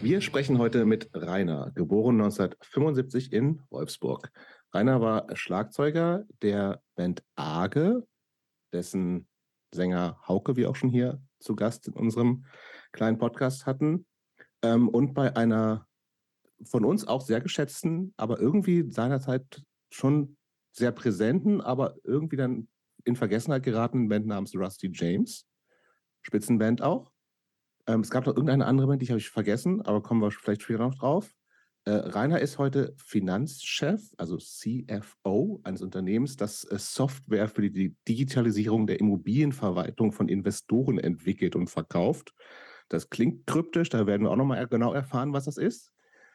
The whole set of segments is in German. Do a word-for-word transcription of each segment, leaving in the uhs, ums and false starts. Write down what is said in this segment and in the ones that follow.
Wir sprechen heute mit Rainer, geboren neunzehnhundertfünfundsiebzig in Wolfsburg. Rainer war Schlagzeuger der Band Arge, dessen Sänger Hauke wir auch schon hier zu Gast in unserem kleinen Podcast hatten. Ähm, und bei einer von uns auch sehr geschätzten, aber irgendwie seinerzeit schon sehr präsenten, aber irgendwie dann in Vergessenheit geratenen Band namens Rusty James. Spitzenband auch. Ähm, es gab noch irgendeine andere Band, die habe ich vergessen, aber kommen wir vielleicht später noch drauf. Äh, Rainer ist heute Finanzchef, also C F O eines Unternehmens, das äh, Software für die Digitalisierung der Immobilienverwaltung von Investoren entwickelt und verkauft. Das klingt kryptisch, da werden wir auch nochmal genau erfahren, was das ist.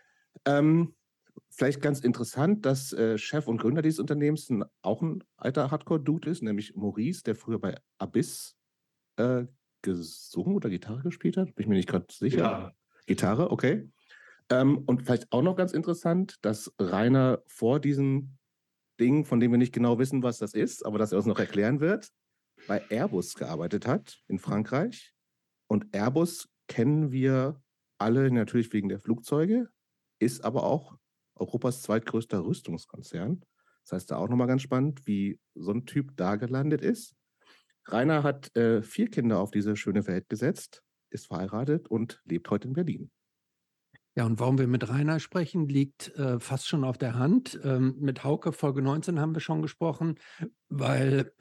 Ähm, vielleicht ganz interessant, dass äh, Chef und Gründer dieses Unternehmens ein, auch ein alter Hardcore-Dude ist, nämlich Maurice, der früher bei Abyss äh, gesungen oder Gitarre gespielt hat. Bin ich mir nicht gerade sicher. Ja. Gitarre, okay. Ähm, und vielleicht auch noch ganz interessant, dass Rainer vor diesem Ding, von dem wir nicht genau wissen, was das ist, aber das er uns noch erklären wird, bei Airbus gearbeitet hat in Frankreich. Und Airbus kennen wir alle natürlich wegen der Flugzeuge, ist aber auch Europas zweitgrößter Rüstungskonzern. Das heißt, da auch nochmal ganz spannend, wie so ein Typ da gelandet ist. Rainer hat äh, vier Kinder auf diese schöne Welt gesetzt, ist verheiratet und lebt heute in Berlin. Ja, und warum wir mit Rainer sprechen, liegt äh, fast schon auf der Hand. Ähm, mit Hauke Folge neunzehn haben wir schon gesprochen, weil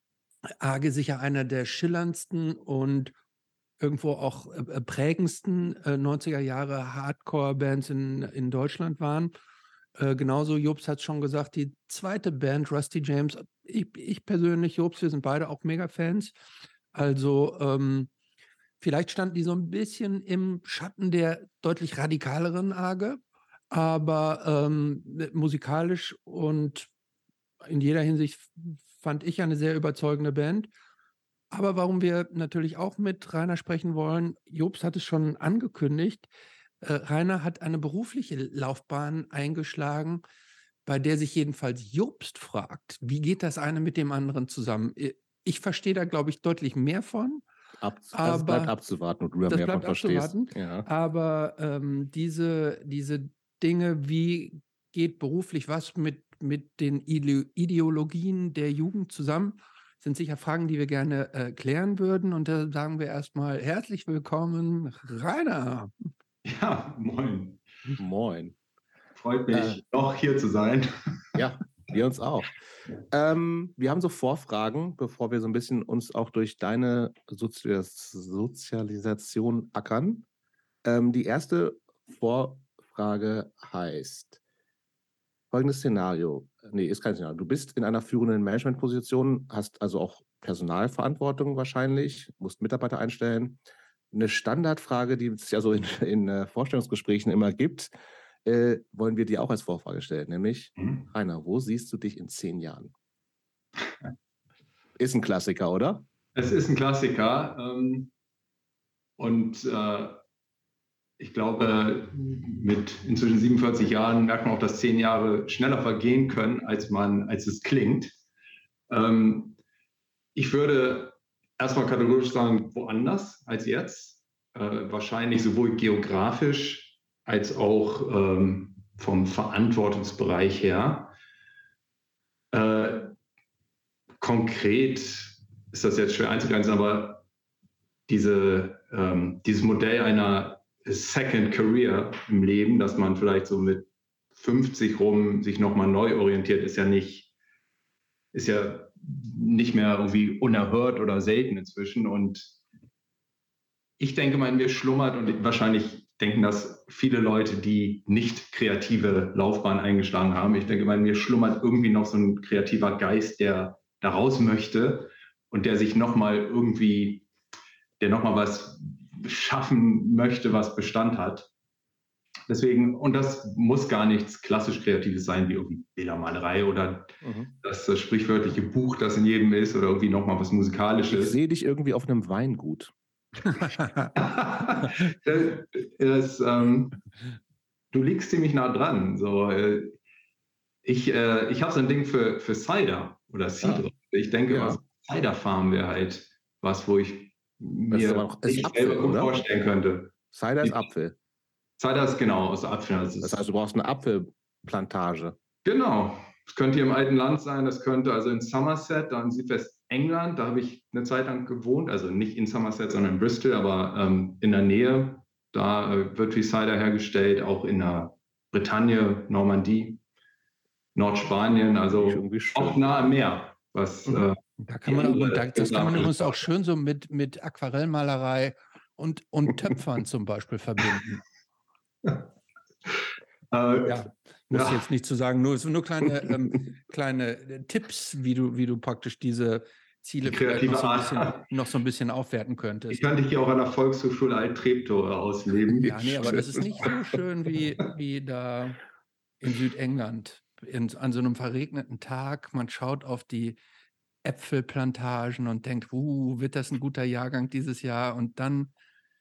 Arge sicher einer der schillerndsten und irgendwo auch äh, prägendsten äh, neunziger Jahre Hardcore-Bands in, in Deutschland waren. Äh, genauso, Jobs hat es schon gesagt, die zweite Band, Rusty James, ich, ich persönlich, Jobs, wir sind beide auch Mega-Fans. Also ähm, vielleicht standen die so ein bisschen im Schatten der deutlich radikaleren Arge, aber ähm, musikalisch und in jeder Hinsicht fand ich eine sehr überzeugende Band. Aber warum wir natürlich auch mit Rainer sprechen wollen, Jobs hat es schon angekündigt, äh, Rainer hat eine berufliche Laufbahn eingeschlagen, bei der sich jedenfalls Jobst fragt, wie geht das eine mit dem anderen zusammen? Ich verstehe da, glaube ich, deutlich mehr von. Ab, aber das bleibt abzuwarten und du da das mehr von bleibt verstehst. abzuwarten. Ja. Aber ähm, diese, diese Dinge, wie geht beruflich was mit, mit den Ideologien der Jugend zusammen, sind sicher Fragen, die wir gerne äh, klären würden. Und da sagen wir erstmal herzlich willkommen, Rainer. Ja, moin. Moin. Freut mich, äh, noch hier zu sein. Ja, wir uns auch. Ähm, wir haben so Vorfragen, bevor wir so ein bisschen uns auch durch deine Sozi- Sozialisation ackern. Ähm, die erste Vorfrage heißt, folgendes Szenario. Nee, ist kein Szenario. Du bist in einer führenden Managementposition, hast also auch Personalverantwortung wahrscheinlich, musst Mitarbeiter einstellen. Eine Standardfrage, die es ja so in, in uh, Vorstellungsgesprächen immer gibt, äh, wollen wir dir auch als Vorfrage stellen, nämlich, mhm. Rainer, wo siehst du dich in zehn Jahren? Ist ein Klassiker, oder? Es ist ein Klassiker. Ähm, und äh, ich glaube, mit inzwischen siebenundvierzig Jahren merkt man auch, dass zehn Jahre schneller vergehen können, als man, als es klingt. Ähm, ich würde erstmal kategorisch sagen, woanders als jetzt. Äh, wahrscheinlich sowohl geografisch als auch ähm, vom Verantwortungsbereich her. Äh, konkret ist das jetzt schwer einzugrenzen, aber diese, ähm, dieses Modell einer Second Career im Leben, dass man vielleicht so mit fünfzig rum sich nochmal neu orientiert, ist ja nicht, ist ja nicht mehr irgendwie unerhört oder selten inzwischen. Und ich denke mal, in mir schlummert, und wahrscheinlich denken das viele Leute, die nicht kreative Laufbahn eingeschlagen haben. Ich denke mal, in mir schlummert irgendwie noch so ein kreativer Geist, der da raus möchte und der sich nochmal irgendwie, der nochmal was schaffen möchte, was Bestand hat. Deswegen, und das muss gar nichts klassisch Kreatives sein, wie irgendwie Bildermalerei oder mhm. das, das sprichwörtliche Buch, das in jedem ist, oder irgendwie nochmal was Musikalisches. Ich sehe dich irgendwie auf einem Weingut. das, ähm, du liegst ziemlich nah dran. So, äh, ich äh, ich habe so ein Ding für, für Cider oder Cider. Ah, ich denke, ja. was Cider Farm wäre halt was, wo ich mir das ist aber auch, ist nicht Apfel, selber gut oder? vorstellen könnte. Cider ist Apfel. Cider ist genau aus Apfeln. Das, das heißt, du brauchst eine Apfelplantage. Genau. Das könnte hier im alten Land sein, das könnte also in Somerset, da in Südwestengland, da habe ich eine Zeit lang gewohnt, also nicht in Somerset, sondern in Bristol, aber ähm, in der Nähe. Da äh, wird viel Cider hergestellt, auch in der Bretagne, Normandie, Nordspanien, also auch nah am Meer. Was, mhm. äh, da kann man, und da, das kann man übrigens auch schön so mit, mit Aquarellmalerei und, und Töpfern zum Beispiel verbinden. äh, ja, muss ja. jetzt nicht zu sagen, nur, nur kleine, ähm, kleine Tipps, wie du, wie du praktisch diese Ziele vielleicht noch so, ein bisschen, noch so ein bisschen aufwerten könntest. Ich könnte hier auch an der Volkshochschule Alt-Treptow ausleben. Ja, nee, aber das ist nicht so schön wie, wie da in Südengland. In, an so einem verregneten Tag, man schaut auf die Äpfelplantagen und denkt, uh, wird das ein guter Jahrgang dieses Jahr? Und dann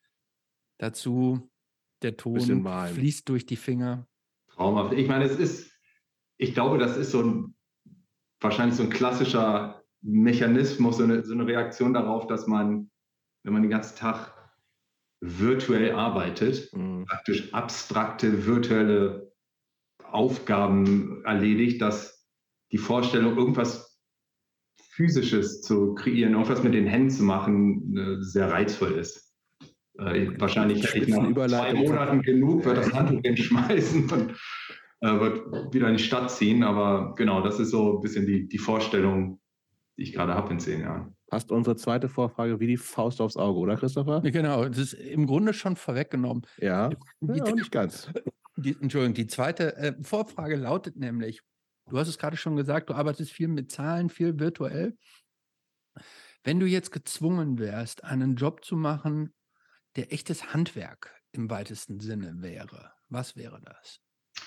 dazu der Ton fließt durch die Finger. Traumhaft. Ich meine, es ist, ich glaube, das ist so ein, wahrscheinlich so ein klassischer Mechanismus, so eine, so eine Reaktion darauf, dass man, wenn man den ganzen Tag virtuell arbeitet, mhm. praktisch abstrakte, virtuelle Aufgaben erledigt, dass die Vorstellung, irgendwas Physisches zu kreieren, irgendwas mit den Händen zu machen, sehr reizvoll ist. Äh, wahrscheinlich hätte ich nach zwei Monaten genug, wird das Handtuch schmeißen und äh, wird wieder in die Stadt ziehen. Aber genau, das ist so ein bisschen die, die Vorstellung, die ich gerade habe in zehn Jahren. Passt unsere zweite Vorfrage wie die Faust aufs Auge, oder Christopher? Genau, das ist im Grunde schon vorweggenommen. Ja, die, ja nicht ganz. Die, Entschuldigung, die zweite äh, Vorfrage lautet nämlich, du hast es gerade schon gesagt, du arbeitest viel mit Zahlen, viel virtuell. Wenn du jetzt gezwungen wärst, einen Job zu machen, der echtes Handwerk im weitesten Sinne wäre, was wäre das?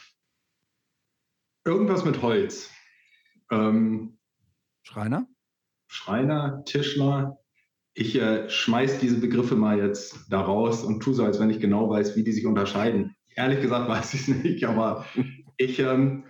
Irgendwas mit Holz. Ähm, Schreiner? Schreiner, Tischler. Ich äh, schmeiß diese Begriffe mal jetzt da raus und tue so, als wenn ich genau weiß, wie die sich unterscheiden. Ehrlich gesagt weiß ich es nicht, aber ich, ähm,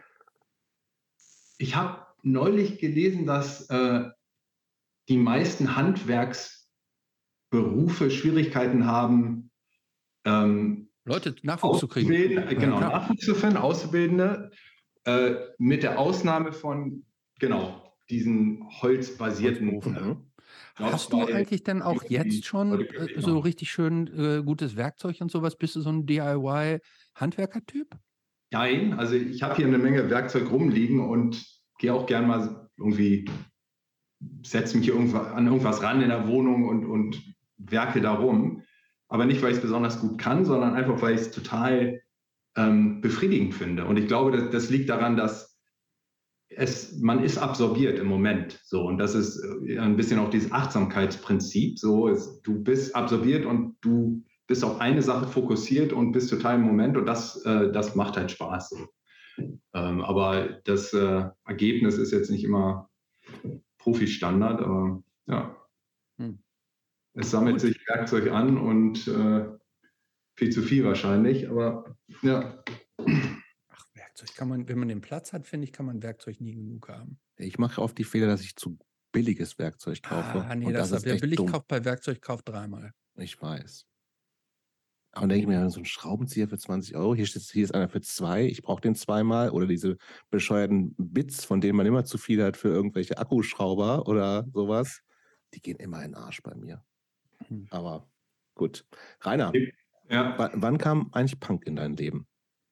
ich habe neulich gelesen, dass äh, die meisten Handwerksberufe Schwierigkeiten haben, ähm, Leute Nachwuchs zu kriegen. Genau, ja, Nachwuchs zu finden, Auszubildende, äh, mit der Ausnahme von, genau, diesen holzbasierten Berufen. Hast du eigentlich denn auch jetzt schon äh, so richtig schön äh, gutes Werkzeug und sowas? Bist du so ein D I Y-Handwerker-Typ? Nein, also ich habe hier eine Menge Werkzeug rumliegen und gehe auch gern mal irgendwie, setze mich hier irgendwas, an irgendwas ran in der Wohnung und, und werke da rum. Aber nicht, weil ich es besonders gut kann, sondern einfach, weil ich es total ähm, befriedigend finde. Und ich glaube, das, das liegt daran, dass es, man ist absorbiert im Moment. So, und das ist ein bisschen auch dieses Achtsamkeitsprinzip. So, es, du bist absorbiert und du bist auf eine Sache fokussiert und bist total im Moment. Und das, äh, das macht halt Spaß. So. Ähm, aber das äh, Ergebnis ist jetzt nicht immer Profi-Standard. Aber ja, hm. Es sammelt sich Werkzeug an und äh, viel zu viel wahrscheinlich. Aber ja. Ach, Werkzeug kann man, wenn man den Platz hat, finde ich, kann man Werkzeug nie genug haben. Ich mache oft die Fehler, dass ich zu billiges Werkzeug kaufe. Ah, nee, und das, das ist wer echt billig dumm. kauft bei Werkzeug, kauft dreimal. Ich weiß. Und denke ich mir, so ein Schraubenzieher für zwanzig Euro, hier, steht, hier ist einer für zwei, ich brauche den zweimal. Oder diese bescheuerten Bits, von denen man immer zu viel hat für irgendwelche Akkuschrauber oder sowas, die gehen immer in den Arsch bei mir. Hm. Aber gut. Rainer, ja. wann kam eigentlich Punk in dein Leben?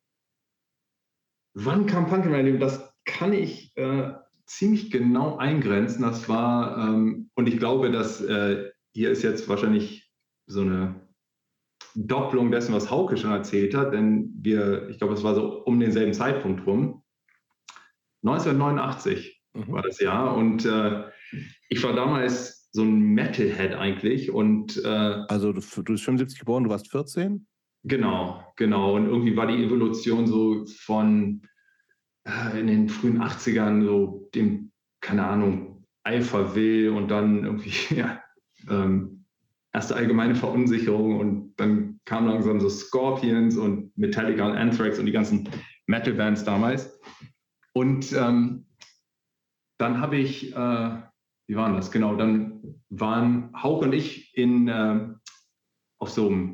Wann kam Punk in mein Leben? Das kann ich äh, ziemlich genau eingrenzen. Das war, ähm, und ich glaube, dass äh, hier ist jetzt wahrscheinlich so eine Doppelung dessen, was Hauke schon erzählt hat, denn wir, ich glaube, es war so um denselben Zeitpunkt rum. neunzehnhundertneunundachtzig mhm. war das Jahr und äh, ich war damals so ein Metalhead eigentlich und äh, also du, du bist fünfundsiebzig geboren, du warst vierzehn? Genau, genau. Und irgendwie war die Evolution so von äh, in den frühen achtzigern so dem, keine Ahnung, Alpha Will und dann irgendwie, ja, ähm, erste allgemeine Verunsicherung und dann kam langsam so Scorpions und Metallica und Anthrax und die ganzen Metal-Bands damals. Und ähm, dann habe ich, äh, wie war das? Genau, dann waren Hauch und ich in, äh, auf so einem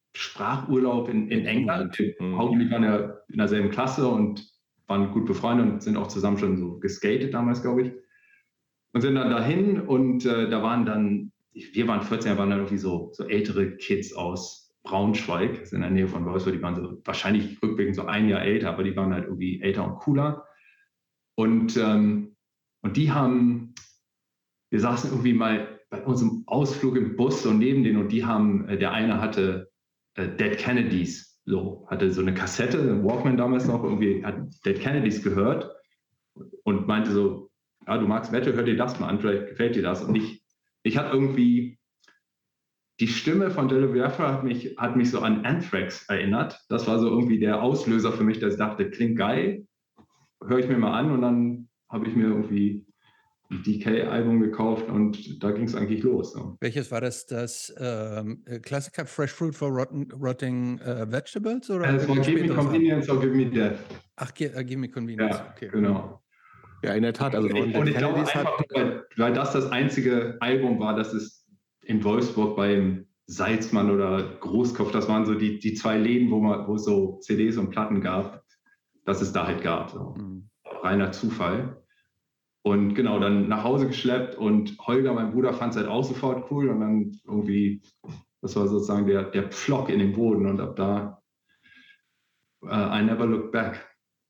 Sprachurlaub in, in England. Mhm. Hauke und ich waren ja in derselben Klasse und waren gut befreundet und sind auch zusammen schon so geskatet damals, glaube ich. Und sind dann dahin und äh, da waren dann, wir waren vierzehn, waren dann irgendwie so, so ältere Kids aus Braunschweig, das ist in der Nähe von Wolfsburg, die waren so wahrscheinlich rückblickend so ein Jahr älter, aber die waren halt irgendwie älter und cooler. Und, ähm, und die haben, wir saßen irgendwie mal bei unserem Ausflug im Bus so neben denen und die haben, äh, der eine hatte äh, Dead Kennedys, so, hatte so eine Kassette, ein Walkman damals noch, irgendwie hat Dead Kennedys gehört und meinte so, ja, du magst Metal, hör dir das mal an, vielleicht gefällt dir das. Und ich, ich hatte irgendwie, die Stimme von Jello Biafra hat mich, hat mich so an Anthrax erinnert. Das war so irgendwie der Auslöser für mich, dass ich dachte, klingt geil, höre ich mir mal an und dann habe ich mir irgendwie ein D K-Album gekauft und da ging es eigentlich los. So. Welches war das? Das ähm, Klassiker Fresh Fruit for Rotten, Rotting uh, Vegetables? Oder Es war Give Me Convenience or Give Me Death. Ach, uh, Give Me Convenience, ja, okay. Genau. Ja, in der Tat. Also und ich, und ich glaube einfach, weil, weil das das einzige Album war, das es in Wolfsburg beim Salzmann oder Großkopf, das waren so die, die zwei Läden, wo, man, wo es so C Ds und Platten gab, dass es da halt gab. So. Mhm. Reiner Zufall. Und genau, dann nach Hause geschleppt und Holger, mein Bruder, fand es halt auch sofort cool und dann irgendwie, das war sozusagen der, der Pflock in den Boden und ab da uh, I never look back.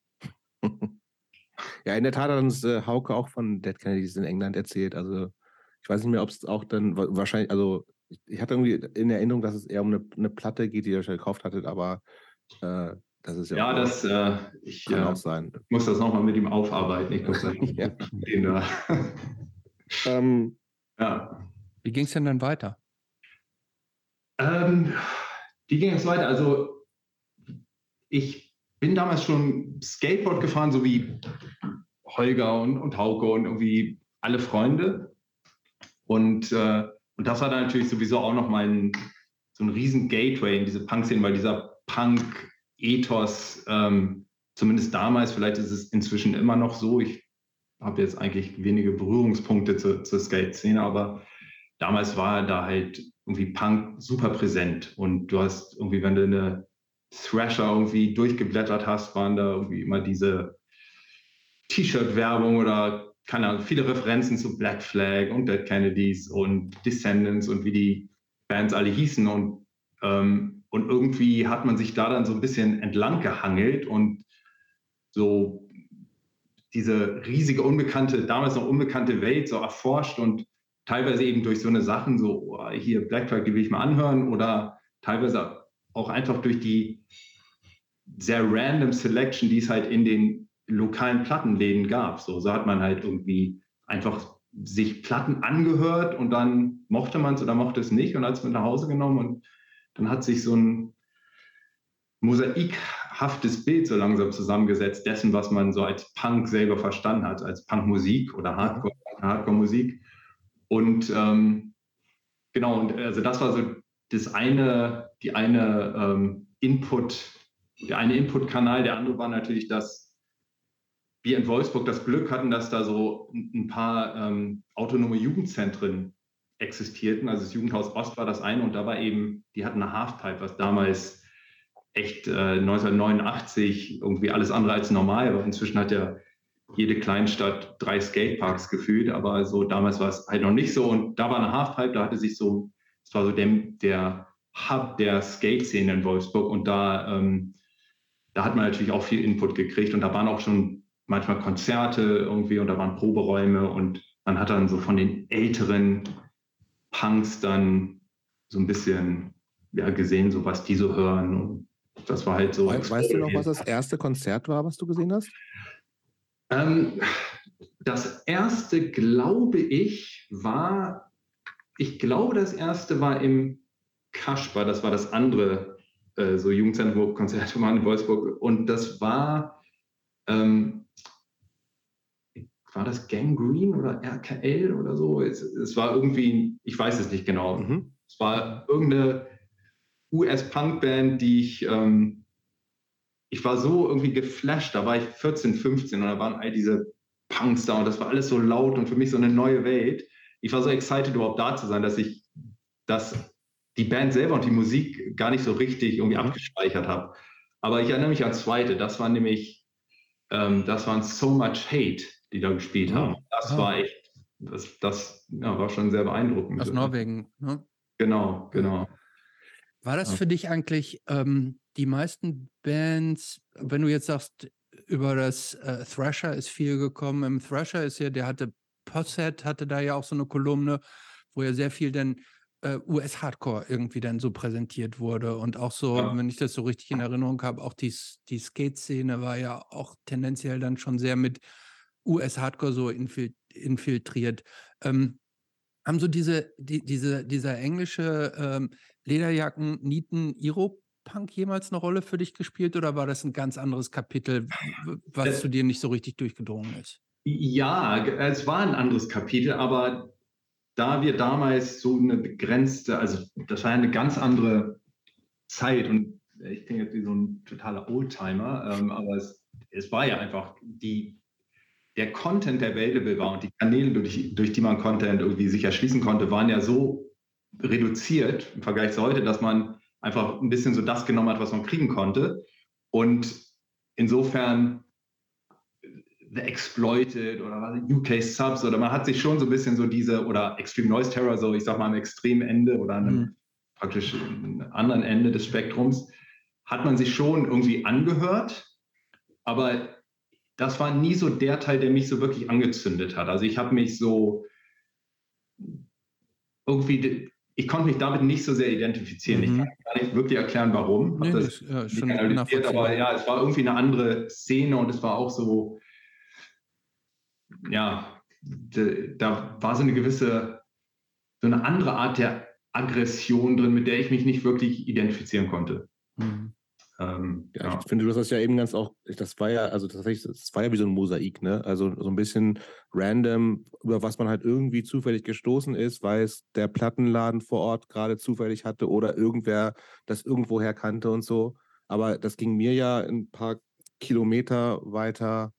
Ja, in der Tat hat uns äh, Hauke auch von Dead Kennedys in England erzählt. Also ich weiß nicht mehr, ob es auch dann wahrscheinlich, also ich, ich hatte irgendwie in Erinnerung, dass es eher um eine, eine Platte geht, die ihr schon gekauft hattet, aber äh, das ist ja Ja, auch das äh, ich kann äh, auch sein. muss das nochmal mit ihm aufarbeiten. Ich muss ja. da. ähm, ja. Wie ging es denn dann weiter? Ähm, wie ging es weiter? Also ich bin damals schon Skateboard gefahren, so wie Holger und, und Hauke und irgendwie alle Freunde. Und, äh, und das war dann natürlich sowieso auch noch mein, so ein riesen Gateway in diese Punk-Szene, weil dieser Punk-Ethos, ähm, zumindest damals, vielleicht ist es inzwischen immer noch so, ich habe jetzt eigentlich wenige Berührungspunkte zur, zur Skate-Szene, aber damals war da halt irgendwie Punk super präsent und du hast irgendwie, wenn du eine Thrasher irgendwie durchgeblättert hast, waren da irgendwie immer diese T-Shirt-Werbung oder keine Ahnung, viele Referenzen zu Black Flag und Dead Kennedys und Descendants und wie die Bands alle hießen und, ähm, und irgendwie hat man sich da dann so ein bisschen entlang gehangelt und so diese riesige unbekannte, damals noch unbekannte Welt so erforscht und teilweise eben durch so eine Sachen, so oh, hier Black Flag, die will ich mal anhören oder teilweise auch einfach durch die sehr random Selection, die es halt in den lokalen Plattenläden gab. So, so hat man halt irgendwie einfach sich Platten angehört und dann mochte man es oder mochte es nicht und hat es mit nach Hause genommen und dann hat sich so ein mosaikhaftes Bild so langsam zusammengesetzt dessen, was man so als Punk selber verstanden hat, als Punkmusik oder Hardcore, Hardcore-Musik. Und ähm, genau, und also das war so das eine, die eine ähm, Input, der eine Input-Kanal, der andere war natürlich, dass wir in Wolfsburg das Glück hatten, dass da so ein paar ähm, autonome Jugendzentren existierten. Also das Jugendhaus Ost war das eine und da war eben, die hatten eine Halfpipe, was damals echt äh, neunzehnhundertneunundachtzig irgendwie alles andere als normal war. Inzwischen hat ja jede Kleinstadt drei Skateparks gefühlt, aber so damals war es halt noch nicht so. Und da war eine Halfpipe, da hatte sich so, das war so der, der Hub der Skate-Szene in Wolfsburg und da, ähm, da hat man natürlich auch viel Input gekriegt und da waren auch schon manchmal Konzerte irgendwie und da waren Proberäume und man hat dann so von den älteren Punks dann so ein bisschen ja, gesehen, so was die so hören und das war halt so. Weißt, weißt du noch, was das erste Konzert war, was du gesehen hast? Ähm, das erste, glaube ich, war, ich glaube, das erste war im Kasper, das war das andere äh, so Jugendzentrum, wo Konzerte waren in Wolfsburg und das war ähm, war das Gangrene oder R K L oder so? Es, es war irgendwie, ich weiß es nicht genau. Mhm. Es war irgendeine U S-Punk-Band, die ich, ähm, ich war so irgendwie geflasht, da war ich vierzehn, fünfzehn und da waren all diese Punks da und das war alles so laut und für mich so eine neue Welt. Ich war so excited, überhaupt da zu sein, dass ich das, die Band selber und die Musik gar nicht so richtig irgendwie abgespeichert habe. Aber ich erinnere mich an zweite, das war nämlich, ähm, das waren So Much Hate, die da gespielt haben. Das Ah. war echt, das, das ja, war schon sehr beeindruckend. Aus Norwegen, ne? Genau, genau. War das für dich eigentlich ähm, die meisten Bands, wenn du jetzt sagst, über das äh, Thrasher ist viel gekommen, im Thrasher ist ja, der hatte Posset, hatte da ja auch so eine Kolumne, wo ja sehr viel dann äh, U S-Hardcore irgendwie dann so präsentiert wurde und auch so, Ja. wenn ich das so richtig in Erinnerung habe, auch die, die Skate-Szene war ja auch tendenziell dann schon sehr mit U S-Hardcore so infil infiltriert. Ähm, haben so diese, die, diese, dieser englische ähm, Lederjacken, Nieten, Iro-Punk jemals eine Rolle für dich gespielt oder war das ein ganz anderes Kapitel, was Das, zu dir nicht so richtig durchgedrungen ist? Ja, es war ein anderes Kapitel, aber da wir damals so eine begrenzte, also das war ja eine ganz andere Zeit und ich bin jetzt wie so ein totaler Oldtimer, ähm, aber es, es war ja einfach die, der Content, der available war und die Kanäle, durch, durch die man Content irgendwie sich erschließen konnte, waren ja so reduziert im Vergleich zu heute, dass man einfach ein bisschen so das genommen hat, was man kriegen konnte. Und insofern The Exploited oder was, U K Subs oder man hat sich schon so ein bisschen so diese, oder Extreme Noise Terror, so ich sag mal am extremen Ende oder an einem mhm. praktisch anderen Ende des Spektrums, hat man sich schon irgendwie angehört, aber das war nie so der Teil, der mich so wirklich angezündet hat. Also ich habe mich so irgendwie, ich konnte mich damit nicht so sehr identifizieren. Mhm. Ich kann gar nicht wirklich erklären, warum. Nee, das das, ja, nicht schon analysiert, aber ja, es war irgendwie eine andere Szene und es war auch so, ja, da war so eine gewisse, so eine andere Art der Aggression drin, mit der ich mich nicht wirklich identifizieren konnte. Mhm. Ähm, ja, ja, ich finde, du hast das ja eben ganz auch, das war ja, also tatsächlich, das war ja wie so ein Mosaik, ne? Also so ein bisschen random, über was man halt irgendwie zufällig gestoßen ist, weil es der Plattenladen vor Ort gerade zufällig hatte oder irgendwer das irgendwoher kannte und so. Aber das ging mir ja ein paar Kilometer weiter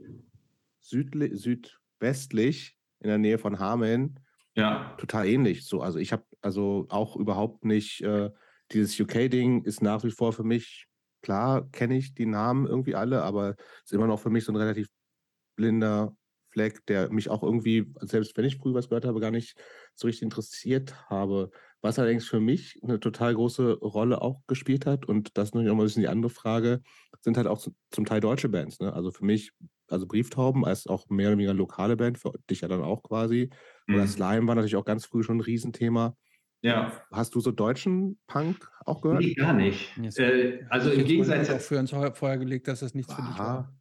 südli- südwestlich in der Nähe von Hameln. Ja. Total ähnlich. So, also ich habe also auch überhaupt nicht, äh, dieses U K-Ding ist nach wie vor für mich, klar kenne ich die Namen irgendwie alle, aber ist immer noch für mich so ein relativ blinder Fleck, der mich auch irgendwie, selbst wenn ich früher was gehört habe, gar nicht so richtig interessiert habe. Was allerdings für mich eine total große Rolle auch gespielt hat, und das ist natürlich auch mal ein bisschen die andere Frage, sind halt auch zum Teil deutsche Bands. Ne? Also für mich, also Brieftauben als auch mehr oder weniger lokale Band, für dich ja dann auch quasi. Oder Mhm. Slime war natürlich auch ganz früh schon ein Riesenthema. Ja. Hast du so deutschen Punk auch gehört? Nee, gar nicht. Jetzt, äh, also im Gegensatz auch für uns vorher gelegt, dass das nichts ah. für dich war.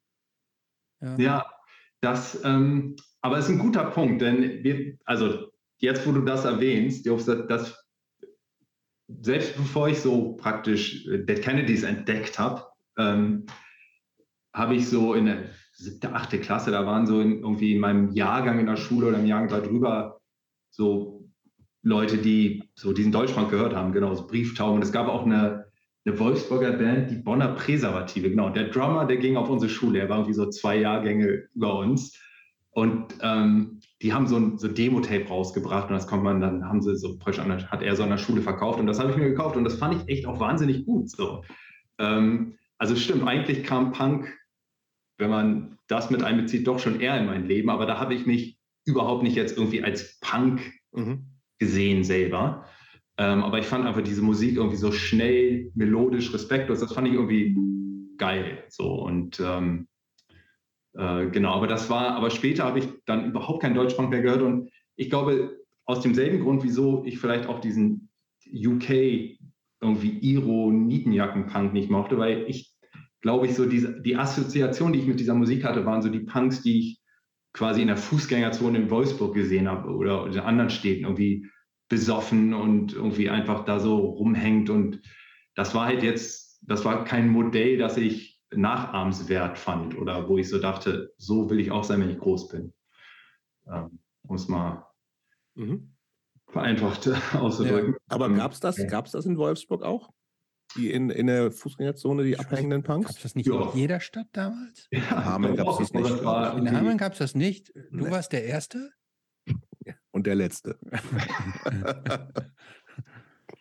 Ja, ja das, ähm, aber es ist ein guter Punkt, denn wir, also jetzt, wo du das erwähnst, das, das, selbst bevor ich so praktisch Dead Kennedys entdeckt habe, ähm, habe ich so in der siebte, achte Klasse, da waren so in, irgendwie in meinem Jahrgang in der Schule oder im Jahrgang darüber so Leute, die so diesen Deutschpunk gehört haben, genau, so Brieftauben. Und es gab auch eine, eine Wolfsburger Band, die Bonner Präservative, genau. Und der Drummer, der ging auf unsere Schule, er war irgendwie so zwei Jahrgänge über uns. Und ähm, die haben so ein so Demo-Tape rausgebracht und das konnte man dann, haben sie so, hat er so an der Schule verkauft und das habe ich mir gekauft und das fand ich echt auch wahnsinnig gut. So. Ähm, also stimmt, eigentlich kam Punk, wenn man das mit einbezieht, doch schon eher in mein Leben, aber da habe ich mich überhaupt nicht jetzt irgendwie als Punk mhm. gesehen selber. Ähm, aber ich fand einfach diese Musik irgendwie so schnell, melodisch, respektlos, das fand ich irgendwie geil. So und ähm, äh, genau, aber das war, aber später habe ich dann überhaupt keinen Deutschpunk mehr gehört und ich glaube, aus demselben Grund, wieso ich vielleicht auch diesen U K irgendwie Iro-Nietenjacken-Punk nicht mochte, weil ich glaube ich, so diese, die Assoziation, die ich mit dieser Musik hatte, waren so die Punks, die ich quasi in der Fußgängerzone in Wolfsburg gesehen habe oder in anderen Städten irgendwie besoffen und irgendwie einfach da so rumhängt. Und das war halt jetzt, das war kein Modell, das ich nachahmenswert fand oder wo ich so dachte, so will ich auch sein, wenn ich groß bin. Ähm, um es mal mhm. vereinfacht auszudrücken. Ja, aber gab es das, ja. gab's das in Wolfsburg auch? Die in, in der Fußgängerzone, die abhängenden Punks? Gab es das nicht ja. in jeder Stadt damals? Ja, in Hameln gab es das nicht. Das in Hameln gab es das nicht? Du nee. warst der Erste? Und der Letzte.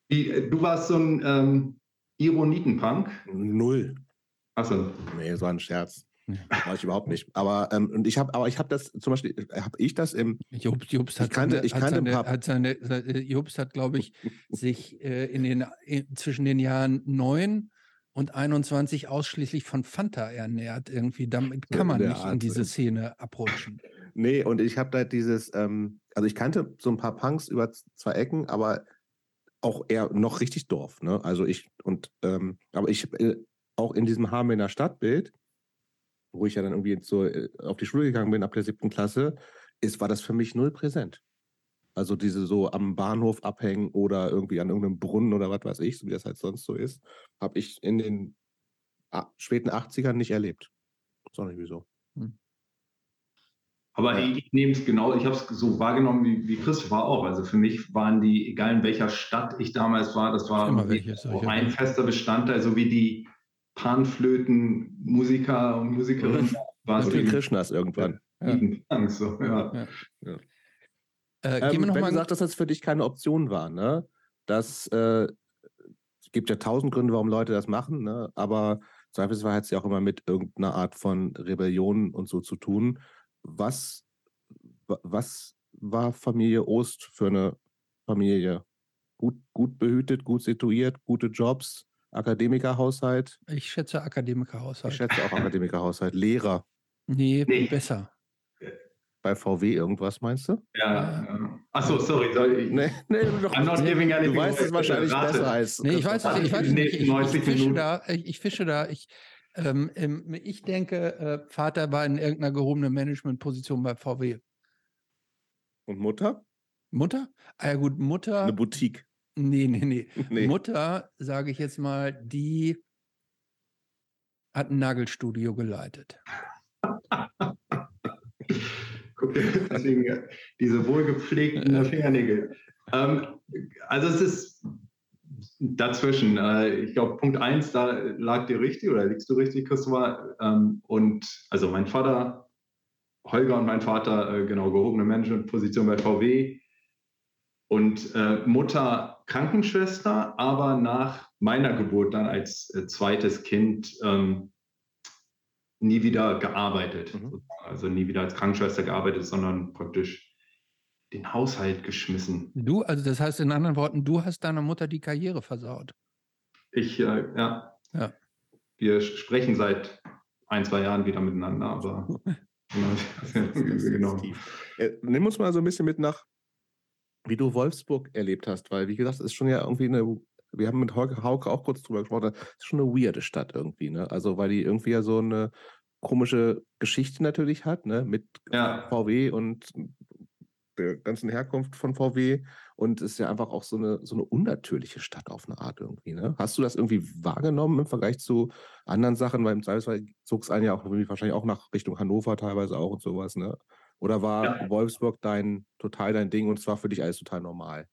Wie, du warst so ein ähm, Ironitenpunk? Null. Achso. Nee, so ein Scherz. War ich überhaupt nicht. Aber ähm, und ich habe, aber ich habe das zum Beispiel, habe ich das im. Jobst, Jobst hat, ich kannte, seine, ich hat, kannte seine, ein paar. hat seine, seine, Jobst hat, glaube ich, sich äh, in den in, zwischen den Jahren neun und einundzwanzig ausschließlich von Fanta ernährt. Irgendwie, damit kann man nicht Art. in diese Szene abrutschen. Nee, und ich habe da dieses, ähm, also ich kannte so ein paar Punks über zwei Ecken, aber auch eher noch richtig Dorf, ne? Also ich, und, ähm, aber ich, äh, auch in diesem Hamelner Stadtbild, wo ich ja dann irgendwie so äh, auf die Schule gegangen bin, ab der siebten Klasse, ist, war das für mich null präsent. Also diese so am Bahnhof abhängen oder irgendwie an irgendeinem Brunnen oder was weiß ich, so wie das halt sonst so ist, habe ich in den a- späten achtzigern nicht erlebt. Ist auch nicht wieso. Hm. Aber Ja. ich, ich nehme es genau, ich habe es so wahrgenommen wie, wie Christopher auch. Also für mich waren die, egal in welcher Stadt ich damals war, das war Immer irgendwie welche, auch solche ein Dinge. fester Bestandteil, so wie die Panflöten-Musiker und Musikerinnen. War so Wie eben Krishnas irgendwann. Ja. Punk, so, ja. Ja. Ja. Äh, Ähm, gehen wir noch wenn mal du sagst, dass das für dich keine Option war, ne? Das äh, es gibt ja tausend Gründe, warum Leute das machen, ne? Aber zweifelsfrei hat es ja auch immer mit irgendeiner Art von Rebellion und so zu tun. Was, wa- was war Familie Ost für eine Familie? Gut, gut behütet, gut situiert, gute Jobs, Akademikerhaushalt? Ich schätze Ich Akademikerhaushalt. schätze auch Akademikerhaushalt. Lehrer. Nee, Nee. besser. Bei V W irgendwas, meinst du? Ja, ja. Achso, sorry, soll ich. Nee, nee, doch, I'm not giving du anything weißt away. es wahrscheinlich Rate. besser als. Nee, ich weiß es, ich weiß es Die nicht. Ich, ich, neunzig fische Minuten. da, ich, ich fische da. Ich, ähm, ähm, ich denke, äh, Vater war in irgendeiner gehobenen Managementposition bei V W. Und Mutter? Mutter? Ah ja gut, Mutter. Eine Boutique. Nee, nee, nee. Nee. Mutter, sage ich jetzt mal, die hat ein Nagelstudio geleitet. Guck dir das Ding, diese wohlgepflegten Fingernägel. Ähm, also es ist dazwischen. Äh, ich glaube, Punkt eins, da lag dir richtig oder liegst du richtig, Christopher. Ähm, und also mein Vater, Holger und mein Vater, äh, genau, gehobene Managementposition bei V W. Und äh, Mutter Krankenschwester, aber nach meiner Geburt dann als äh, zweites Kind ähm, nie wieder gearbeitet. Mhm. Also nie wieder als Krankenschwester gearbeitet, sondern praktisch den Haushalt geschmissen. Du, also das heißt in anderen Worten, du hast deiner Mutter die Karriere versaut. Ich, äh, ja. Ja. Wir sprechen seit ein, zwei Jahren wieder miteinander, aber genau. Äh, nimm uns mal so ein bisschen mit nach, wie du Wolfsburg erlebt hast, weil, wie gesagt, es ist schon ja irgendwie eine, wir haben mit Hauke, Hauke auch kurz drüber gesprochen, es ist schon eine weirde Stadt irgendwie, ne? Also, weil die irgendwie ja so eine komische Geschichte natürlich hat, ne? Mit Ja. V W und der ganzen Herkunft von V W und ist ja einfach auch so eine, so eine unnatürliche Stadt auf eine Art irgendwie, ne? Hast du das irgendwie wahrgenommen im Vergleich zu anderen Sachen? Weil im Zweifelsfall zog es einen ja auch irgendwie wahrscheinlich auch nach Richtung Hannover teilweise auch und sowas, ne? Oder war Ja. Wolfsburg dein, total dein Ding und es war für dich alles total normal?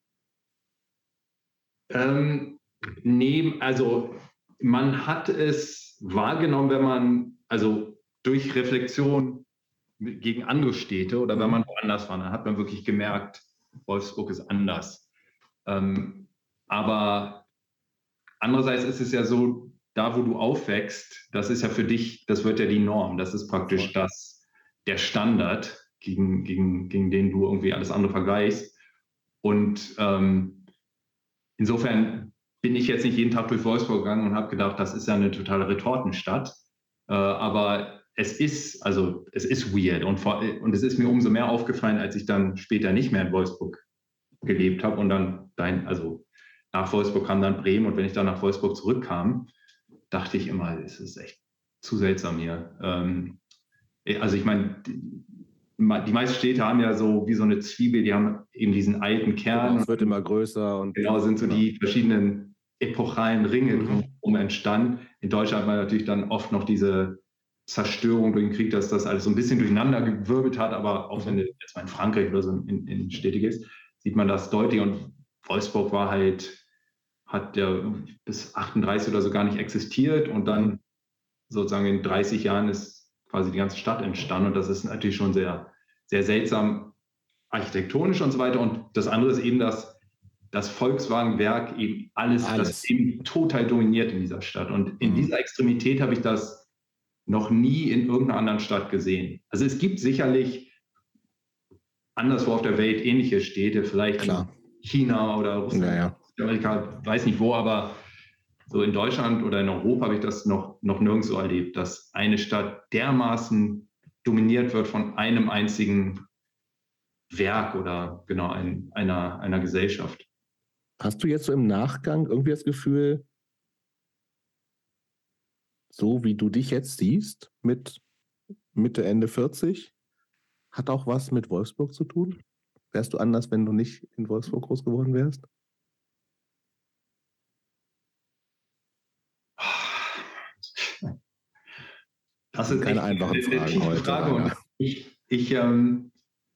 Ähm, nee, also man hat es wahrgenommen, wenn man, also durch Reflexion gegen andere Städte oder wenn man woanders war, dann hat man wirklich gemerkt, Wolfsburg ist anders. Ähm, aber andererseits ist es ja so, da wo du aufwächst, das ist ja für dich, das wird ja die Norm, das ist praktisch das, der Standard, gegen, gegen, gegen den du irgendwie alles andere vergleichst. Und ähm, insofern bin ich jetzt nicht jeden Tag durch Wolfsburg gegangen und habe gedacht, das ist ja eine totale Retortenstadt. Äh, aber es ist, also es ist weird und, vor, und es ist mir umso mehr aufgefallen, als ich dann später nicht mehr in Wolfsburg gelebt habe und dann dahin, also nach Wolfsburg kam dann Bremen und wenn ich dann nach Wolfsburg zurückkam, dachte ich immer, es ist echt zu seltsam hier. Ähm, also ich meine, die, die meisten Städte haben ja so wie so eine Zwiebel, die haben eben diesen alten Kern. Es wird immer größer und genau sind so genau. die verschiedenen epochalen Ringe Mhm. drumherum entstanden. In Deutschland hat man natürlich dann oft noch diese Zerstörung durch den Krieg, dass das alles so ein bisschen durcheinander gewirbelt hat, aber auch wenn du jetzt mal in Frankreich oder so in, in Städte gehst, sieht man das deutlich. Und Wolfsburg war halt, hat ja bis achtunddreißig oder so gar nicht existiert und dann sozusagen in dreißig Jahren ist quasi die ganze Stadt entstanden und das ist natürlich schon sehr, sehr seltsam architektonisch und so weiter. Und das andere ist eben, dass das Volkswagen-Werk eben alles, Alles. das eben total dominiert in dieser Stadt. Und in Mhm. dieser Extremität habe ich das noch nie in irgendeiner anderen Stadt gesehen. Also es gibt sicherlich anderswo auf der Welt ähnliche Städte, vielleicht Klar. in China oder Russland, Ja, ja. Amerika, weiß nicht wo, aber so in Deutschland oder in Europa habe ich das noch, noch nirgends so erlebt, dass eine Stadt dermaßen dominiert wird von einem einzigen Werk oder genau ein, einer, einer Gesellschaft. Hast du jetzt so im Nachgang irgendwie das Gefühl, so wie du dich jetzt siehst, mit Mitte, Ende vierzig, hat auch was mit Wolfsburg zu tun? Wärst du anders, wenn du nicht in Wolfsburg groß geworden wärst? Das sind ist keine echt einfachen eine, eine Fragen tiefe heute, Frage. Und Rainer. ich, ich, ähm,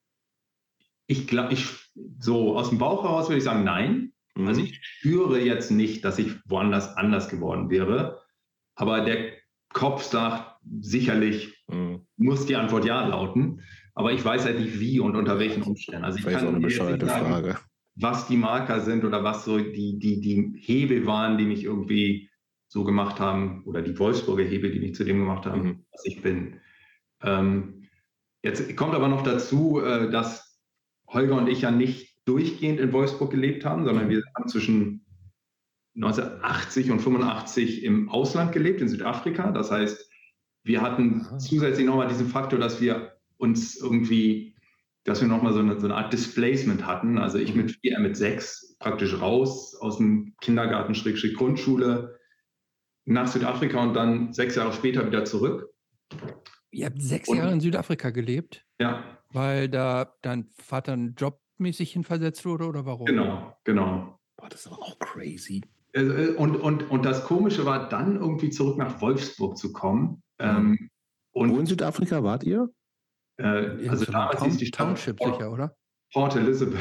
ich glaube, ich, so aus dem Bauch heraus würde ich sagen, nein. Mhm. Also ich spüre jetzt nicht, dass ich woanders anders geworden wäre. Aber der Kopf sagt sicherlich, Mhm. muss die Antwort ja lauten. Aber ich weiß halt nicht, wie und unter welchen Umständen. Also ich Vielleicht auch kann eine dir jetzt nicht bescheuerte sagen, Frage. was die Marker sind oder was so die, die, die Hebel waren, die mich irgendwie so gemacht haben, oder die Wolfsburger Hebel, die mich zu dem gemacht haben, Mhm. was ich bin. Ähm, jetzt kommt aber noch dazu, äh, dass Holger und ich ja nicht durchgehend in Wolfsburg gelebt haben, sondern Mhm. wir haben zwischen neunzehnhundertachtzig und fünfundachtzig im Ausland gelebt, in Südafrika. Das heißt, wir hatten Ah. zusätzlich nochmal diesen Faktor, dass wir uns irgendwie, dass wir nochmal so eine, so eine Art Displacement hatten. Also ich Mhm. mit vier, er mit sechs, praktisch raus aus dem Kindergarten, Schrägstrich Grundschule, nach Südafrika und dann sechs Jahre später wieder zurück. Ihr habt sechs Und- Jahre in Südafrika gelebt, Ja, weil da dein Vater jobmäßig hinversetzt wurde oder warum? genau, genau. Boah, das ist aber auch crazy. Äh, Und, und, und das Komische war, dann irgendwie zurück nach Wolfsburg zu kommen. Ähm, Wo in und Südafrika wart ihr? äh, In also so einem damals Town hieß die Stadt Township Port, sicher, oder? Port Elizabeth.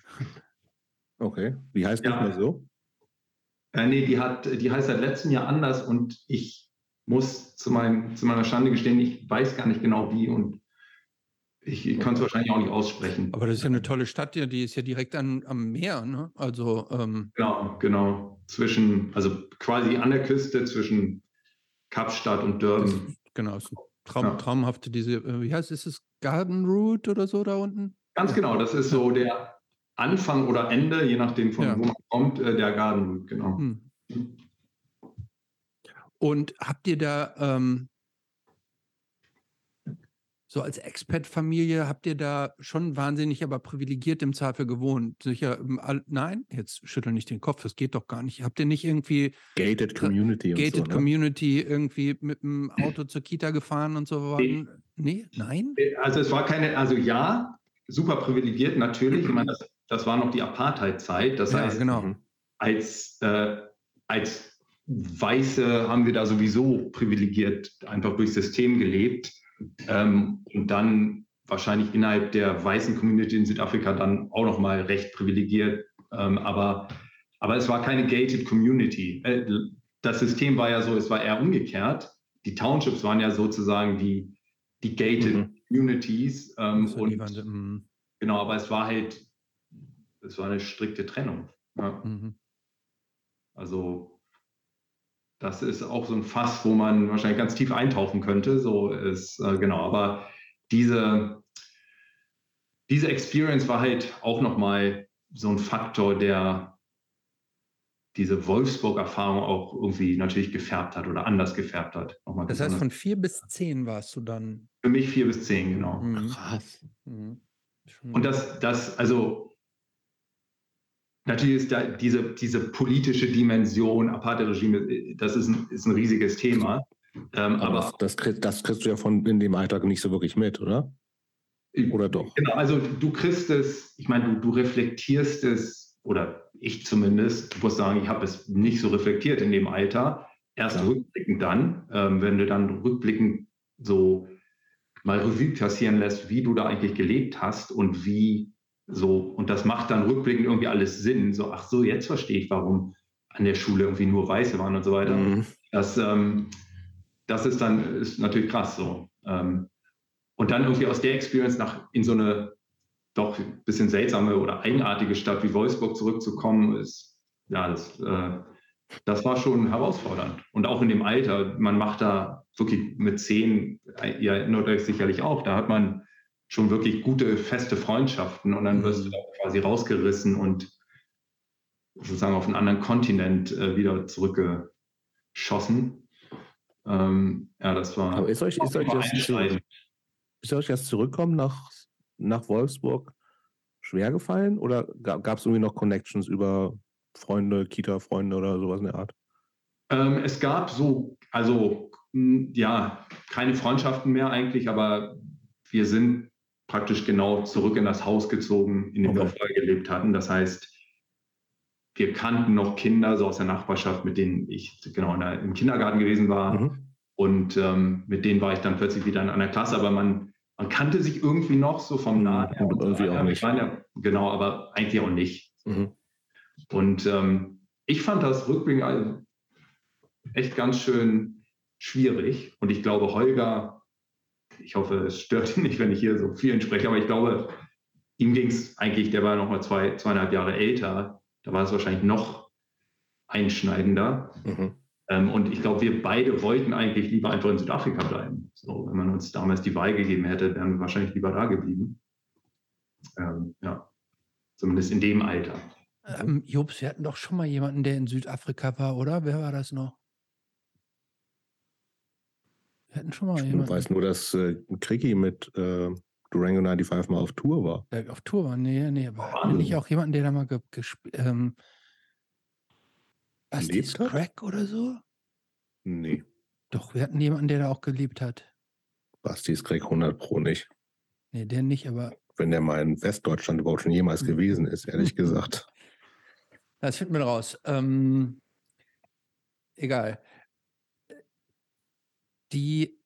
Okay. Wie heißt Ja. nicht mehr so? Äh, nee, die, hat, die heißt seit letztem Jahr anders und ich muss zu, meinem, zu meiner Schande gestehen, ich weiß gar nicht genau wie und ich, ich kann es wahrscheinlich auch nicht aussprechen. Aber das ist ja eine tolle Stadt, die die ist ja direkt an, am Meer, ne? Also, ähm, Genau, genau. Zwischen, also quasi an der Küste zwischen Kapstadt und das, Durban. genau, ist ein Traum, Ja. traumhafte, diese, äh, wie heißt es, ist es Garden Route oder so da unten? Ganz Ja. genau, das ist so der Anfang oder Ende, je nachdem von Ja. wo man kommt, äh, der Garden Route, genau. Hm. Und habt ihr da, ähm, so als Expat-Familie, habt ihr da schon wahnsinnig, aber privilegiert im Zweifel gewohnt? Sicher, ähm, all- nein, jetzt schüttel nicht den Kopf, das geht doch gar nicht. Habt ihr nicht irgendwie Gated Community und Gated so, ne? Community irgendwie mit dem Auto zur Kita gefahren und so? Nee. Nee, nein? Also es war keine, also ja, super privilegiert, natürlich. Ich meine, das, das war noch die Apartheid-Zeit. Das Ja, heißt, genau. Mhm. als, äh, als Weiße haben wir da sowieso privilegiert einfach durchs System gelebt. Ähm, und dann wahrscheinlich innerhalb der weißen Community in Südafrika dann auch noch mal recht privilegiert. Ähm, aber, aber es war keine gated Community. Äh, das System war ja so, es war eher umgekehrt. Die Townships waren ja sozusagen die, die gated Mhm. Communities. Ähm, So die und, waren so, mm, genau, aber es war halt, es war eine strikte Trennung. Ja. mhm. Also das ist auch so ein Fass, wo man wahrscheinlich ganz tief eintauchen könnte. So ist, äh, genau, aber diese, diese Experience war halt auch nochmal so ein Faktor, der diese Wolfsburg-Erfahrung auch irgendwie natürlich gefärbt hat oder anders gefärbt hat. Nochmal Das heißt, besonders. von vier bis zehn warst du dann. Für mich vier bis zehn, genau. Mhm. Krass. Mhm. Schon- Und das, das, also natürlich ist da diese, diese politische Dimension, Apartheid-Regime, das ist ein, ist ein riesiges Thema. Ähm, Aber, aber das, das, kriegst, das kriegst du ja von in dem Alltag nicht so wirklich mit, oder? Oder doch? Genau, also du kriegst es, ich meine, du, du reflektierst es, oder ich zumindest, ich muss sagen, ich habe es nicht so reflektiert in dem Alter. Erst Klar. rückblickend dann, ähm, wenn du dann rückblickend so mal Revue passieren lässt, wie du da eigentlich gelebt hast und wie so, und das macht dann rückblickend irgendwie alles Sinn. So, ach so, jetzt verstehe ich, warum an der Schule irgendwie nur Weiße waren und so weiter. Mhm. Das, ähm, das ist dann ist natürlich krass so. Ähm, und dann irgendwie aus der Experience nach in so eine doch ein bisschen seltsame oder eigenartige Stadt wie Wolfsburg zurückzukommen, ist, ja, das, äh, das war schon herausfordernd. Und auch in dem Alter, man macht da wirklich mit zehn, ihr erinnert euch sicherlich auch, da hat man schon wirklich gute, feste Freundschaften und dann wirst du da quasi rausgerissen und sozusagen auf einen anderen Kontinent äh, wieder zurückgeschossen. Ähm, ja, das war... Aber ist euch, ist euch, das, ist euch das Zurückkommen nach, nach Wolfsburg schwer gefallen oder gab es irgendwie noch Connections über Freunde, Kita-Freunde oder sowas in der Art? Ähm, es gab so, also mh, ja, keine Freundschaften mehr eigentlich, aber wir sind praktisch genau zurück in das Haus gezogen, in dem Okay. wir vorher gelebt hatten. Das heißt, wir kannten noch Kinder so aus der Nachbarschaft, mit denen ich genau in der, im Kindergarten gewesen war. Mhm. Und ähm, mit denen war ich dann plötzlich wieder in einer Klasse, aber man, man kannte sich irgendwie noch so vom Mhm. Nahen her. Und irgendwie auch nicht. Ja, genau, aber eigentlich auch nicht. Mhm. Und ähm, ich fand das Rückblick also echt ganz schön schwierig. Und ich glaube, Holger, ich hoffe, es stört ihn nicht, wenn ich hier so vielen spreche, aber ich glaube, ihm ging es eigentlich, der war noch mal zwei, zweieinhalb Jahre älter, da war es wahrscheinlich noch einschneidender. Mhm. Ähm, und ich glaube, wir beide wollten eigentlich lieber einfach in Südafrika bleiben. So, wenn man uns damals die Wahl gegeben hätte, wären wir wahrscheinlich lieber da geblieben. Ähm, ja, zumindest in dem Alter. Ähm, Jobs, wir hatten doch schon mal jemanden, der in Südafrika war, oder? Wer war das noch? Wir hatten schon mal Ich jemanden. weiß nur, dass äh, Kriki mit äh, Durango fünfundneunzig mal auf Tour war. Der auf Tour war. Nee, nee, aber hatten wir nicht auch jemanden, der da mal ge gespielt ähm, Gelebt hat? Crack oder so? Nee, Doch, wir hatten jemanden, der da auch gelebt hat. Bastis Crack hundert Pro nicht. Nee, der nicht, aber Wenn der mal in Westdeutschland überhaupt schon jemals gewesen ist, ehrlich gesagt. das finden wir raus. Ähm, egal. Die,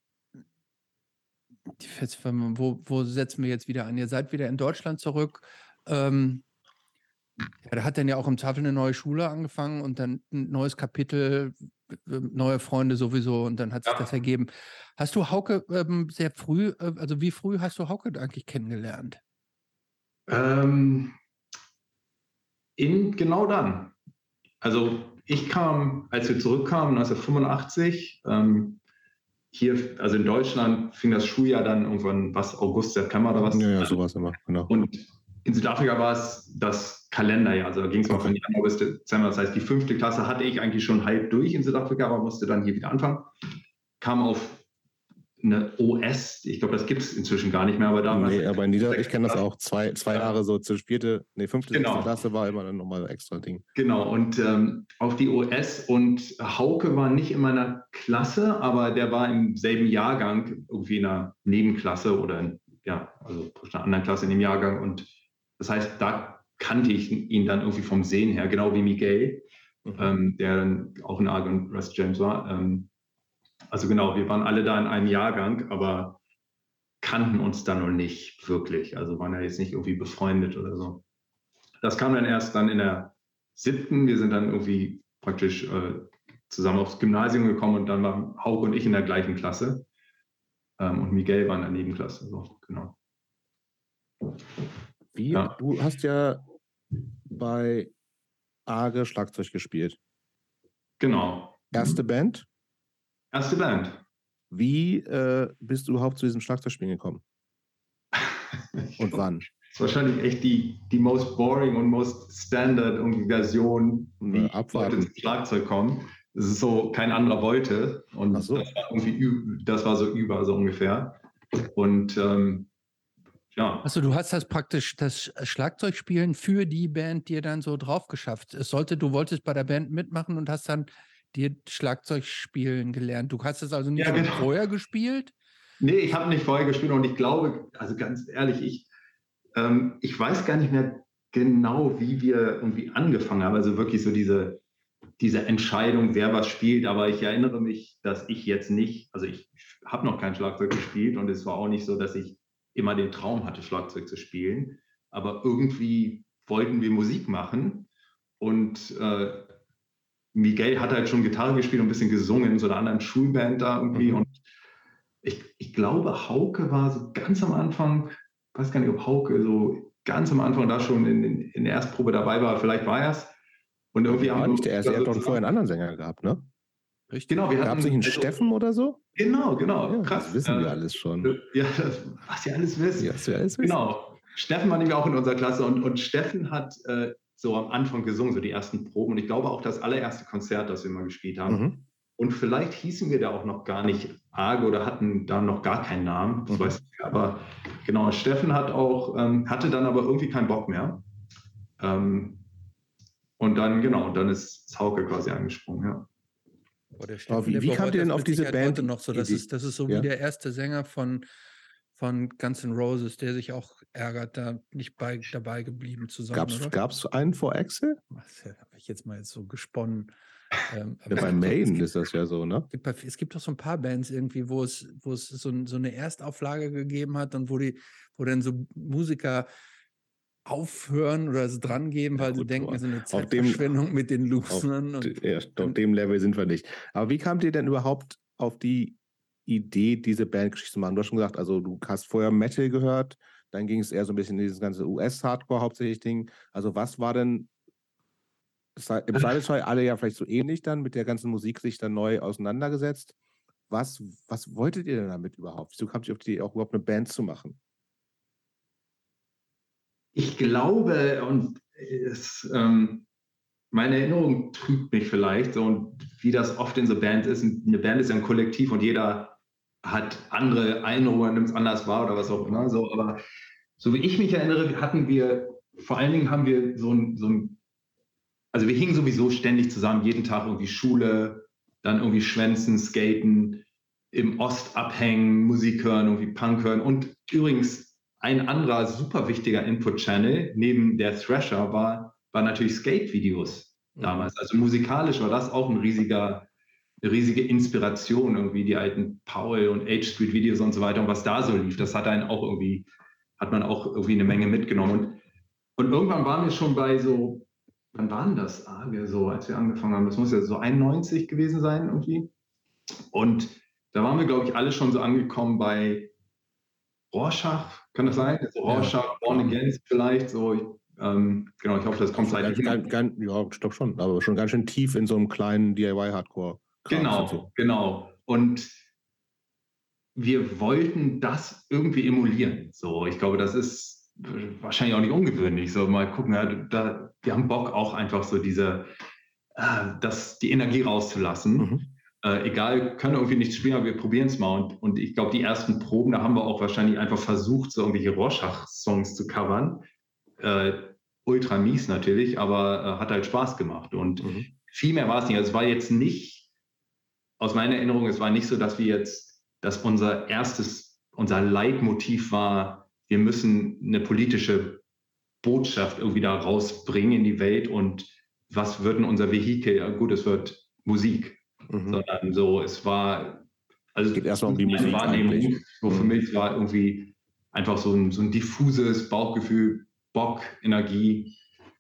die jetzt, wo, wo setzen wir jetzt wieder an? Ihr seid wieder in Deutschland zurück. Ähm, ja, da hat dann ja auch im Zweifel eine neue Schule angefangen und dann ein neues Kapitel, neue Freunde sowieso und dann hat sich Ja. das ergeben. Hast du Hauke ähm, sehr früh, äh, also wie früh hast du Hauke eigentlich kennengelernt? Ähm, in, genau dann. Also ich kam, als wir zurückkamen, neunzehnhundertfünfundachtzig, ähm, hier, also in Deutschland fing das Schuljahr dann irgendwann, was, August, September oder was? Ja, ja, sowas immer, genau. Und in Südafrika war es das Kalenderjahr, also da ging es mal von Januar bis Dezember. Das heißt, die fünfte Klasse hatte ich eigentlich schon halb durch in Südafrika, aber musste dann hier wieder anfangen. Kam auf eine O S, ich glaube, das gibt es inzwischen gar nicht mehr, aber damals. Nee, aber in Nieder, ich kenne das auch, zwei, zwei Jahre so zur vierte, nee, fünfte, Genau. sechste Klasse war immer dann nochmal ein extra Ding. Genau, und ähm, auf die O S und Hauke war nicht in meiner Klasse, aber der war im selben Jahrgang, irgendwie in einer Nebenklasse oder in, ja, also in einer anderen Klasse in dem Jahrgang. Und das heißt, da kannte ich ihn dann irgendwie vom Sehen her, genau wie Miguel, mhm. ähm, der dann auch in Argo und Russ James war. Ähm, also genau, wir waren alle da in einem Jahrgang, aber kannten uns dann noch nicht wirklich. Also waren ja jetzt nicht irgendwie befreundet oder so. Das kam dann erst dann in der siebten. Wir sind dann irgendwie praktisch äh, zusammen aufs Gymnasium gekommen und dann waren Hauke und ich in der gleichen Klasse. Ähm, und Miguel war in der Nebenklasse. So, genau. Wie? Ja. Du hast ja bei Arge Schlagzeug gespielt. Genau. Erste Mhm. Band? Erste Band. Wie äh, bist du überhaupt zu diesem Schlagzeugspielen gekommen? Und wann? Das ist wahrscheinlich echt die, die most boring und most standard irgendwie Version, wie Leute ins Schlagzeug kommen. Es ist so, kein anderer wollte. Und so. das war irgendwie, das war so über, so ungefähr. Und ähm, ja. Also du hast das praktisch, das Schlagzeugspielen für die Band dir dann so drauf geschafft. Es sollte, du wolltest bei der Band mitmachen und hast dann dir Schlagzeugspielen gelernt. Du hast es also nicht ja, genau. vorher gespielt? Nee, ich habe nicht vorher gespielt und ich glaube, also ganz ehrlich, ich, ähm, ich weiß gar nicht mehr genau, wie wir irgendwie angefangen haben. Also wirklich so diese, diese Entscheidung, wer was spielt. Aber ich erinnere mich, dass ich jetzt nicht, also ich habe noch kein Schlagzeug gespielt und es war auch nicht so, dass ich immer den Traum hatte, Schlagzeug zu spielen. Aber irgendwie wollten wir Musik machen und äh, Miguel hat halt schon Gitarre gespielt und ein bisschen gesungen in so einer anderen Schulband da irgendwie. Mhm. Und ich, ich glaube, Hauke war so ganz am Anfang weiß gar nicht, ob Hauke so ganz am Anfang da schon in, in, in der Erstprobe dabei war, vielleicht war er es. Und irgendwie war haben nicht der erste, er hat doch so vorher einen anderen Sänger gehabt, ne? Richtig. Genau, wir Gab es nicht einen also, Steffen oder so? Genau, genau, ja, krass. Das wissen wir äh, alles schon. Ja, das, was ihr alles wisst. Ja, was wir alles wissen. Genau. Steffen war nämlich auch in unserer Klasse und, und Steffen hat äh, so am Anfang gesungen, so die ersten Proben. Und ich glaube auch das allererste Konzert, das wir mal gespielt haben. Mhm. Und vielleicht hießen wir da auch noch gar nicht Arge oder hatten da noch gar keinen Namen. Das mhm. weiß ich. Aber genau, Steffen hat auch, ähm, hatte dann aber irgendwie keinen Bock mehr. Ähm, und dann, genau, dann ist Hauke quasi angesprungen, ja. Oh, der Steffen, wie, wie kam ihr denn auf diese Band? Noch so, das, ist, das ist so ja? wie der erste Sänger von, von Guns N' Roses, der sich auch ärgert, da nicht bei, dabei geblieben zu sein. Gab es einen vor Axel? Das habe ich jetzt mal jetzt so gesponnen. Ähm, ja, bei Maiden ist das ja so, ne? Es gibt, es gibt doch so ein paar Bands irgendwie, wo es, wo es so, so eine Erstauflage gegeben hat und wo, die, wo dann so Musiker aufhören oder es dran geben, weil ja, gut, sie denken, es ist eine Zeitverschwendung mit den Losern. Auf, und ja, auf dem Level sind wir nicht. Aber wie kamt ihr denn überhaupt auf die Idee, diese Bandgeschichte zu machen? Du hast schon gesagt, also du hast vorher Metal gehört, dann ging es eher so ein bisschen in dieses ganze U S-Hardcore hauptsächlich Ding. Also was war denn im Zweifelsfall alle ja vielleicht so ähnlich dann mit der ganzen Musik sich dann neu auseinandergesetzt? Was, was wolltet ihr denn damit überhaupt? Wieso kamt ihr auf die Idee, auch überhaupt eine Band zu machen? Ich glaube, und es, ähm, meine Erinnerung trügt mich vielleicht, so, und wie das oft in so Bands ist, eine Band ist ja ein Kollektiv und jeder hat andere Erinnerungen, nimmt es anders wahr oder was auch immer. So, aber so wie ich mich erinnere, hatten wir, vor allen Dingen haben wir so ein, so ein also wir hingen sowieso ständig zusammen, jeden Tag irgendwie Schule, dann irgendwie Schwänzen, Skaten, im Ost abhängen, Musik hören, irgendwie Punk hören. Und übrigens ein anderer super wichtiger Input-Channel neben der Thrasher war, war natürlich Skate-Videos damals. Also musikalisch war das auch ein riesiger, eine riesige Inspiration, irgendwie die alten Powell und H-Street-Videos und so weiter. Und was da so lief, das hat einen auch irgendwie, hat man auch irgendwie eine Menge mitgenommen. Und, und irgendwann waren wir schon bei so, wann war denn das, ah, wir so, als wir angefangen haben? Das muss ja so einundneunzig gewesen sein irgendwie. Und da waren wir, glaube ich, alle schon so angekommen bei Rorschach, kann das sein? Also Rorschach, ja. Born Against vielleicht, so, ähm, genau, ich hoffe, das kommt also ganz, ganz, Ja, ich glaube schon, aber schon ganz schön tief in so einem kleinen D I Y-Hardcore. Genau, so. genau. Und wir wollten das irgendwie emulieren. So, ich glaube, das ist wahrscheinlich auch nicht ungewöhnlich. So, mal gucken, ja, da, wir haben Bock auch einfach so diese, äh, das, die Energie rauszulassen. Mhm. Äh, egal, können irgendwie nichts spielen, aber wir probieren es mal. Und, und ich glaube, die ersten Proben, da haben wir auch wahrscheinlich einfach versucht, so irgendwelche Rorschach-Songs zu covern. Äh, ultra mies natürlich, aber äh, hat halt Spaß gemacht. Und mhm. viel mehr war es nicht. Also es war jetzt nicht, aus meiner Erinnerung, es war nicht so, dass wir jetzt, dass unser erstes, unser Leitmotiv war, wir müssen eine politische Botschaft irgendwie da rausbringen in die Welt und was wird denn unser Vehikel? Ja, gut, es wird Musik. Mhm. Sondern so, es war, also es geht erstmal um die Musik Wahrnehmung, so für mich war irgendwie einfach so ein, so ein diffuses Bauchgefühl, Bock, Energie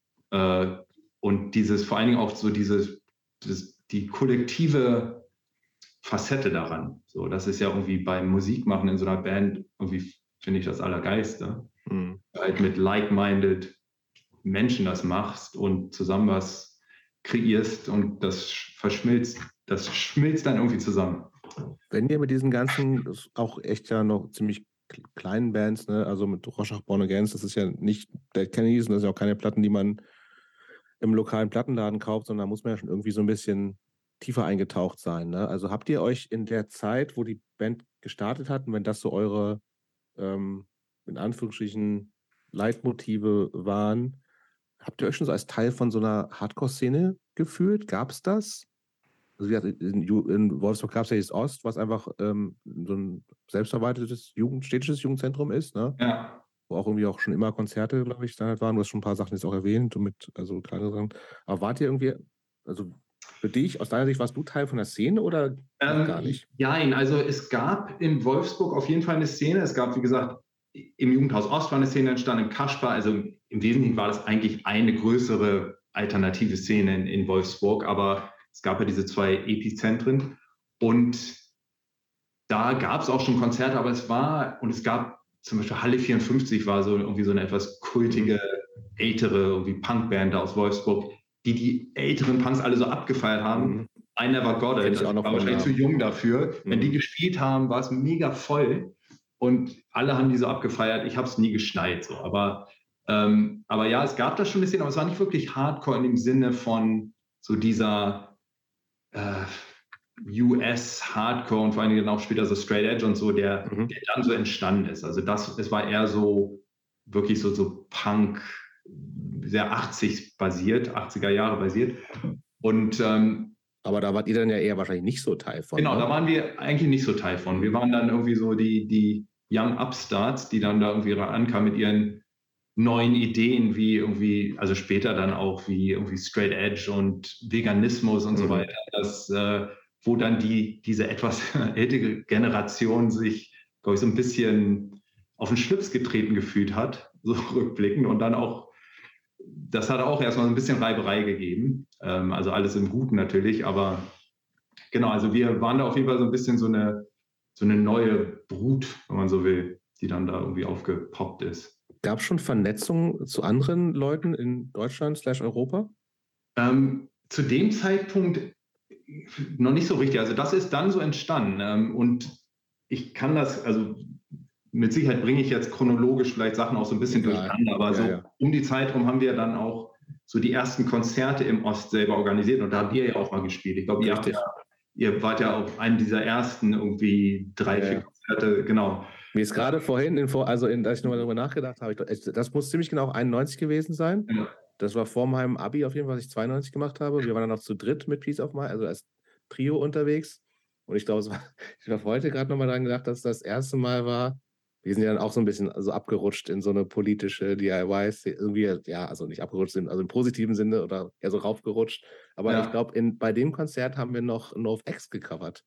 äh, und dieses, vor allen Dingen auch so dieses, dieses, die kollektive Facette daran. So, das ist ja irgendwie beim Musikmachen in so einer Band irgendwie, finde ich, das Allergeilste. Mhm. Halt mit like-minded Menschen das machst und zusammen was kreierst und das verschmilzt, das schmilzt dann irgendwie zusammen. Wenn ihr mit diesen ganzen, auch echt ja noch ziemlich kleinen Bands, ne, also mit Rorschach, Born Against, das ist ja nicht Dead Kennedys und das sind ja auch keine Platten, die man im lokalen Plattenladen kauft, sondern da muss man ja schon irgendwie so ein bisschen tiefer eingetaucht sein. Ne? Also habt ihr euch in der Zeit, wo die Band gestartet hat, und wenn das so eure, ähm, in Anführungsstrichen, Leitmotive waren, habt ihr euch schon so als Teil von so einer Hardcore-Szene gefühlt? Gab es das? Also in, in Wolfsburg gab es ja das Ost, was einfach ähm, so ein selbstverwaltetes Jugend, städtisches Jugendzentrum ist, ne? Ja. Wo auch irgendwie auch schon immer Konzerte, glaube ich, dann halt waren. Du hast schon ein paar Sachen jetzt auch erwähnt, und mit, also kleinere Sachen. Aber wart ihr irgendwie, also für dich, aus deiner Sicht, warst du Teil von der Szene oder ähm, gar nicht? Nein, also es gab in Wolfsburg auf jeden Fall eine Szene. Es gab, wie gesagt, im Jugendhaus Ost war eine Szene entstanden, in Kaspar. Also im Wesentlichen war das eigentlich eine größere alternative Szene in, in Wolfsburg, aber es gab ja diese zwei Epizentren und da gab es auch schon Konzerte, aber es war, und es gab zum Beispiel Halle vierundfünfzig war so irgendwie so eine etwas kultige, ältere irgendwie Punkband da aus Wolfsburg, die die älteren Punks alle so abgefeiert haben. Mhm. I Never Got It, ich auch noch war wahrscheinlich zu jung dafür. Mhm. Wenn die gespielt haben, war es mega voll und alle haben die so abgefeiert. Ich habe es nie geschnallt, so. Aber, ähm, aber ja, es gab das schon ein bisschen, aber es war nicht wirklich Hardcore in dem Sinne von so dieser äh, U S-Hardcore und vor allen Dingen auch später so Straight Edge und so, der, mhm. der dann so entstanden ist. Also das, es war eher so, wirklich so, so Punk, sehr achtzig basiert, achtziger Jahre basiert. Und ähm, aber da wart ihr dann ja eher wahrscheinlich nicht so Teil von. Genau, ne? Da waren wir eigentlich nicht so Teil von. Wir waren dann irgendwie so die, die Young Upstarts, die dann da irgendwie ankamen mit ihren neuen Ideen, wie irgendwie, also später dann auch wie irgendwie Straight Edge und Veganismus und mhm. so weiter. Das, äh, wo dann die, diese etwas ältere Generation sich, glaube ich, so ein bisschen auf den Schlips getreten gefühlt hat, so rückblickend. Und dann auch, das hat auch erstmal so ein bisschen Reiberei gegeben. Ähm, also alles im Guten natürlich, aber genau, also wir waren da auf jeden Fall so ein bisschen so eine, so eine neue Brut, wenn man so will, die dann da irgendwie aufgepoppt ist. Gab es schon Vernetzung zu anderen Leuten in Deutschland slash Europa? Ähm, zu dem Zeitpunkt noch nicht so richtig. Also das ist dann so entstanden. Ähm, und ich kann das, also mit Sicherheit bringe ich jetzt chronologisch vielleicht Sachen auch so ein bisschen ja, durcheinander, aber ja, so ja. um die Zeit rum haben wir dann auch so die ersten Konzerte im Ost selber organisiert und da habt ihr ja auch mal gespielt. Ich glaube, ihr, habt ja, ihr wart ja auch einen dieser ersten irgendwie drei, ja, vier Konzerte, genau. Mir ist gerade vorhin, in, also in, als ich nochmal darüber nachgedacht habe, ich, das muss ziemlich genau einundneunzig gewesen sein. Ja. Das war vor meinem Abi auf jeden Fall, was ich zweiundneunzig gemacht habe. Wir waren dann noch zu dritt mit Peace of Mind, also als Trio unterwegs. Und ich glaube, es war, ich habe heute gerade nochmal dran gedacht, dass das erste Mal war. Wir sind ja dann auch so ein bisschen also abgerutscht in so eine politische D I Y, irgendwie, ja, also nicht abgerutscht, also im positiven Sinne oder eher so raufgerutscht. Aber ja. ich glaube, bei dem Konzert haben wir noch NoFX gecovert.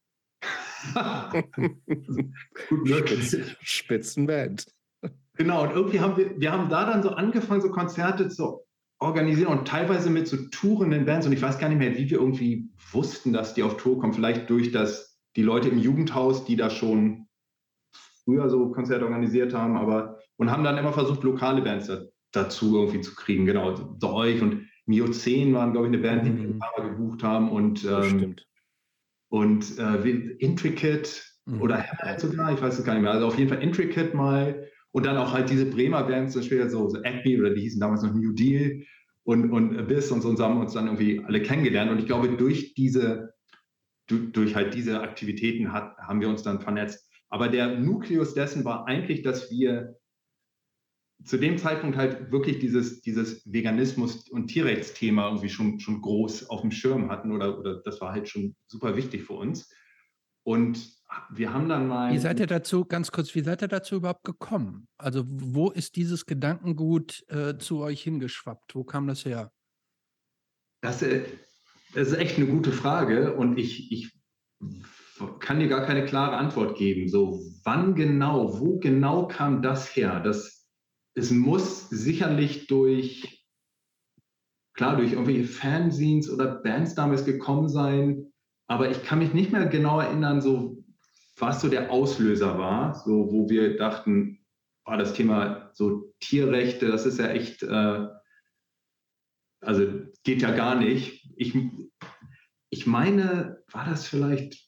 Gut möglich. Spitz, Spitzenband. Genau, und irgendwie haben wir, wir haben da dann so angefangen, so Konzerte zu organisieren und teilweise mit so tourenden Bands. Und ich weiß gar nicht mehr, wie wir irgendwie wussten, dass die auf Tour kommen. Vielleicht durch das, die Leute im Jugendhaus, die da schon früher so Konzerte organisiert haben, aber und haben dann immer versucht, lokale Bands da, dazu irgendwie zu kriegen. Genau, The Euch und Miozän waren, glaube ich, eine Band, die wir ein paar Mal gebucht haben. Und, ähm, Stimmt. Und äh, Intricate mhm. oder Hammerhead sogar, ich weiß es gar nicht mehr. Also auf jeden Fall Intricate mal. Und dann auch halt diese Bremer Bands, so später so, so Acme oder die hießen damals noch New Deal und, und Abyss und so, und haben uns dann irgendwie alle kennengelernt. Und ich glaube, durch diese, durch, durch halt diese Aktivitäten hat, haben wir uns dann vernetzt. Aber der Nukleus dessen war eigentlich, dass wir zu dem Zeitpunkt halt wirklich dieses, dieses Veganismus- und Tierrechtsthema irgendwie schon, schon groß auf dem Schirm hatten oder, oder das war halt schon super wichtig für uns. Und wir haben dann mal... Wie seid ihr dazu, ganz kurz, wie seid ihr dazu überhaupt gekommen? Also wo ist dieses Gedankengut äh, zu euch hingeschwappt? Wo kam das her? Das, äh, das ist echt eine gute Frage und ich, ich kann dir gar keine klare Antwort geben. So, wann genau, wo genau kam das her? Das, es muss sicherlich durch, klar, durch irgendwelche Fanzines oder Bands damals gekommen sein, aber ich kann mich nicht mehr genau erinnern, so was so der Auslöser war, so wo wir dachten, oh, das Thema so Tierrechte, das ist ja echt, äh, also geht ja gar nicht. Ich, ich meine, war das vielleicht,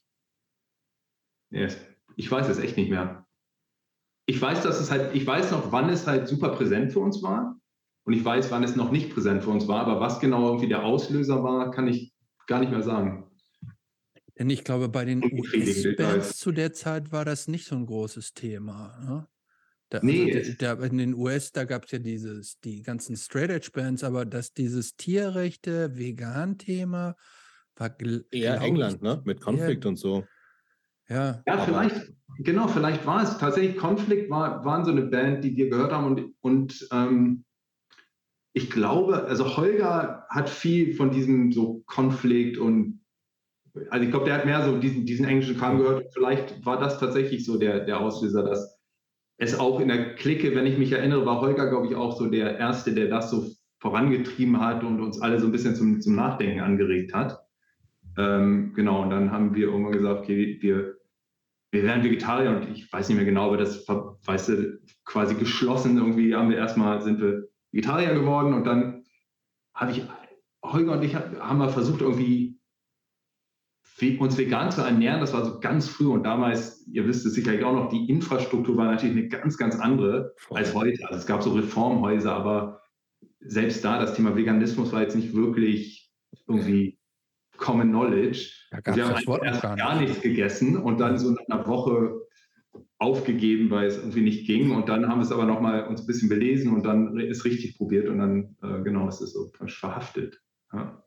nee, ich weiß es echt nicht mehr. Ich weiß, dass es halt, ich weiß noch, wann es halt super präsent für uns war und ich weiß, wann es noch nicht präsent für uns war, aber was genau irgendwie der Auslöser war, kann ich gar nicht mehr sagen. Denn ich glaube, bei den U S-Bands zu der Zeit war das nicht so ein großes Thema. Ne? Da, nee. Also der, der, in den U S, da gab es ja dieses, die ganzen Straight-Edge-Bands, aber dass dieses Tierrechte, Vegan-Thema war eher England, ich, ne? Mit Konflikt und so. Ja, ja vielleicht, genau, vielleicht war es tatsächlich Konflikt, war, waren so eine Band, die wir gehört haben und, und ähm, ich glaube, also Holger hat viel von diesem so Konflikt und also ich glaube, der hat mehr so diesen, diesen englischen Kram gehört. Vielleicht war das tatsächlich so der, der Auslöser, dass es auch in der Clique, wenn ich mich erinnere, war Holger, glaube ich, auch so der Erste, der das so vorangetrieben hat und uns alle so ein bisschen zum, zum Nachdenken angeregt hat. Ähm, genau, und dann haben wir irgendwann gesagt, okay, wir wir wären Vegetarier und ich weiß nicht mehr genau, aber das war, weißt du, quasi geschlossen. Irgendwie haben wir erstmal, sind wir Vegetarier geworden und dann habe ich, Holger und ich haben wir versucht, irgendwie uns vegan zu ernähren. Das war so ganz früh und damals, ihr wisst es sicherlich auch noch, die Infrastruktur war natürlich eine ganz, ganz andere als heute. Also es gab so Reformhäuser, aber selbst da, das Thema Veganismus war jetzt nicht wirklich irgendwie Common Knowledge. Da wir haben erst gar, gar nichts gegessen und dann so nach einer Woche aufgegeben, weil es irgendwie nicht ging. Und dann haben wir es aber nochmal uns ein bisschen belesen und dann ist richtig probiert und dann, äh, genau, ist es so verhaftet. Ja.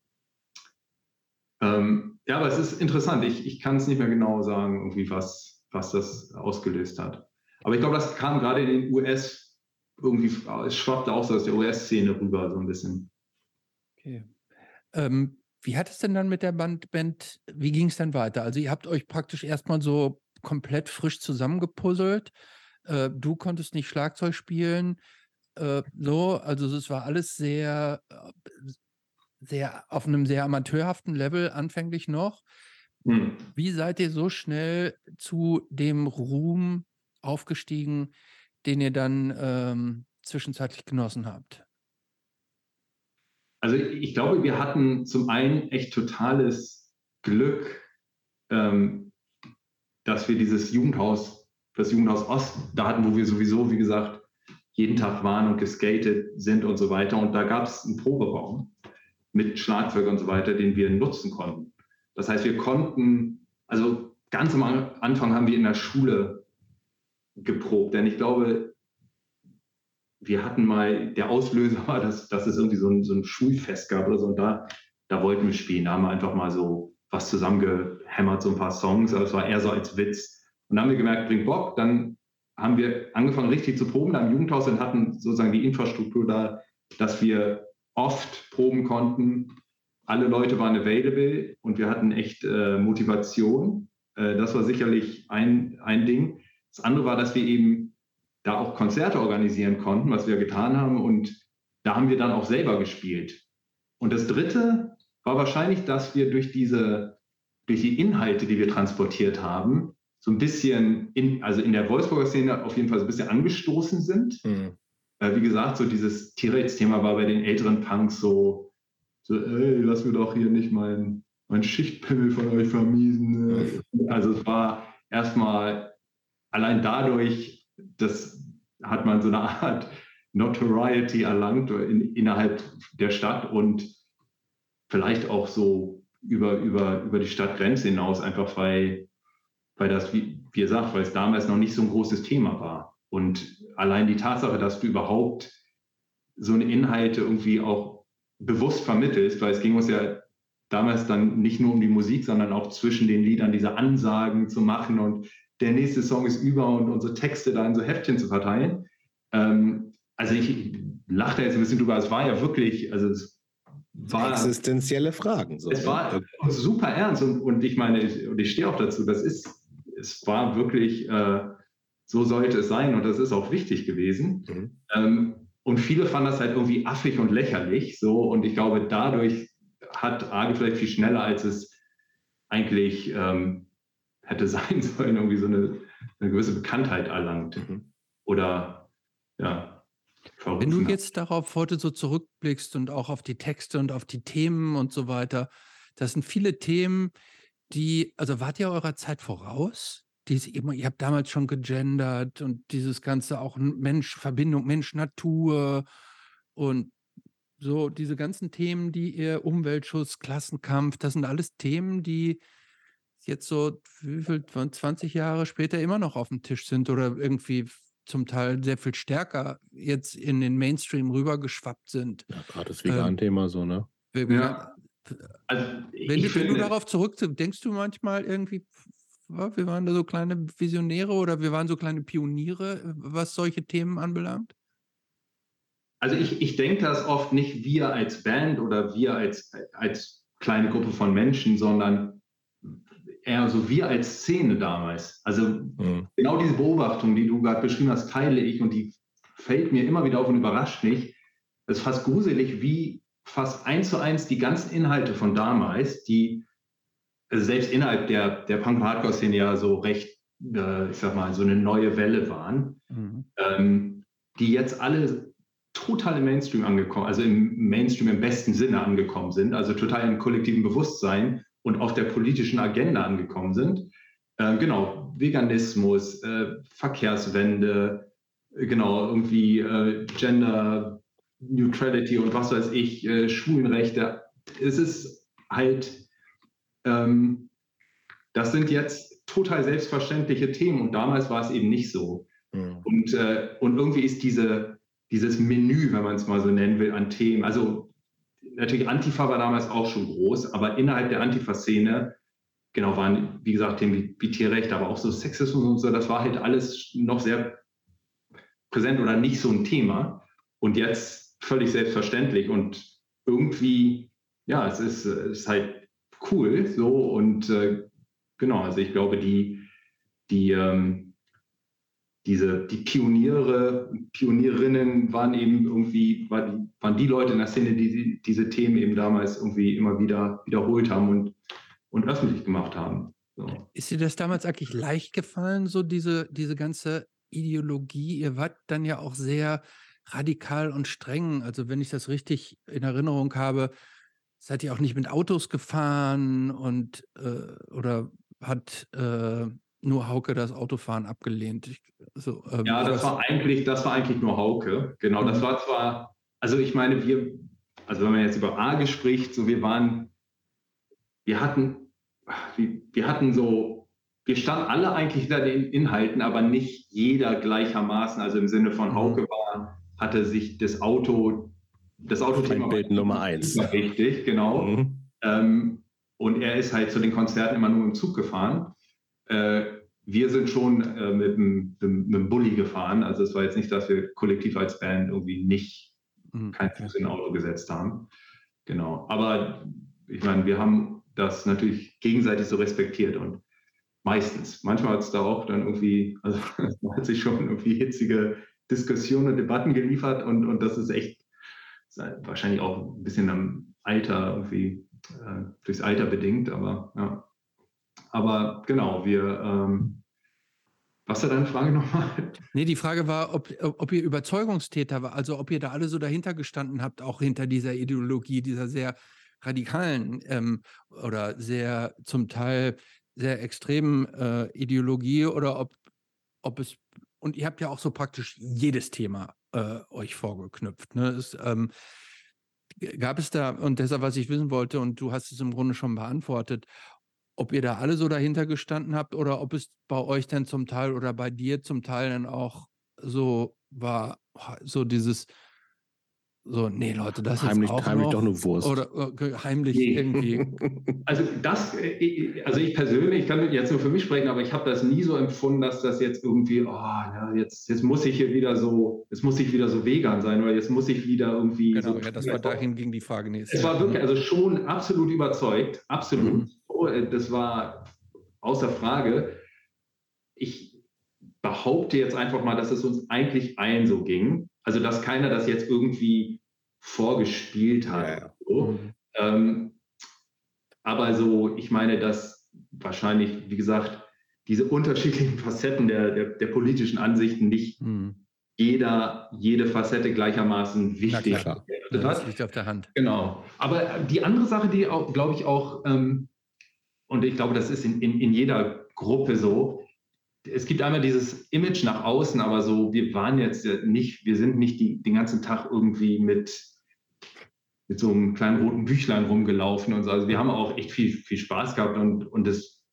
Ähm, ja, aber es ist interessant. Ich, ich kann es nicht mehr genau sagen, irgendwie was, was das ausgelöst hat. Aber ich glaube, das kam gerade in den U S irgendwie, es schwappte auch so aus der U S-Szene rüber, so ein bisschen. Okay. Ähm, wie hat es denn dann mit der Band, Band wie ging es dann weiter? Also ihr habt euch praktisch erstmal so komplett frisch zusammengepuzzelt. Äh, du konntest nicht Schlagzeug spielen. Äh, so, also es war alles sehr, sehr auf einem sehr amateurhaften Level anfänglich noch. Hm. Wie seid ihr so schnell zu dem Ruhm aufgestiegen, den ihr dann ähm, zwischenzeitlich genossen habt? Also ich glaube, wir hatten zum einen echt totales Glück, ähm, dass wir dieses Jugendhaus, das Jugendhaus Ost, da hatten, wo wir sowieso, wie gesagt, jeden Tag waren und geskatet sind und so weiter. Und da gab es einen Proberaum mit Schlagzeug und so weiter, den wir nutzen konnten. Das heißt, wir konnten, also ganz am Anfang haben wir in der Schule geprobt, denn ich glaube, wir hatten mal, der Auslöser war, dass, dass es irgendwie so ein, so ein Schulfest gab oder so und da, da wollten wir spielen. Da haben wir einfach mal so was zusammengehämmert, so ein paar Songs, aber es war eher so als Witz. Und dann haben wir gemerkt, bringt Bock, dann haben wir angefangen richtig zu proben da im Jugendhaus und hatten sozusagen die Infrastruktur da, dass wir oft proben konnten. Alle Leute waren available und wir hatten echt äh, Motivation. Äh, das war sicherlich ein, ein Ding. Das andere war, dass wir eben da auch Konzerte organisieren konnten, was wir getan haben. Und da haben wir dann auch selber gespielt. Und das Dritte war wahrscheinlich, dass wir durch diese, durch die Inhalte, die wir transportiert haben, so ein bisschen, in, also in der Wolfsburger Szene auf jeden Fall so ein bisschen angestoßen sind. Mhm. Äh, wie gesagt, so dieses T-Rex-Thema war bei den älteren Punks so, so ey, lass mir doch hier nicht mein, mein Schichtpimmel von euch vermiesen. Ne? Also es war erstmal allein dadurch, das hat man so eine Art Notoriety erlangt in, innerhalb der Stadt und vielleicht auch so über, über, über die Stadtgrenze hinaus, einfach weil, weil das, wie, wie ihr sagt, weil es damals noch nicht so ein großes Thema war. Und allein die Tatsache, dass du überhaupt so eine Inhalte irgendwie auch bewusst vermittelst, weil es ging uns ja damals dann nicht nur um die Musik, sondern auch zwischen den Liedern diese Ansagen zu machen und der nächste Song ist über und unsere Texte da in so Heftchen zu verteilen. Ähm, also ich, ich lache da jetzt ein bisschen drüber, es war ja wirklich, also es war... Existenzielle Fragen. So, es war ja. super ernst und, und ich meine, ich, und ich stehe auch dazu, das ist, es war wirklich, äh, so sollte es sein und das ist auch wichtig gewesen. Mhm. Ähm, und viele fanden das halt irgendwie affig und lächerlich, so, und ich glaube, dadurch hat Arge vielleicht viel schneller, als es eigentlich... Ähm, hätte sein sollen, irgendwie so eine, eine gewisse Bekanntheit erlangt. Mhm. Oder, ja. Wenn du jetzt darauf heute so zurückblickst und auch auf die Texte und auf die Themen und so weiter, das sind viele Themen, die, also wart ihr eurer Zeit voraus? Dies, ihr habt damals schon gegendert und dieses Ganze auch Mensch, Verbindung Mensch-Natur und so diese ganzen Themen, die ihr, Umweltschutz, Klassenkampf, das sind alles Themen, die jetzt so wie viel, zwanzig Jahre später immer noch auf dem Tisch sind oder irgendwie zum Teil sehr viel stärker jetzt in den Mainstream rübergeschwappt sind. Ja, gerade das Vegan-Thema ähm, so, ne? Vegan, ja. Also, wenn, du, wenn du darauf zurückziehst, denkst du manchmal irgendwie, wir waren da so kleine Visionäre oder wir waren so kleine Pioniere, was solche Themen anbelangt? Also ich, ich denke das oft nicht wir als Band oder wir als, als kleine Gruppe von Menschen, sondern eher so wir als Szene damals. Also mhm. genau diese Beobachtung, die du gerade beschrieben hast, teile ich und die fällt mir immer wieder auf und überrascht mich. Es ist fast gruselig, wie fast eins zu eins die ganzen Inhalte von damals, die also selbst innerhalb der, der Punk-Hardcore-Szene ja so recht, äh, ich sag mal, so eine neue Welle waren, mhm. ähm, die jetzt alle total im Mainstream angekommen, also im Mainstream im besten Sinne angekommen sind, also total im kollektiven Bewusstsein und auf der politischen Agenda angekommen sind. Äh, genau, Veganismus, äh, Verkehrswende, äh, genau, irgendwie äh, Gender Neutrality und was weiß ich, äh, Schwulenrechte. Es ist halt, ähm, das sind jetzt total selbstverständliche Themen und damals war es eben nicht so. Mhm. Und, äh, und irgendwie ist diese, dieses Menü, wenn man es mal so nennen will, an Themen, also natürlich Antifa war damals auch schon groß, aber innerhalb der Antifa-Szene, genau, waren, wie gesagt, Themen wie, wie Tierrecht, aber auch so Sexismus und so, das war halt alles noch sehr präsent oder nicht so ein Thema. Und jetzt völlig selbstverständlich und irgendwie, ja, es ist, es ist halt cool so und äh, genau, also ich glaube, die, die, ähm, diese, die Pioniere, Pionierinnen waren eben irgendwie, war die, waren die Leute in der Szene, die, die diese Themen eben damals irgendwie immer wieder wiederholt haben und, und öffentlich gemacht haben. So. Ist dir das damals eigentlich leicht gefallen, so diese, diese ganze Ideologie? Ihr wart dann ja auch sehr radikal und streng. Also wenn ich das richtig in Erinnerung habe, seid ihr auch nicht mit Autos gefahren und äh, oder hat äh, nur Hauke das Autofahren abgelehnt? Ich, so, ähm, ja, das war eigentlich, das war eigentlich nur Hauke. Genau, mhm. das war zwar, also ich meine, wir, also wenn man jetzt über Arge spricht, so wir waren, wir hatten, wir hatten so, wir standen alle eigentlich hinter den Inhalten, aber nicht jeder gleichermaßen. Also im Sinne von Hauke war, hatte sich das Auto, das Autothema Bild Nummer eins. Richtig, genau. Mhm. Ähm, und er ist halt zu den Konzerten immer nur im Zug gefahren. Äh, wir sind schon äh, mit, dem, mit dem Bulli gefahren. Also es war jetzt nicht, dass wir kollektiv als Band irgendwie nicht mhm. kein Fuß in ein Auto gesetzt haben. Genau. Aber ich meine, wir haben das natürlich gegenseitig so respektiert und meistens. Manchmal hat es da auch dann irgendwie, also man hat sich schon irgendwie hitzige Diskussionen und Debatten geliefert und, und das ist echt ist halt wahrscheinlich auch ein bisschen am Alter irgendwie, äh, durchs Alter bedingt, aber ja. Aber genau, wir, ähm, was war deine Frage nochmal? Nee, die Frage war, ob, ob ihr Überzeugungstäter war, also ob ihr da alle so dahinter gestanden habt, auch hinter dieser Ideologie, dieser sehr radikalen ähm, oder sehr zum Teil sehr extremen äh, Ideologie oder ob, ob es, und ihr habt ja auch so praktisch jedes Thema äh, euch vorgeknüpft. Ne? Es, ähm, gab es da, und deshalb, was ich wissen wollte, und du hast es im Grunde schon beantwortet, ob ihr da alle so dahinter gestanden habt oder ob es bei euch dann zum Teil oder bei dir zum Teil dann auch so war, so dieses, so, nee, Leute, das heimlich, ist auch heimlich noch, doch eine Wurst. Oder äh, heimlich nee. irgendwie. Also das, also ich persönlich, ich kann jetzt nur für mich sprechen, aber ich habe das nie so empfunden, dass das jetzt irgendwie, oh, ja, jetzt, jetzt muss ich hier wieder so, jetzt muss ich wieder so vegan sein oder jetzt muss ich wieder irgendwie genau, so. Ja, das war dahin ging die Frage nächstes. Es war wirklich, also schon absolut überzeugt, absolut. Mhm. Oh, das war außer Frage. Ich behaupte jetzt einfach mal, dass es uns eigentlich allen so ging. Also, dass keiner das jetzt irgendwie vorgespielt hat. Ja, ja. So. Mhm. Ähm, aber so, ich meine, dass wahrscheinlich, wie gesagt, diese unterschiedlichen Facetten der, der, der politischen Ansichten nicht mhm. jeder, jede Facette gleichermaßen wichtig ist. Ja, das liegt auf der Hand. Genau. Aber die andere Sache, die auch, glaube ich, auch, ähm, und ich glaube, das ist in, in, in jeder Gruppe so, es gibt einmal dieses Image nach außen, aber so, wir waren jetzt nicht, wir sind nicht die, den ganzen Tag irgendwie mit, mit so einem kleinen roten Büchlein rumgelaufen und so. Also wir haben auch echt viel, viel Spaß gehabt und, und das,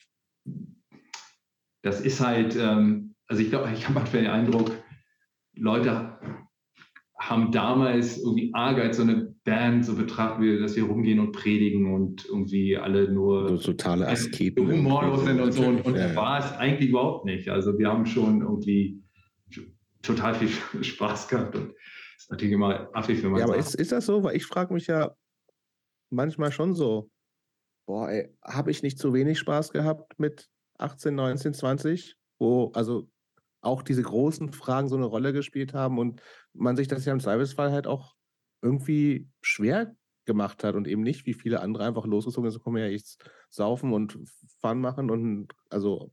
das ist halt, ähm, also ich glaube, ich habe manchmal den Eindruck, Leute haben damals irgendwie arg als so eine Band so betrachtet, wie, dass wir rumgehen und predigen und irgendwie alle nur so totale Asketen humorlos sind und so. Und, und ja. war es eigentlich überhaupt nicht. Also wir haben schon irgendwie total viel Spaß gehabt. Und das ist natürlich immer affig, wenn man Ja, aber sagt. ist, ist das so? Weil ich frage mich ja manchmal schon so, boah, ey, habe ich nicht zu wenig Spaß gehabt mit achtzehn, neunzehn, zwanzig? Wo, also auch diese großen Fragen so eine Rolle gespielt haben und man sich das ja im Zweifelsfall halt auch irgendwie schwer gemacht hat und eben nicht wie viele andere einfach losgezogen sind, so komm her, jetzt saufen und Fun machen und also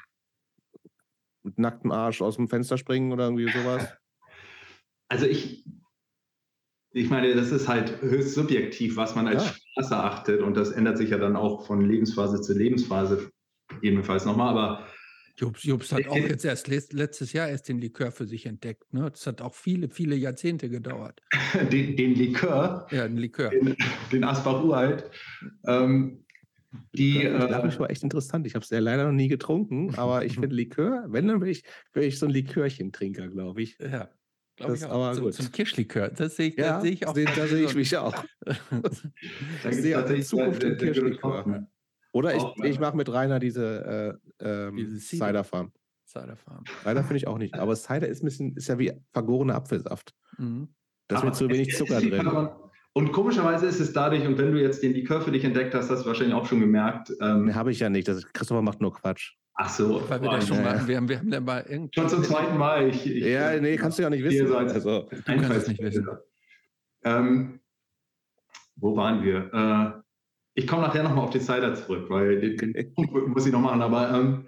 mit nacktem Arsch aus dem Fenster springen oder irgendwie sowas. Also ich, ich meine, das ist halt höchst subjektiv, was man als Ja. Spaß erachtet und das ändert sich ja dann auch von Lebensphase zu Lebensphase jedenfalls nochmal, aber Jobs, Jobs hat auch jetzt erst letzt- letztes Jahr erst den Likör für sich entdeckt. Ne? Das hat auch viele, viele Jahrzehnte gedauert. den, den Likör, Ja, ein Likör. den, den Asbach Uralt, ähm, die, Likör, ich glaube, äh, ich war echt interessant. Ich habe es ja leider noch nie getrunken, aber ich finde Likör, wenn, dann wäre ich, wär ich so ein Likörchentrinker, glaube ich. Ja, glaube ich Das auch. aber Zum, gut. zum Kirschlikör. Das sehe ich, Ja, das sehe ich auch. da, da sehe ich mich auch. da Ich gibt's sehe auch in tatsächlich Zukunft sehr- im sehr gute Kirschlikör. Tropfen. Oder ich, Auch, ich äh, mache mit Rainer diese äh, ähm, Diese Cider. Cider Farm. Cider Farm. Cider finde ich auch nicht. Aber Cider ist, ein bisschen, ist ja wie vergorener Apfelsaft. Mhm. Da ist Aber mit zu es- wenig es Zucker ist die drin. Vergon- Und komischerweise ist es dadurch, und wenn du jetzt den Likör für dich entdeckt hast, hast du wahrscheinlich auch schon gemerkt, ähm, Ne, habe ich ja nicht. Das ist, Christopher macht nur Quatsch. ach so, Weil wir da boah, schon ja, mal, ja. wir haben, wir haben da mal irgendwie. schon zum zweiten Mal. Ich, ich, Ja, nee, kannst du ja nicht Hier wissen. so als- Also, als Du kannst es nicht wissen. Ähm, wo waren wir? Äh, ich komme nachher nochmal auf den Cider zurück, weil den, den Punkt muss ich noch machen. Aber ähm,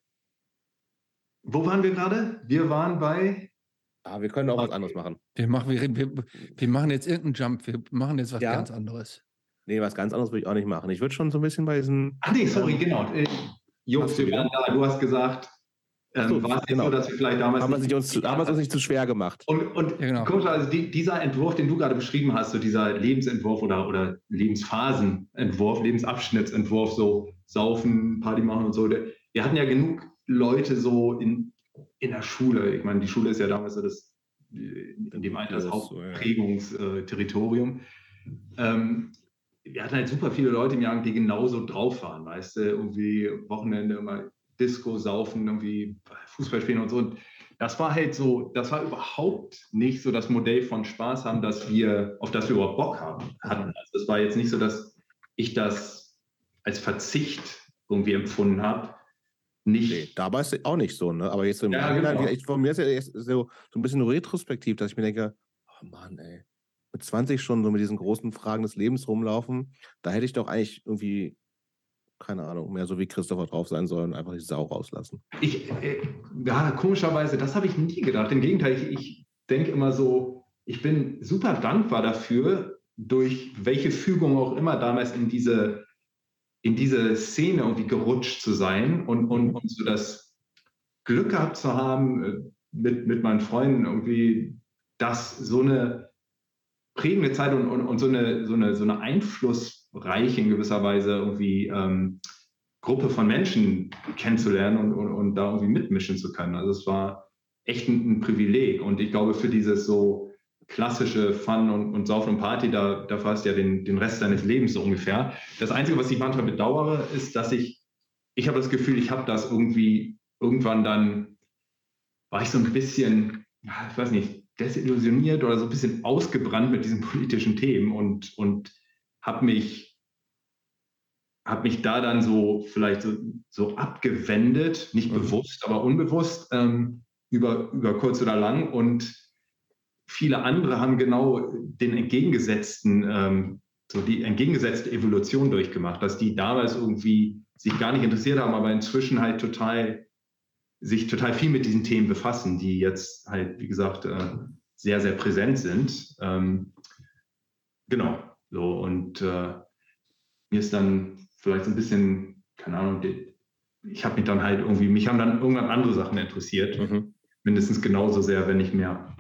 wo waren wir gerade? Wir waren bei. ah, wir können auch was anderes machen. Wir machen, wir, wir, wir machen jetzt irgendeinen Jump, wir machen jetzt was Ja. ganz anderes. Nee, was ganz anderes würde ich auch nicht machen. Ich würde schon so ein bisschen bei diesen. Ach nee, sorry, genau. Äh, Jungs, Hast du wir waren da. Du hast gesagt, Ach ähm, so, war es nicht genau. so, dass wir vielleicht damals. Haben wir, nicht- sich uns, haben wir es uns nicht zu schwer gemacht. Und, und Ja, genau. komischerweise, die, dieser Entwurf, den du gerade beschrieben hast, so dieser Lebensentwurf oder, oder Lebensphasenentwurf, Lebensabschnittsentwurf, so saufen, Party machen und so, der, wir hatten ja genug Leute so in, in der Schule. Ich meine, die Schule ist ja damals so das, in dem Alter das Groß, so, ja. Hauptprägungsterritorium. Ähm, wir hatten halt super viele Leute im Jahr, die genauso drauf waren, weißt du, irgendwie Wochenende immer Disco, Saufen, irgendwie Fußball spielen und so. Und das war halt so, das war überhaupt nicht so das Modell von Spaß haben, dass wir, auf das wir überhaupt Bock haben, hatten. Also es war jetzt nicht so, dass ich das als Verzicht irgendwie empfunden habe. Nicht. Nee, damals auch nicht so, ne? Aber jetzt so im Ja, Nachhinein, genau. ich, von mir ist ja jetzt so, so ein bisschen retrospektiv, dass ich mir denke, oh Mann, ey, mit zwanzig schon so mit diesen großen Fragen des Lebens rumlaufen, da hätte ich doch eigentlich irgendwie, keine Ahnung, mehr so wie Christopher drauf sein sollen, einfach die Sau rauslassen. Ich, äh, ja, komischerweise, das habe ich nie gedacht. Im Gegenteil, ich, ich denke immer so, ich bin super dankbar dafür, durch welche Fügung auch immer damals in diese, in diese Szene irgendwie gerutscht zu sein und, und, und so das Glück gehabt zu haben, äh, mit, mit meinen Freunden irgendwie, dass so eine prägende Zeit und, und, und so, eine, so, eine, so eine einflussreiche in gewisser Weise irgendwie ähm, Gruppe von Menschen kennenzulernen und, und, und da irgendwie mitmischen zu können. Also es war echt ein, ein Privileg. Und ich glaube, für dieses so klassische Fun und, und Saufen und Party, da, da hast du ja den, den Rest deines Lebens so ungefähr. Das Einzige, was ich manchmal bedauere, ist, dass ich, ich habe das Gefühl, ich habe das irgendwie irgendwann dann, war ich so ein bisschen, ja, ich weiß nicht, desillusioniert oder so ein bisschen ausgebrannt mit diesen politischen Themen und, und habe mich, hab mich da dann so vielleicht so, so abgewendet, nicht Mhm. bewusst, aber unbewusst, ähm, über, über kurz oder lang. Und viele andere haben genau den entgegengesetzten, ähm, so die entgegengesetzte Evolution durchgemacht, dass die damals irgendwie sich gar nicht interessiert haben, aber inzwischen halt total sich total viel mit diesen Themen befassen, die jetzt halt, wie gesagt, äh, sehr, sehr präsent sind. Ähm, genau. So, und äh, mir ist dann vielleicht so ein bisschen, keine Ahnung, die, ich habe mich dann halt irgendwie, mich haben dann irgendwann andere Sachen interessiert. Mhm. Mindestens genauso sehr, wenn nicht mehr.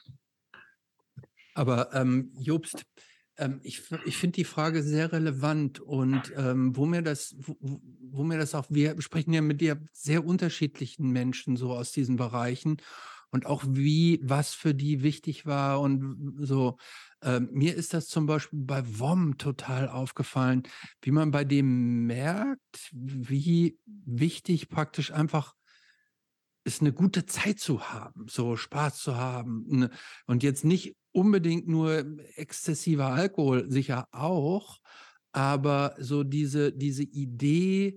Aber ähm, Jobst, ähm, ich, f- ich finde die Frage sehr relevant und ähm, wo mir das, wo, wo- wo mir das auch, wir sprechen ja mit dir sehr unterschiedlichen Menschen so aus diesen Bereichen und auch wie, was für die wichtig war und so. Ähm, mir ist das zum Beispiel bei W O M total aufgefallen, wie man bei dem merkt, wie wichtig praktisch einfach ist, eine gute Zeit zu haben, so Spaß zu haben. ne, Und jetzt nicht unbedingt nur exzessiver Alkohol, sicher auch, aber so diese, diese Idee,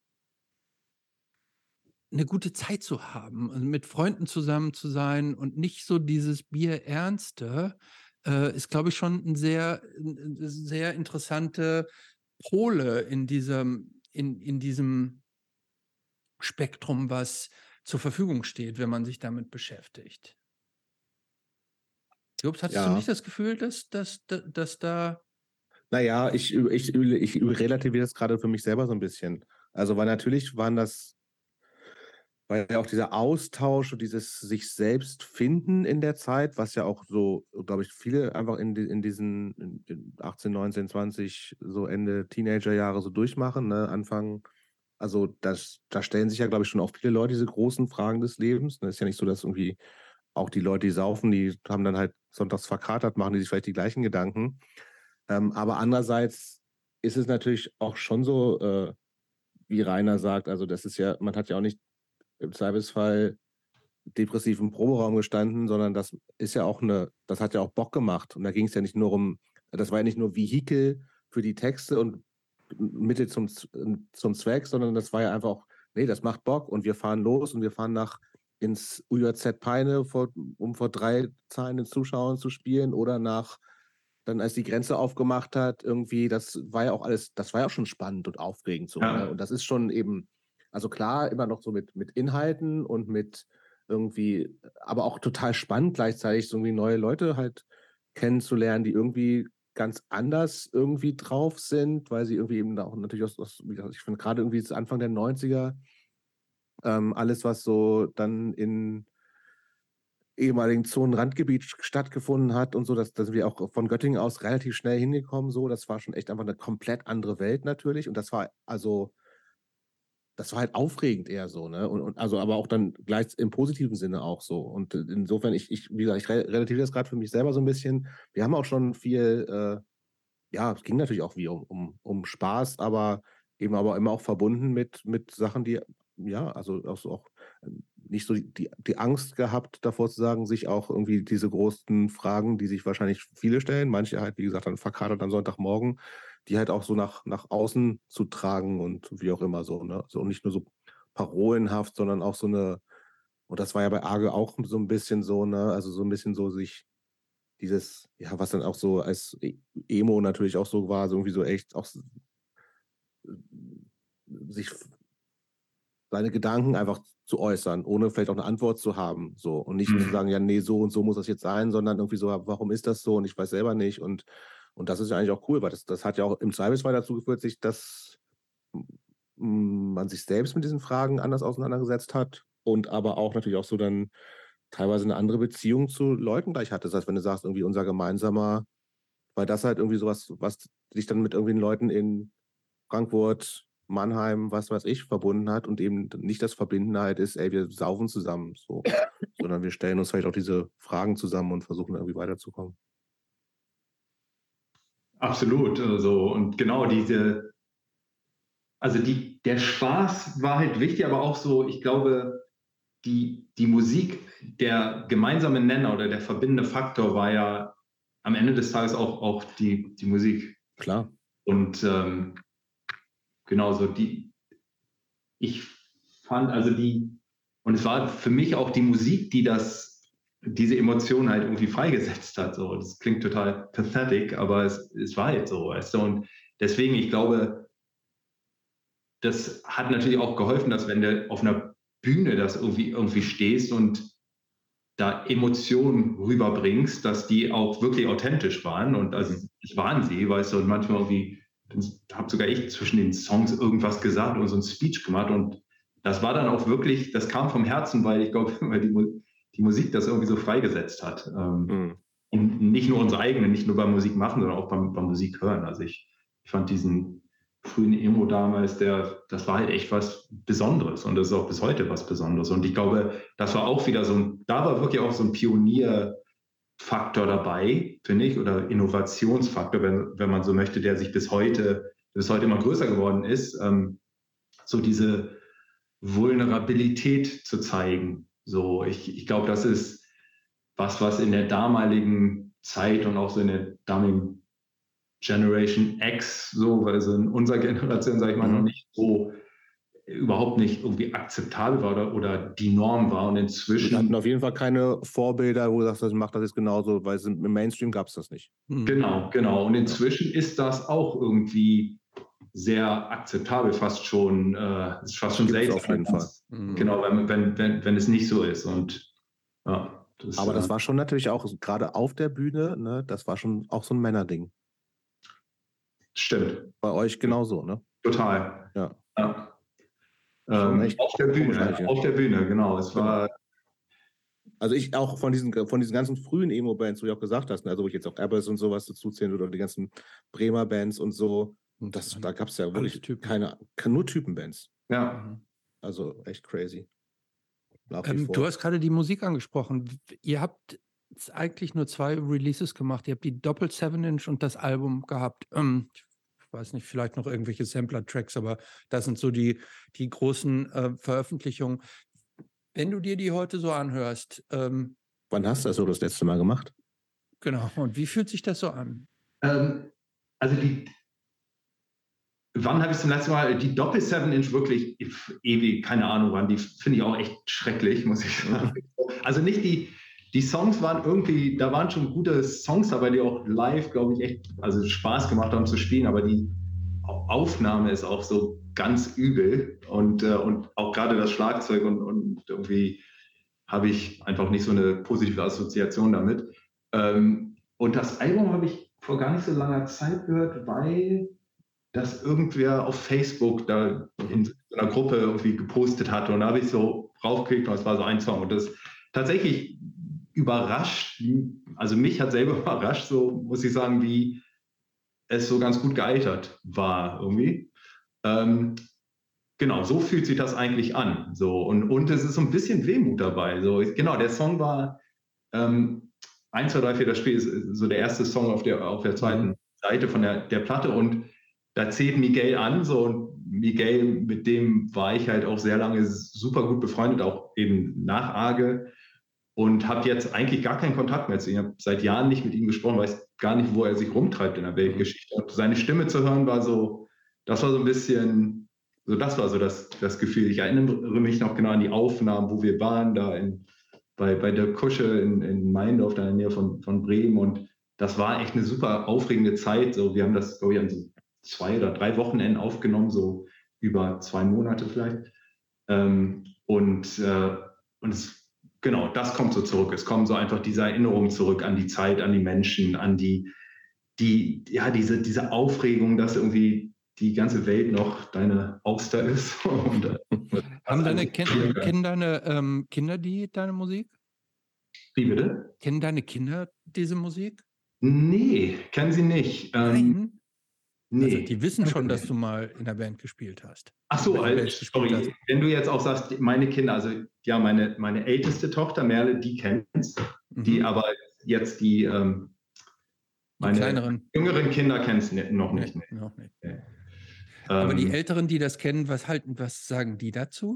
eine gute Zeit zu haben, und mit Freunden zusammen zu sein und nicht so dieses Bierernste, äh, ist, glaube ich, schon ein sehr, ein sehr interessante Pole in diesem, in, in diesem Spektrum, was zur Verfügung steht, wenn man sich damit beschäftigt. Jobs, hattest du Ja, nicht das Gefühl, dass, dass, dass, dass da. naja, ich, ich, ich, ich relativiere das gerade für mich selber so ein bisschen. Also, weil natürlich waren das, weil ja auch dieser Austausch und dieses sich selbst finden in der Zeit, was ja auch so, glaube ich, viele einfach in, die, in diesen in, in achtzehn, neunzehn, zwanzig, so Ende Teenagerjahre so durchmachen, ne? Anfang, also das, da stellen sich ja, glaube ich, schon auch viele Leute diese großen Fragen des Lebens. Ne? Ist ja nicht so, dass irgendwie auch die Leute, die saufen, die haben dann halt sonntags verkatert, machen die sich vielleicht die gleichen Gedanken. Ähm, aber andererseits ist es natürlich auch schon so, äh, wie Rainer sagt, also das ist ja, man hat ja auch nicht im Zweifelsfall depressiv im Proberaum gestanden, sondern das ist ja auch eine, das hat ja auch Bock gemacht. Und da ging es ja nicht nur um, das war ja nicht nur Vehikel für die Texte und Mittel zum, zum Zweck, sondern das war ja einfach auch, nee, das macht Bock und wir fahren los und wir fahren nach ins U J Z Peine, vor, um vor drei zahlenden Zuschauern zu spielen oder nach, dann als die Grenze aufgemacht hat, irgendwie, das war ja auch alles, das war ja auch schon spannend und aufregend so, ne? Ja, Und das ist schon eben, also klar, immer noch so mit, mit Inhalten und mit irgendwie, aber auch total spannend gleichzeitig, so irgendwie neue Leute halt kennenzulernen, die irgendwie ganz anders irgendwie drauf sind, weil sie irgendwie eben auch natürlich aus, aus wie gesagt, ich finde gerade irgendwie das Anfang der neunziger, ähm, alles, was so dann in ehemaligen Zonenrandgebiet stattgefunden hat und so, dass, dass wir auch von Göttingen aus relativ schnell hingekommen, so, das war schon echt einfach eine komplett andere Welt natürlich und das war also das war halt aufregend eher so, ne? Und, und also aber auch dann gleich im positiven Sinne auch so. Und äh, insofern, ich, ich, wie gesagt, ich re relativiere das gerade für mich selber so ein bisschen. Wir haben auch schon viel, äh, ja, es ging natürlich auch wie um, um, um Spaß, aber eben aber immer auch verbunden mit, mit Sachen, die, ja, also auch, so auch äh, nicht so die, die Angst gehabt, davor zu sagen, sich auch irgendwie diese großen Fragen, die sich wahrscheinlich viele stellen, manche halt, wie gesagt, dann verkatert am Sonntagmorgen, die halt auch so nach, nach außen zu tragen und wie auch immer so, ne? So nicht nur so parolenhaft, sondern auch so eine, und das war ja bei Arge auch so ein bisschen so, ne? Also so ein bisschen so sich dieses, ja, was dann auch so als E- Emo natürlich auch so war, so irgendwie so echt auch s- sich seine Gedanken einfach zu äußern, ohne vielleicht auch eine Antwort zu haben, so und nicht zu hm. sagen, ja, nee, so und so muss das jetzt sein, sondern irgendwie so, warum ist das so und ich weiß selber nicht und und das ist ja eigentlich auch cool, weil das, das hat ja auch im Zweifelsfall dazu geführt, sich, dass m, man sich selbst mit diesen Fragen anders auseinandergesetzt hat und aber auch natürlich auch so dann teilweise eine andere Beziehung zu Leuten gleich hatte. Das heißt, wenn du sagst, irgendwie unser gemeinsamer, weil das halt irgendwie sowas, was dich dann mit irgendwelchen Leuten in Frankfurt, Mannheim, was weiß ich, verbunden hat und eben nicht das Verbindende halt ist, ey, wir saufen zusammen, so, sondern wir stellen uns vielleicht auch diese Fragen zusammen und versuchen irgendwie weiterzukommen. Absolut. Also, und genau diese, also die, der Spaß war halt wichtig, aber auch so, ich glaube, die, die Musik, der gemeinsame Nenner oder der verbindende Faktor war ja am Ende des Tages auch, auch die, die Musik. Klar. Und ähm, genauso die, ich fand also die, und es war für mich auch die Musik, die das, diese Emotion halt irgendwie freigesetzt hat. So, das klingt total pathetic, aber es, es war halt so, weißt du? Und deswegen, ich glaube, das hat natürlich auch geholfen, dass wenn du auf einer Bühne das irgendwie, irgendwie stehst und da Emotionen rüberbringst, dass die auch wirklich authentisch waren. Und also das waren sie, weißt du, und manchmal irgendwie, habe sogar ich zwischen den Songs irgendwas gesagt und so ein Speech gemacht. Und das war dann auch wirklich, das kam vom Herzen, weil ich glaube, weil die, die Musik das irgendwie so freigesetzt hat. Ähm, Mhm. und nicht nur unsere eigene, nicht nur beim Musik machen, sondern auch beim, beim Musik hören. Also ich, ich fand diesen frühen Emo damals, der, das war halt echt was Besonderes und das ist auch bis heute was Besonderes. Und ich glaube, das war auch wieder so ein, da war wirklich auch so ein Pionierfaktor dabei, finde ich, oder Innovationsfaktor, wenn, wenn man so möchte, der sich bis heute, bis heute immer größer geworden ist, ähm, so diese Vulnerabilität zu zeigen. So, ich, ich glaube, das ist was, was in der damaligen Zeit und auch so in der damaligen Generation X, so, also in unserer Generation, sage ich mal, noch Mhm. nicht so überhaupt nicht irgendwie akzeptabel war oder, oder die Norm war. Und inzwischen. Wir hatten auf jeden Fall keine Vorbilder, wo du sagst, ich mache das jetzt genauso, weil im Mainstream gab es das nicht. Genau, genau. Und inzwischen ist das auch irgendwie sehr akzeptabel, fast schon, äh, ist fast schon selten. Auf jeden Fall. Genau, wenn, wenn, wenn, wenn es nicht so ist. Und ja, das, aber das äh, war schon natürlich auch, gerade auf der Bühne, ne, das war schon auch so ein Männerding. Stimmt. Bei euch genauso, ne? Total. Ja. ja. Ähm, auf der Bühne, auf der Bühne, genau. Es war. Also ich auch von diesen, von diesen ganzen frühen Emo-Bands, wo du auch gesagt hast, ne, also wo ich jetzt auch Abbas und sowas dazu zählen oder die ganzen Bremer Bands und so, das, da gab es ja wirklich keine, nur Typenbands. Ja. Also echt crazy. Ähm, du hast gerade die Musik angesprochen. Ihr habt eigentlich nur zwei Releases gemacht. Ihr habt die Doppel seven Inch und das Album gehabt. Ähm, ich weiß nicht, vielleicht noch irgendwelche Sampler-Tracks, aber das sind so die, die großen äh, Veröffentlichungen. Wenn du dir die heute so anhörst. Ähm, Wann hast du das so das letzte Mal gemacht? Genau. Und wie fühlt sich das so an? Ähm, also die. Wann habe ich zum letzten Mal die Doppel seven Inch wirklich ewig, keine Ahnung wann, die finde ich auch echt schrecklich, muss ich sagen. Also nicht die, die Songs waren irgendwie, da waren schon gute Songs dabei, die auch live, glaube ich, echt also Spaß gemacht haben zu spielen, aber die Aufnahme ist auch so ganz übel und, äh, und auch gerade das Schlagzeug und, und irgendwie habe ich einfach nicht so eine positive Assoziation damit. Ähm, und das Album habe ich vor gar nicht so langer Zeit gehört, weil das irgendwer auf Facebook da in so einer Gruppe irgendwie gepostet hatte und da habe ich so raufgeklickt und es war so ein Song und das tatsächlich überrascht, also mich hat selber überrascht, so muss ich sagen, wie es so ganz gut gealtert war irgendwie. Ähm, genau, so fühlt sich das eigentlich an. So und, und es ist so ein bisschen Wehmut dabei. So, genau, der Song war ähm, eins, zwei, drei, vier, das Spiel ist so der erste Song auf der, auf der zweiten Seite von der, der Platte und da zählt Miguel an, so und Miguel, mit dem war ich halt auch sehr lange super gut befreundet, auch eben nach Arge und habe jetzt eigentlich gar keinen Kontakt mehr zu ihm. Ich habe seit Jahren nicht mit ihm gesprochen, weiß gar nicht, wo er sich rumtreibt in der Weltgeschichte. Und seine Stimme zu hören war so, das war so ein bisschen, so das war so das, das Gefühl. Ich erinnere mich noch genau an die Aufnahmen, wo wir waren, da in, bei, bei der Kusche in, in Meindorf, da in der Nähe von, von Bremen und das war echt eine super aufregende Zeit. So, wir haben das, glaube ich, an so zwei oder drei Wochenenden aufgenommen, so über zwei Monate vielleicht. Ähm, und äh, und es, genau, das kommt so zurück. Es kommen so einfach diese Erinnerungen zurück an die Zeit, an die Menschen, an die, die ja, diese, diese Aufregung, dass irgendwie die ganze Welt noch deine Auster ist. Und, äh, Haben deine Ken- kennen deine ähm, Kinder die deine Musik? Wie bitte? Kennen deine Kinder diese Musik? Nee, kennen sie nicht. Ähm, Nein. Nee. Also die wissen schon, dass du mal in der Band gespielt hast. Ach so, also, sorry, hast. Wenn du jetzt auch sagst, meine Kinder, also ja, meine, meine älteste Tochter, Merle, die kennst, mhm. die aber jetzt die, ähm, meine die kleineren. jüngeren Kinder kennst noch nicht. Nee, nee. Noch nicht. Nee. Aber ähm, die Älteren, die das kennen, was halten, was sagen die dazu?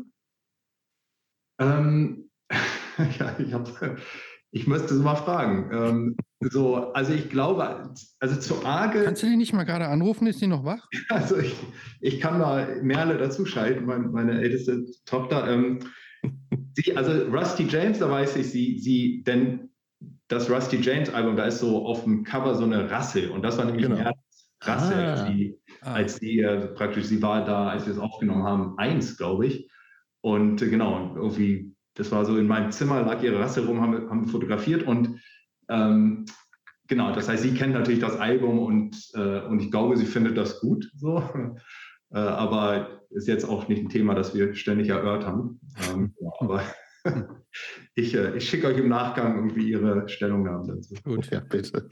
Ähm, ja, ich habe Ich müsste es mal fragen. Ähm, so, also ich glaube, also zu Arge... Kannst du die nicht mal gerade anrufen? Ist die noch wach? Also ich, ich kann mal Merle dazuschalten, meine, meine älteste Tochter. Ähm, sie, also Rusty James, da weiß ich, sie, sie, denn das Rusty James Album, da ist so auf dem Cover so eine Rasse und das war nämlich genau. Merles Rasse, ah. als sie, ah. als sie äh, praktisch, sie war da, als wir es aufgenommen haben, eins, glaube ich. Und äh, genau, irgendwie... Das war so in meinem Zimmer, lag ihre Rasse rum, haben, haben fotografiert und ähm, genau, das heißt, sie kennt natürlich das Album und, äh, und ich glaube, sie findet das gut, so. äh, aber ist jetzt auch nicht ein Thema, das wir ständig erörtern. Ähm, ja, aber ich, äh, ich schicke euch im Nachgang irgendwie ihre Stellungnahmen dazu. Gut, ja, bitte.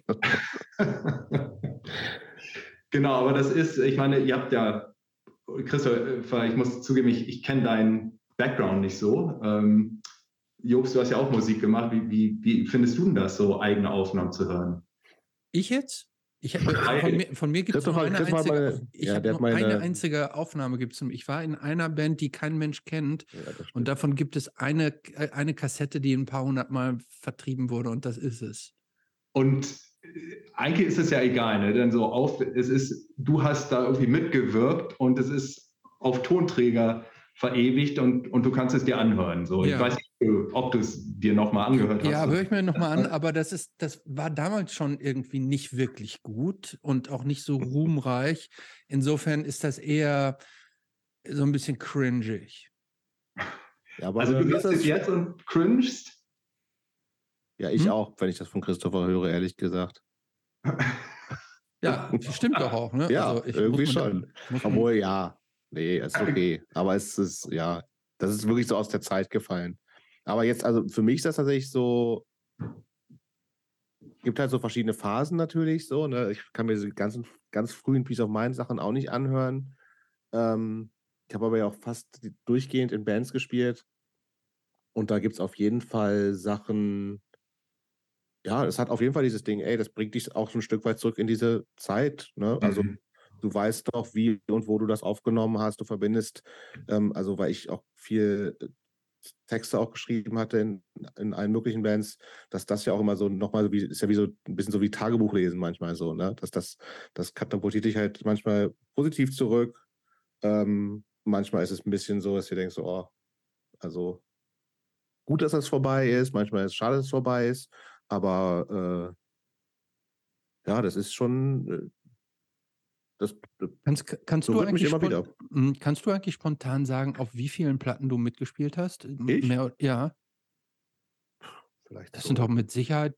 Genau, aber das ist, ich meine, ihr habt ja, Christoph, ich muss zugeben, ich, ich kenne deinen Background nicht so. Ähm, Jobst, du hast ja auch Musik gemacht. Wie, wie, wie findest du denn das, so eigene Aufnahmen zu hören? Ich jetzt? Ich hab, von mir, von mir gibt es nur eine einzige, meine, ich ja, nur meine, eine einzige Aufnahme. Gibt's. Ich war in einer Band, die kein Mensch kennt. Ja, und davon gibt es eine, eine Kassette, die ein paar hundert Mal vertrieben wurde. Und das ist es. Und eigentlich ist es ja egal, ne? Denn so auf, es ist, du hast da irgendwie mitgewirkt und es ist auf Tonträger verewigt und, und du kannst es dir anhören. So. Ja. Ich weiß nicht, ob du es dir nochmal angehört hast. Ja, höre ich mir nochmal an, aber das ist, das war damals schon irgendwie nicht wirklich gut und auch nicht so ruhmreich. Insofern ist das eher so ein bisschen cringig. Ja, aber Also du mir hörst ist das es jetzt und cringest? Ja, ich Hm? auch, wenn ich das von Christopher höre, ehrlich gesagt. Ja, stimmt doch auch, ne? Ja, Also ich, irgendwie muss man, schon. muss man, Obwohl, ja, nee, ist okay. Aber es ist, ja, das ist wirklich so aus der Zeit gefallen. Aber jetzt, also für mich ist das tatsächlich so, gibt halt so verschiedene Phasen natürlich so, ne? Ich kann mir diese ganzen, ganz frühen Peace of Mind Sachen auch nicht anhören. Ähm, ich habe aber ja auch fast durchgehend in Bands gespielt. Und da gibt es auf jeden Fall Sachen, ja, es hat auf jeden Fall dieses Ding, ey, das bringt dich auch so ein Stück weit zurück in diese Zeit, ne? Also Mhm. du weißt doch, wie und wo du das aufgenommen hast, du verbindest, ähm, also weil ich auch viel äh, Texte auch geschrieben hatte in, in allen möglichen Bands, dass das ja auch immer so nochmal, wie, ist ja wie so ein bisschen so wie Tagebuch lesen manchmal so, ne? Dass das, das katapultiert dich halt manchmal positiv zurück. Ähm, manchmal ist es ein bisschen so, dass du denkst, so, oh, also gut, dass das vorbei ist, manchmal ist es schade, dass es vorbei ist, aber äh, ja, das ist schon, äh, das, das kannst, kannst, du berührt mich eigentlich immer spon- wieder. m, kannst du eigentlich spontan sagen, auf wie vielen Platten du mitgespielt hast? M- Ich? Mehr, ja, Vielleicht das so, sind doch mit Sicherheit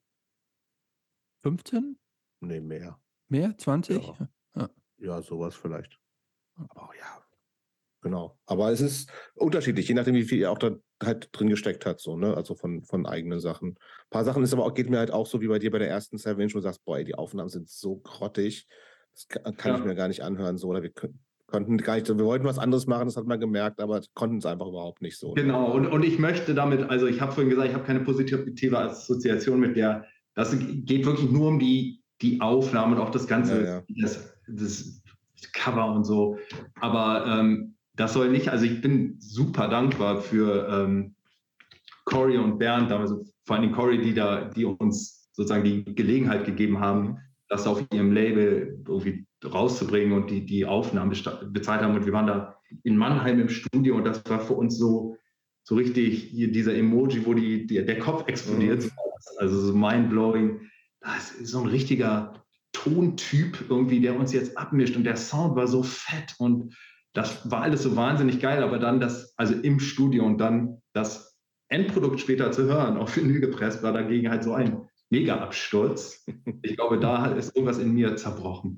fünfzehn? nee, mehr. Mehr? zwanzig? Ja, Ja. ja, sowas vielleicht. Aber ja, genau. Aber es ist unterschiedlich, je nachdem, wie viel ihr auch da halt drin gesteckt hat, so, ne? Also von, von eigenen Sachen. Ein paar Sachen ist aber auch, geht mir halt auch so wie bei dir bei der ersten Seven Inch, wo du sagst, boah, ey, die Aufnahmen sind so grottig, das kann, kann Ja. ich mir gar nicht anhören, so, oder wir können, konnten gar nicht, wir wollten was anderes machen, das hat man gemerkt, aber konnten es einfach überhaupt nicht so. Ne? Genau, und, und ich möchte damit, also ich habe vorhin gesagt, ich habe keine positive Assoziation mit der, das geht wirklich nur um die, die Aufnahme und auch das ganze, Ja, ja. Das, das Cover und so. Aber ähm, das soll nicht, also ich bin super dankbar für ähm, Cory und Bernd, damals vor allem Cory, die da, die uns sozusagen die Gelegenheit gegeben haben, das auf ihrem Label irgendwie rauszubringen und die, die Aufnahmen bezahlt haben. Und wir waren da in Mannheim im Studio und das war für uns so, so richtig hier dieser Emoji, wo die, die, der Kopf explodiert. Mhm. Also so mindblowing. Das ist so ein richtiger Tontyp irgendwie, der uns jetzt abmischt und der Sound war so fett und das war alles so wahnsinnig geil, aber dann das, also im Studio und dann das Endprodukt später zu hören, auf Vinyl gepresst, war dagegen halt so ein Mega-Absturz. Ich glaube, da ist irgendwas in mir zerbrochen.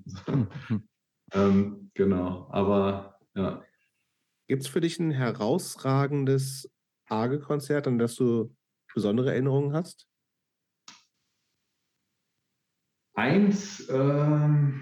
ähm, genau, aber ja. Gibt es für dich ein herausragendes Arge-Konzert, an das du besondere Erinnerungen hast? Eins, ähm,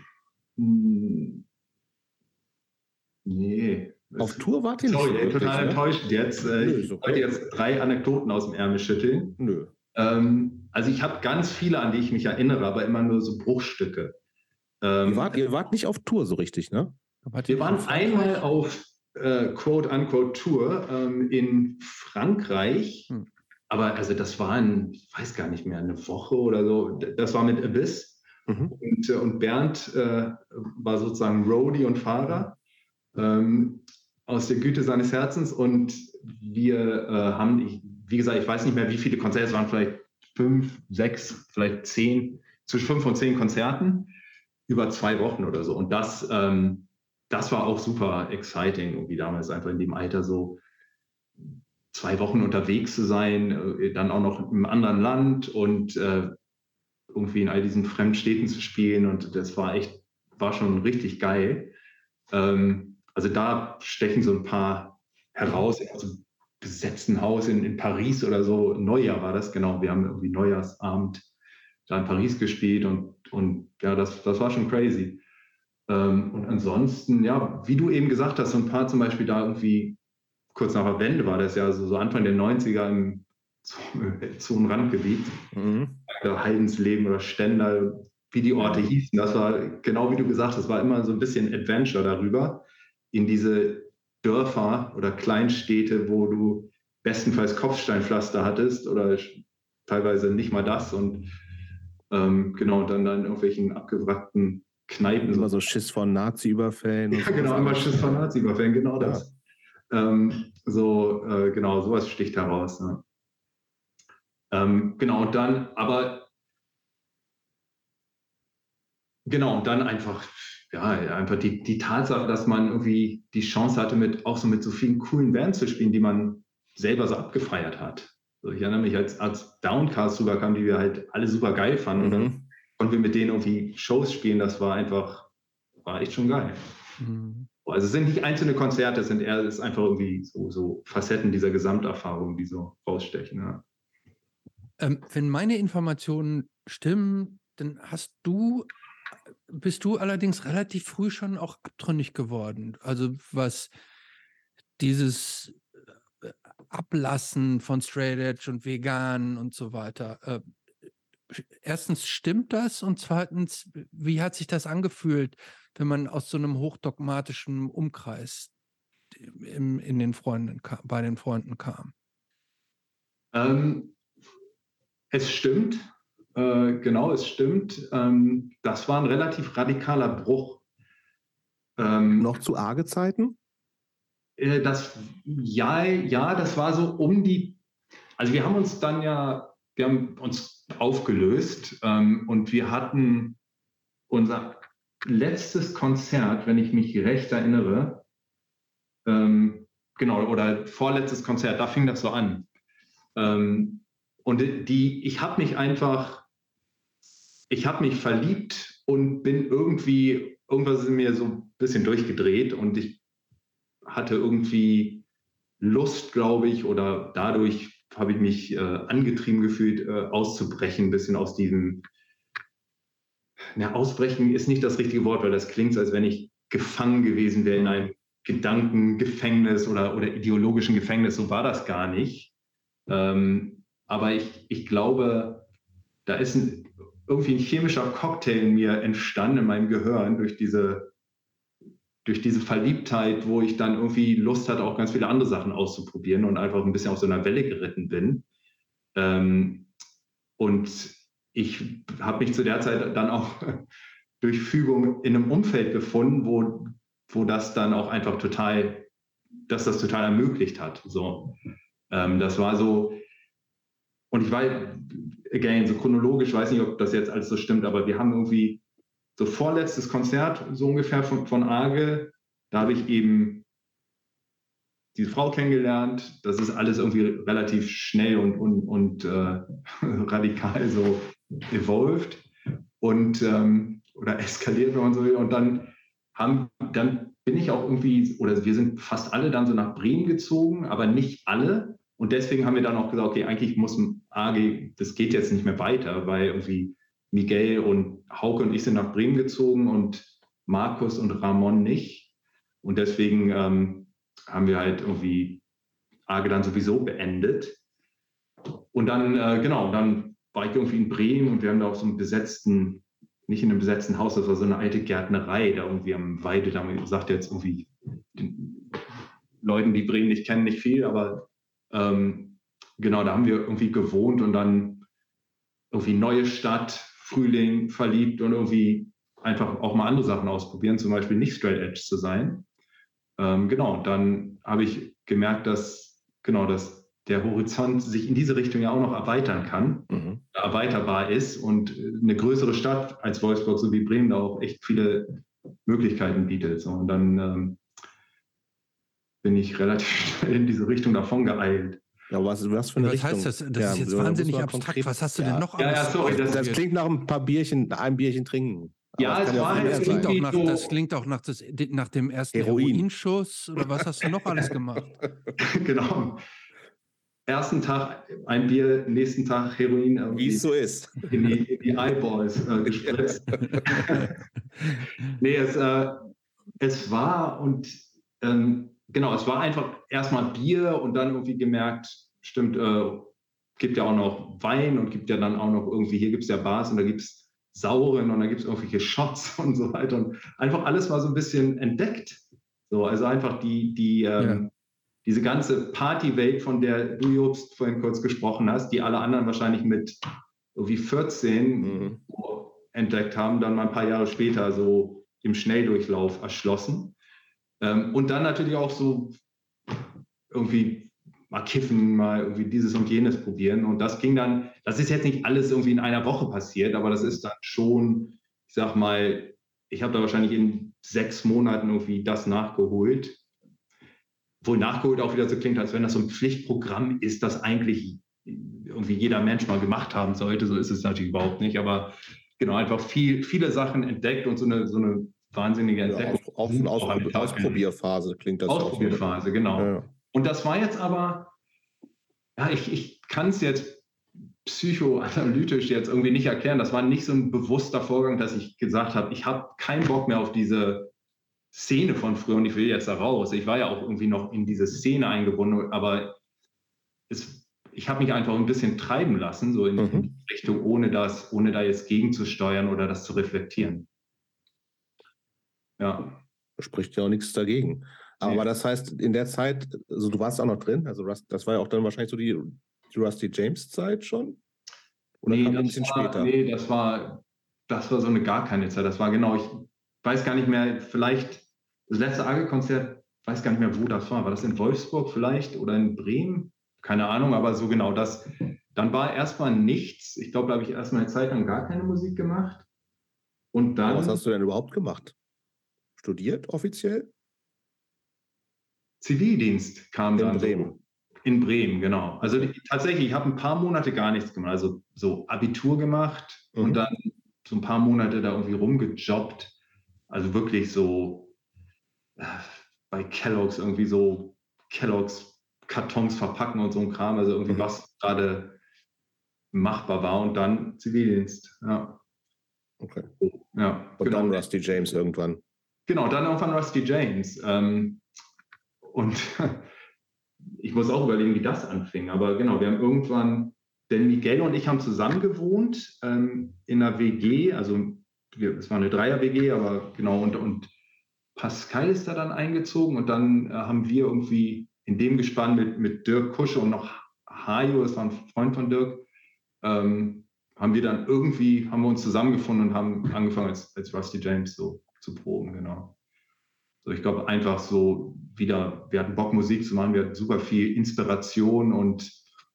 nee. Auf Tour wart ihr nicht? Sorry, wirklich, total ne? enttäuscht jetzt. Äh, Nö, ich okay. wollte jetzt drei Anekdoten aus dem Ärmel schütteln. Nö. Ähm, also ich habe ganz viele, an die ich mich erinnere, aber immer nur so Bruchstücke. Ähm, ihr, wart, ihr wart nicht auf Tour so richtig, ne? Wir waren einmal auf äh, Quote-Unquote Tour ähm, in Frankreich, hm. aber also das war ein, ich weiß gar nicht mehr, eine Woche oder so. Das war mit Abyss. Mhm. Und, und Bernd äh, war sozusagen Roadie und Fahrer ähm, aus der Güte seines Herzens. Und wir äh, haben, ich, wie gesagt, ich weiß nicht mehr, wie viele Konzerte, es waren vielleicht fünf, sechs, vielleicht zehn, zwischen fünf und zehn Konzerten über zwei Wochen oder so. Und das, ähm, das war auch super exciting, irgendwie damals einfach in dem Alter so zwei Wochen unterwegs zu sein, äh, dann auch noch im anderen Land und äh, irgendwie in all diesen fremden Städten zu spielen. Und das war echt, war schon richtig geil. Ähm, also da stechen so ein paar heraus, also besetzten Haus in, in Paris oder so. Neujahr war das, genau. Wir haben irgendwie Neujahrsabend da in Paris gespielt und, und ja, das, das war schon crazy. Ähm, und ansonsten, ja, wie du eben gesagt hast, so ein paar zum Beispiel da irgendwie kurz nach der Wende war das ja, so, so Anfang der neunziger im Zonenrandgebiet, mhm. Heidensleben oder Stendal, wie die Orte hießen. Das war genau wie du gesagt hast, war immer so ein bisschen Adventure darüber, in diese Dörfer oder Kleinstädte, wo du bestenfalls Kopfsteinpflaster hattest oder teilweise nicht mal das und ähm, genau, und dann, dann in irgendwelchen abgewrackten Kneipen. Immer so Schiss vor Nazi-Überfällen. Ja, genau, immer Schiss vor Nazi-Überfällen, genau das. Ähm, so, äh, genau, sowas sticht heraus. Ne? Ähm, genau, und dann, aber genau, und dann einfach, ja, einfach die, die Tatsache, dass man irgendwie die Chance hatte, mit auch so mit so vielen coolen Bands zu spielen, die man selber so abgefeiert hat. So, ich erinnere mich, als, als Downcast rüberkam, die wir halt alle super geil fanden. Mhm. Und dann konnten wir mit denen irgendwie Shows spielen. Das war einfach, war echt schon geil. Mhm. Also es sind nicht einzelne Konzerte, es sind eher, es ist einfach irgendwie so, so Facetten dieser Gesamterfahrung, die so rausstechen. Ja. Ähm, wenn meine Informationen stimmen, dann hast du, bist du allerdings relativ früh schon auch abtrünnig geworden. Also was dieses äh, Ablassen von Straight Edge und Vegan und so weiter. Äh, erstens, stimmt das? Und zweitens, wie hat sich das angefühlt, wenn man aus so einem hochdogmatischen Umkreis im, in den Freunden kam, bei den Freunden kam? Ähm, es stimmt. Äh, genau, es stimmt. Ähm, das war ein relativ radikaler Bruch. Ähm, Noch zu Arge-Zeiten? Äh, das, ja, ja, das war so um die, also wir haben uns dann ja, wir haben uns aufgelöst ähm, und wir hatten unser letztes Konzert, wenn ich mich recht erinnere, ähm, genau, oder vorletztes Konzert, da fing das so an. Ähm, und die, ich habe mich einfach, ich habe mich verliebt und bin irgendwie, irgendwas ist in mir so ein bisschen durchgedreht und ich hatte irgendwie Lust, glaube ich, oder dadurch habe ich mich äh, angetrieben gefühlt, äh, auszubrechen, ein bisschen aus diesem, na, ausbrechen ist nicht das richtige Wort, weil das klingt so, als wenn ich gefangen gewesen wäre in einem Gedankengefängnis oder, oder ideologischen Gefängnis. So war das gar nicht. Ähm, aber ich, ich glaube, da ist ein, irgendwie ein chemischer Cocktail in mir entstanden, in meinem Gehirn, durch diese, durch diese Verliebtheit, wo ich dann irgendwie Lust hatte, auch ganz viele andere Sachen auszuprobieren und einfach ein bisschen auf so einer Welle geritten bin. Ähm, und ich habe mich zu der Zeit dann auch durch Fügung in einem Umfeld befunden, wo, wo das dann auch einfach total, dass das total ermöglicht hat. So, ähm, das war so, und ich war, again, so chronologisch, weiß nicht, ob das jetzt alles so stimmt, aber wir haben irgendwie so vorletztes Konzert, so ungefähr von, von Arge, da habe ich eben diese Frau kennengelernt. Das ist alles irgendwie relativ schnell und, und, und äh, radikal so evolved und ähm, oder eskaliert, wenn man so will. Und dann haben, dann bin ich auch irgendwie, oder wir sind fast alle dann so nach Bremen gezogen, aber nicht alle. Und deswegen haben wir dann auch gesagt, okay, eigentlich muss A G, das geht jetzt nicht mehr weiter, weil irgendwie Miguel und Hauke und ich sind nach Bremen gezogen und Markus und Ramon nicht. Und deswegen ähm, haben wir halt irgendwie A G dann sowieso beendet. Und dann, äh, genau, dann war ich irgendwie in Bremen und wir haben da auch so einen besetzten, nicht in einem besetzten Haus, das war so eine alte Gärtnerei, da irgendwie am Weide, da sagt jetzt irgendwie den Leuten, die Bremen nicht kennen, nicht viel, aber ähm, genau, da haben wir irgendwie gewohnt und dann irgendwie neue Stadt, Frühling, verliebt und irgendwie einfach auch mal andere Sachen ausprobieren, zum Beispiel nicht Straight Edge zu sein. Ähm, genau, dann habe ich gemerkt, dass, genau, dass der Horizont sich in diese Richtung ja auch noch erweitern kann, mhm. erweiterbar ist und eine größere Stadt als Wolfsburg, so wie Bremen, da auch echt viele Möglichkeiten bietet. So, und dann ähm, bin ich relativ schnell in diese Richtung davon geeilt. Ja, was, was für eine was Richtung? Heißt das? Das ja, ist jetzt so, wahnsinnig abstrakt. Konkret, was hast du ja. denn noch ja, alles? Ja, sorry, das, das klingt nach ein paar Bierchen, ein Bierchen trinken. Aber ja, es, es war das klingt, auch nach, so das klingt auch nach, das, nach dem ersten Heroin. Heroinschuss. Oder was hast du noch alles gemacht? Genau. Ersten Tag ein Bier, nächsten Tag Heroin. Wie es so ist. In die, in die Eyeballs äh, gespritzt. Nee, es, äh, es war und ähm, genau, es war einfach erstmal Bier und dann irgendwie gemerkt, stimmt, äh, gibt ja auch noch Wein und gibt ja dann auch noch irgendwie, hier gibt es ja Bars und da gibt es sauren und da gibt es irgendwelche Shots und so weiter und einfach alles mal so ein bisschen entdeckt. So, also einfach die, die, ähm, ja. diese ganze Partywelt, von der du, Jobst, vorhin kurz gesprochen hast, die alle anderen wahrscheinlich mit irgendwie vierzehn mhm. entdeckt haben, dann mal ein paar Jahre später so im Schnelldurchlauf erschlossen. Ähm, und dann natürlich auch so irgendwie mal kiffen, mal irgendwie dieses und jenes probieren. Und das ging dann, das ist jetzt nicht alles irgendwie in einer Woche passiert, aber das ist dann schon, ich sag mal, ich habe da wahrscheinlich in sechs Monaten irgendwie das nachgeholt. Wohl nachgeholt auch wieder so klingt, als wenn das so ein Pflichtprogramm ist, das eigentlich irgendwie jeder Mensch mal gemacht haben sollte. So ist es natürlich überhaupt nicht, aber genau, einfach viel, viele Sachen entdeckt und so eine, so eine wahnsinnige Entdeckung. Ja, auch eine Aus Aus Ausprobierphase klingt das. Ausprobierphase, genau. Ja. Und das war jetzt aber, ja, ich, ich kann es jetzt psychoanalytisch jetzt irgendwie nicht erklären. Das war nicht so ein bewusster Vorgang, dass ich gesagt habe, ich habe keinen Bock mehr auf diese Szene von früher und ich will jetzt da raus. Ich war ja auch irgendwie noch in diese Szene eingebunden, aber es, ich habe mich einfach ein bisschen treiben lassen, so in, mhm. in die Richtung, ohne das, ohne da jetzt gegenzusteuern oder das zu reflektieren. Ja. Spricht ja auch nichts dagegen. Aber nee. Das heißt, in der Zeit, also du warst auch noch drin, also Rust, das war ja auch dann wahrscheinlich so die, die Rusty James-Zeit schon? Oder nee, kam das ein bisschen war, später? Nee, das war, das war so eine gar keine Zeit. Das war genau, ich weiß gar nicht mehr, vielleicht das letzte Arge-Konzert, weiß gar nicht mehr, wo das war. War das in Wolfsburg vielleicht oder in Bremen? Keine Ahnung, aber so genau das. Dann war erstmal nichts. Ich glaube, da habe ich erstmal eine Zeit lang gar keine Musik gemacht. Und dann. Aber was hast du denn überhaupt gemacht? Studiert offiziell? Zivildienst kam in dann. Bremen. So. In Bremen, genau. Also ich, tatsächlich, ich habe ein paar Monate gar nichts gemacht. Also so Abitur gemacht mhm. und dann so ein paar Monate da irgendwie rumgejobbt. Also wirklich so äh, bei Kellogg's irgendwie so Kellogg's Kartons verpacken und so ein Kram. Also irgendwie mhm. was gerade machbar war und dann Zivildienst. Ja. Okay. Ja, und genau. Dann Rusty James irgendwann. Genau, dann irgendwann Rusty James. Ähm, und ich muss auch überlegen, wie das anfing. Aber genau, wir haben irgendwann, denn Miguel und ich haben zusammen gewohnt ähm, in einer W G. Also wir, es war eine Dreier-W G, aber genau. Und, und Pascal ist da dann eingezogen. Und dann äh, haben wir irgendwie in dem Gespann mit, mit Dirk Kusche und noch Hajo, das war ein Freund von Dirk, ähm, haben wir dann irgendwie, haben wir uns zusammengefunden und haben angefangen als, als Rusty James so zu proben, genau. So, ich glaube einfach so wieder, wir hatten Bock Musik zu machen, wir hatten super viel Inspiration und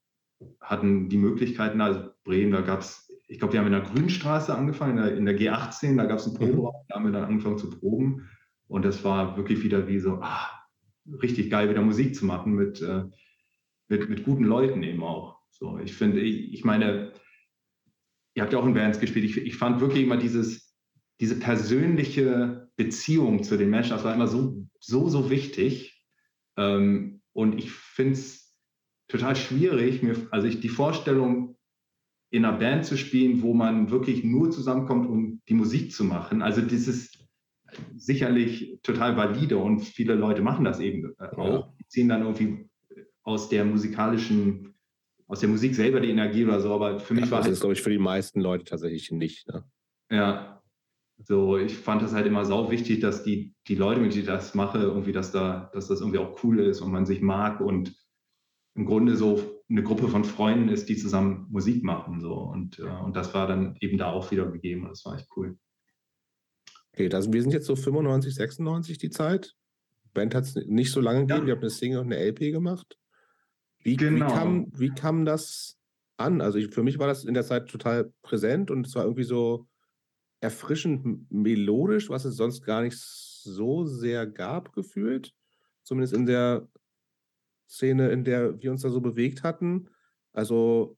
hatten die Möglichkeiten, also Bremen, da gab es, ich glaube, wir haben in der Grünstraße angefangen, in der, in der G achtzehn, da gab es einen Proberaum, da haben wir dann angefangen zu proben und das war wirklich wieder wie so, ah, richtig geil, wieder Musik zu machen mit, äh, mit, mit guten Leuten eben auch. So, ich finde, ich, ich meine, ihr habt ja auch in Bands gespielt, ich, ich fand wirklich immer dieses, diese persönliche Beziehung zu den Menschen, das war immer so, so, so wichtig. Ähm, und ich finde es total schwierig, mir, also ich, die Vorstellung, in einer Band zu spielen, wo man wirklich nur zusammenkommt, um die Musik zu machen. Also das ist sicherlich total valide und viele Leute machen das eben auch. Die ziehen dann irgendwie aus der musikalischen, aus der Musik selber die Energie oder so, aber für mich ja, war das halt, ist, glaube ich, für die meisten Leute tatsächlich nicht. Ne? Ja, so ich fand das halt immer sau wichtig, dass die, die Leute, mit denen ich das mache, irgendwie, dass da, dass das irgendwie auch cool ist und man sich mag und im Grunde so eine Gruppe von Freunden ist, die zusammen Musik machen. So. Und, äh, und das war dann eben da auch wieder gegeben. Das war echt cool. Okay, das, wir sind jetzt so fünfundneunzig, sechsundneunzig die Zeit. Band hat es nicht so lange gegeben. Ja. Ihr habt eine Single und eine L P gemacht. Wie, genau. wie, kam, wie kam das an? Also ich, für mich war das in der Zeit total präsent und es war irgendwie so erfrischend melodisch, was es sonst gar nicht so sehr gab, gefühlt. Zumindest in der Szene, in der wir uns da so bewegt hatten. Also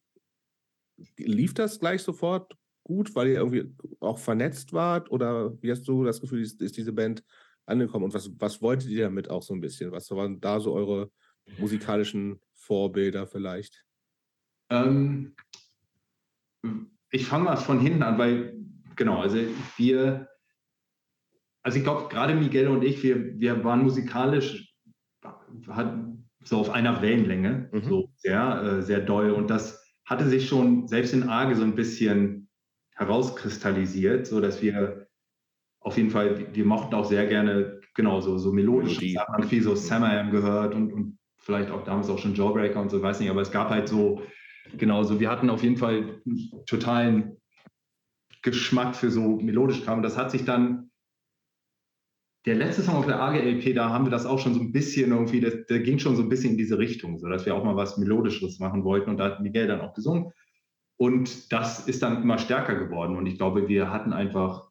lief das gleich sofort gut, weil ihr irgendwie auch vernetzt wart? Oder wie hast du das Gefühl, ist, ist diese Band angekommen? Und was, was wolltet ihr damit auch so ein bisschen? Was waren da so eure musikalischen Vorbilder vielleicht? Ähm, ich fange mal von hinten an, weil, genau, also wir, also ich glaube, gerade Miguel und ich, wir, wir waren musikalisch, hatten so auf einer Wellenlänge, mhm. so sehr, äh, sehr doll. Und das hatte sich schon selbst in Arge so ein bisschen herauskristallisiert, so dass wir auf jeden Fall, wir mochten auch sehr gerne, genau, so, so melodisch. Wir haben viel so Sam I Am gehört und, und vielleicht auch damals auch schon Jawbreaker und so, weiß nicht, aber es gab halt so, genau, so, wir hatten auf jeden Fall einen totalen Geschmack für so melodisch Kram. Und das hat sich dann der letzte Song auf der Arge-L P, da haben wir das auch schon so ein bisschen irgendwie, der, der ging schon so ein bisschen in diese Richtung, so dass wir auch mal was Melodischeres machen wollten und da hat Miguel dann auch gesungen und das ist dann immer stärker geworden und ich glaube, wir hatten einfach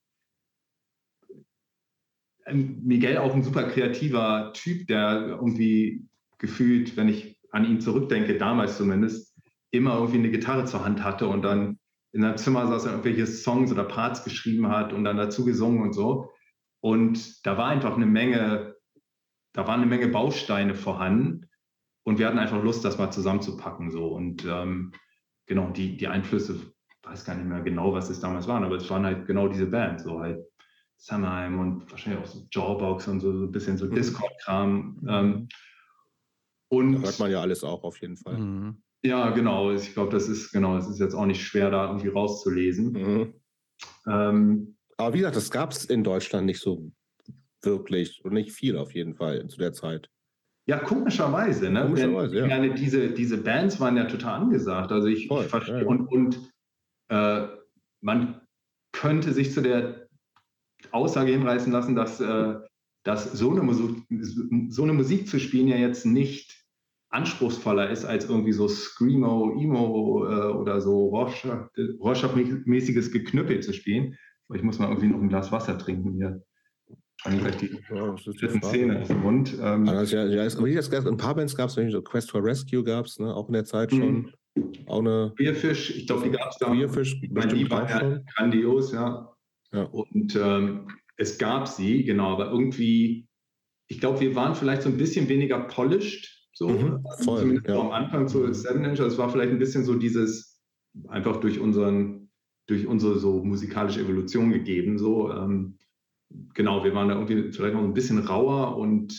Miguel auch ein super kreativer Typ, der irgendwie gefühlt, wenn ich an ihn zurückdenke, damals zumindest, immer irgendwie eine Gitarre zur Hand hatte und dann in seinem Zimmer saß er irgendwelche Songs oder Parts geschrieben hat und dann dazu gesungen und so. Und da war einfach eine Menge, da waren eine Menge Bausteine vorhanden und wir hatten einfach Lust, das mal zusammenzupacken. So. Und ähm, genau, die, die Einflüsse, ich weiß gar nicht mehr genau, was es damals waren, aber es waren halt genau diese Bands, so halt Samhain und wahrscheinlich auch so Jawbox und so, so ein bisschen so Mhm. Discord-Kram. Ähm, und Da hört man ja alles auch auf jeden Fall. Mhm. ja, genau. Ich glaube, das ist genau, es ist jetzt auch nicht schwer, da irgendwie rauszulesen. Mhm. Ähm, Aber wie gesagt, das gab es in Deutschland nicht so wirklich und nicht viel auf jeden Fall zu der Zeit. ja, komischerweise, ne? Komischerweise, Denn, ja. ich meine, diese, diese Bands waren ja total angesagt. Also ich, Voll, ich verstehe ja, ja. und, und äh, man könnte sich zu der Aussage hinreißen lassen, dass, äh, dass so, eine Musik, so eine Musik zu spielen ja jetzt nicht anspruchsvoller ist als irgendwie so Screamo, Emo äh, oder so Rorschach-mäßiges Geknüppel zu spielen. Aber ich muss mal irgendwie noch ein Glas Wasser trinken hier. Eigentlich gleich die Ja, das ist die dritten Frage. Zähne im Mund. Ähm, Also, ja, ja, es, wie das, ein paar Bands gab es, so Quest for Rescue gab es, ne, auch in der Zeit schon. Auch eine Queerfish, ich glaube, die gab es da. Queerfish Ich meine, die bestimmt war auch ja schon. grandios, ja. Ja. Und ähm, es gab sie, genau, aber irgendwie, ich glaube, wir waren vielleicht so ein bisschen weniger polished, so, Mhm, voll, zumindest ja. so am Anfang zu Seven Inch. Es war vielleicht ein bisschen so dieses, einfach durch unseren, durch unsere so musikalische Evolution gegeben, so. Ähm, genau, wir waren da irgendwie vielleicht noch ein bisschen rauer und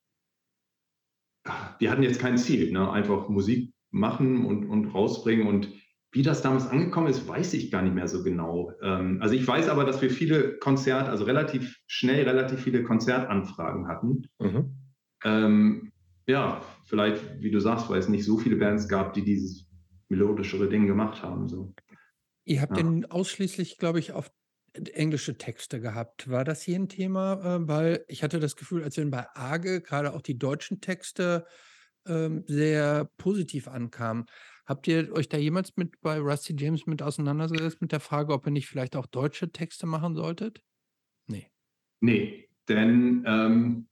wir hatten jetzt kein Ziel, ne? Einfach Musik machen und, und rausbringen. Und wie das damals angekommen ist, weiß ich gar nicht mehr so genau. Ähm, also ich weiß aber, dass wir viele Konzerte, also relativ schnell relativ viele Konzertanfragen hatten. Mhm. Ähm, ja, vielleicht, wie du sagst, weil es nicht so viele Bands gab, die dieses melodischere Ding gemacht haben. So. Ihr habt Ja. den ausschließlich, glaube ich, auf englische Texte gehabt. War das hier ein Thema? Äh, weil ich hatte das Gefühl, als wenn bei Arge gerade auch die deutschen Texte ähm, sehr positiv ankamen. Habt ihr euch da jemals mit bei Rusty James mit auseinandergesetzt mit der Frage, ob ihr nicht vielleicht auch deutsche Texte machen solltet? Nee. Nee, denn ähm,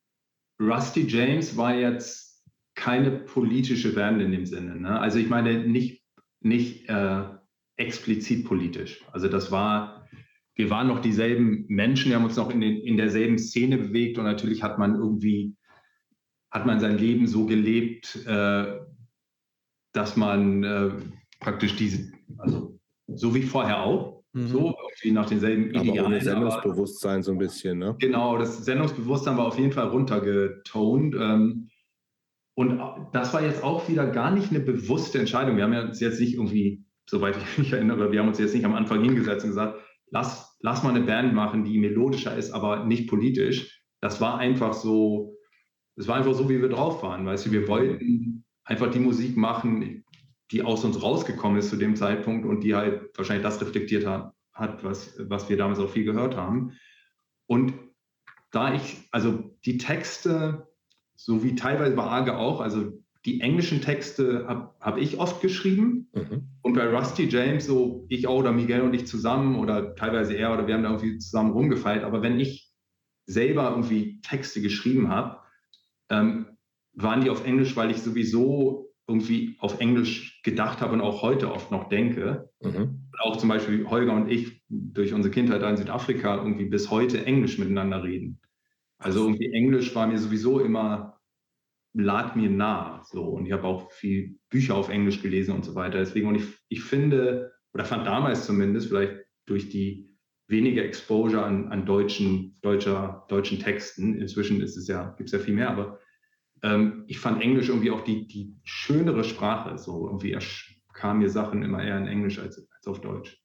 Rusty James war jetzt keine politische Band in dem Sinne. Ne? Also ich meine nicht, nicht äh, explizit politisch. Also das war, wir waren noch dieselben Menschen, wir haben uns noch in, den, in derselben Szene bewegt und natürlich hat man irgendwie, hat man sein Leben so gelebt, äh, dass man äh, praktisch diese, also so wie vorher auch, Mhm. so irgendwie nach denselben Aber Idealen. ohne Sendungsbewusstsein so ein bisschen, ne? Genau, das Sendungsbewusstsein war auf jeden Fall runtergetont. Ähm, und das war jetzt auch wieder gar nicht eine bewusste Entscheidung. Wir haben ja uns jetzt nicht irgendwie, soweit ich mich erinnere, wir haben uns jetzt nicht am Anfang hingesetzt und gesagt, lass, lass mal eine Band machen, die melodischer ist, aber nicht politisch. Das war einfach so, es war einfach so, wie wir drauf waren. Weißt du, wir wollten einfach die Musik machen, die aus uns rausgekommen ist zu dem Zeitpunkt und die halt wahrscheinlich das reflektiert hat, hat was, was wir damals auch viel gehört haben. Und da ich, also die Texte, so wie teilweise bei Arge auch, also die englischen Texte habe hab ich oft geschrieben. Mhm. Und bei Rusty James, so ich auch oder Miguel und ich zusammen oder teilweise er oder wir haben da irgendwie zusammen rumgefeilt. Aber wenn ich selber irgendwie Texte geschrieben habe, ähm, waren die auf Englisch, weil ich sowieso irgendwie auf Englisch gedacht habe und auch heute oft noch denke. Mhm. Auch zum Beispiel Holger und ich durch unsere Kindheit da in Südafrika irgendwie bis heute Englisch miteinander reden. Also irgendwie Englisch war mir sowieso immer, lag mir nah. So. Und ich habe auch viel Bücher auf Englisch gelesen und so weiter. Deswegen, und ich, ich finde, oder fand damals zumindest, vielleicht durch die wenige Exposure an, an deutschen, deutscher, deutschen Texten, inzwischen ist es ja, gibt es ja viel mehr, aber ähm, ich fand Englisch irgendwie auch die, die schönere Sprache. So irgendwie kamen mir Sachen immer eher in Englisch als, als auf Deutsch.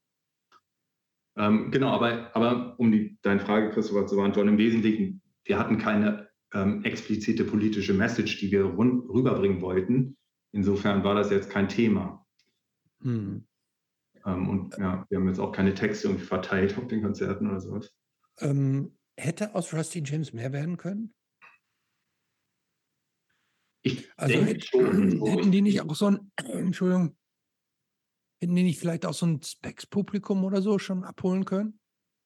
Ähm, genau, aber, aber um die, deine Frage, Christopher, zu beantworten, im Wesentlichen, wir hatten keine ähm, explizite politische Message, die wir run- rüberbringen wollten. Insofern war das jetzt kein Thema. Hm. Ähm, und ja, wir haben jetzt auch keine Texte irgendwie verteilt auf den Konzerten oder sowas. Ähm, hätte aus Rusty James mehr werden können? Ich Also denke hätt, schon. So, hätten die ich, nicht auch so ein, Entschuldigung, hätten die nicht vielleicht auch so ein Specs-Publikum oder so schon abholen können?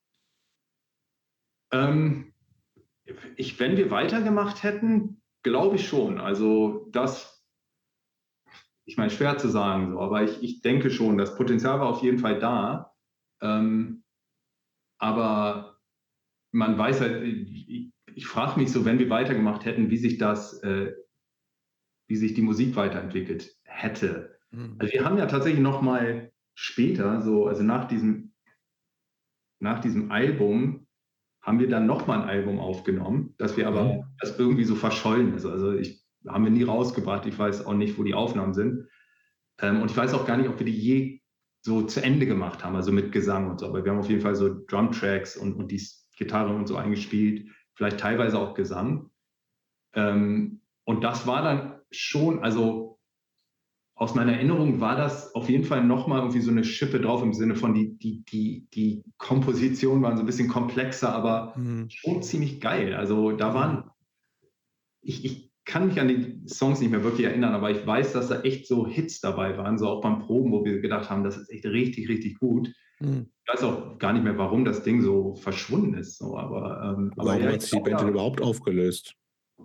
ähm, ich, wenn wir weitergemacht hätten, glaube ich schon. Also das, ich meine, schwer zu sagen, so, aber ich, ich denke schon, das Potenzial war auf jeden Fall da. Ähm, aber man weiß halt, ich, ich frage mich so, wenn wir weitergemacht hätten, wie sich das, äh, wie sich die Musik weiterentwickelt hätte. Hm. Also wir haben ja tatsächlich noch mal später, so, also nach diesem, nach diesem Album, haben wir dann noch mal ein Album aufgenommen, das wir aber, Mhm. das irgendwie so verschollen ist. Also ich, haben wir nie rausgebracht. Ich weiß auch nicht, wo die Aufnahmen sind. Ähm, und ich weiß auch gar nicht, ob wir die je so zu Ende gemacht haben, also mit Gesang und so. Aber wir haben auf jeden Fall so Drumtracks und, und die Gitarre und so eingespielt, vielleicht teilweise auch Gesang. Ähm, und das war dann schon, also aus meiner Erinnerung war das auf jeden Fall nochmal irgendwie so eine Schippe drauf im Sinne von, die, die, die, die Kompositionen waren so ein bisschen komplexer, aber Mhm. schon ziemlich geil. Also da waren, ich, ich kann mich an die Songs nicht mehr wirklich erinnern, aber ich weiß, dass da echt so Hits dabei waren, so auch beim Proben, wo wir gedacht haben, das ist echt richtig, richtig gut. Mhm. Ich weiß auch gar nicht mehr, warum das Ding so verschwunden ist. So, aber, ähm, aber Warum ja, hat ich sich die glaub, Band denn ja, überhaupt aufgelöst?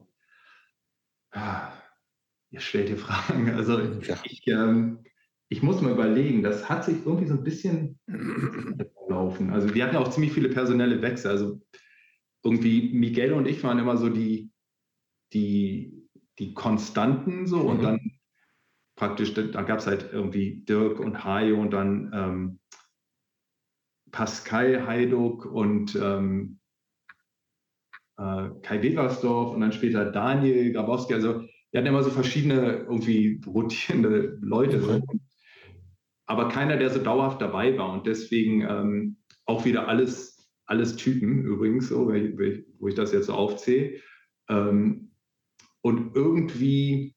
ah, ihr stellt ihr Fragen. Also Ja. ich, ähm, ich muss mal überlegen, das hat sich irgendwie so ein bisschen laufen. Also wir hatten ja auch ziemlich viele personelle Wechsel. Also irgendwie Miguel und ich waren immer so die, die, die Konstanten so und Mhm. dann praktisch, da, da gab es halt irgendwie Dirk und Hajo und dann ähm, Pascal Hajduk und ähm, äh, Kai Wegersdorf und dann später Daniel Grabowski. Also wir hatten immer so verschiedene irgendwie rotierende Leute. So. Okay. Aber keiner, der so dauerhaft dabei war. Und deswegen ähm, auch wieder alles, alles Typen übrigens, so, wo ich das jetzt so aufzähle. Ähm, und irgendwie,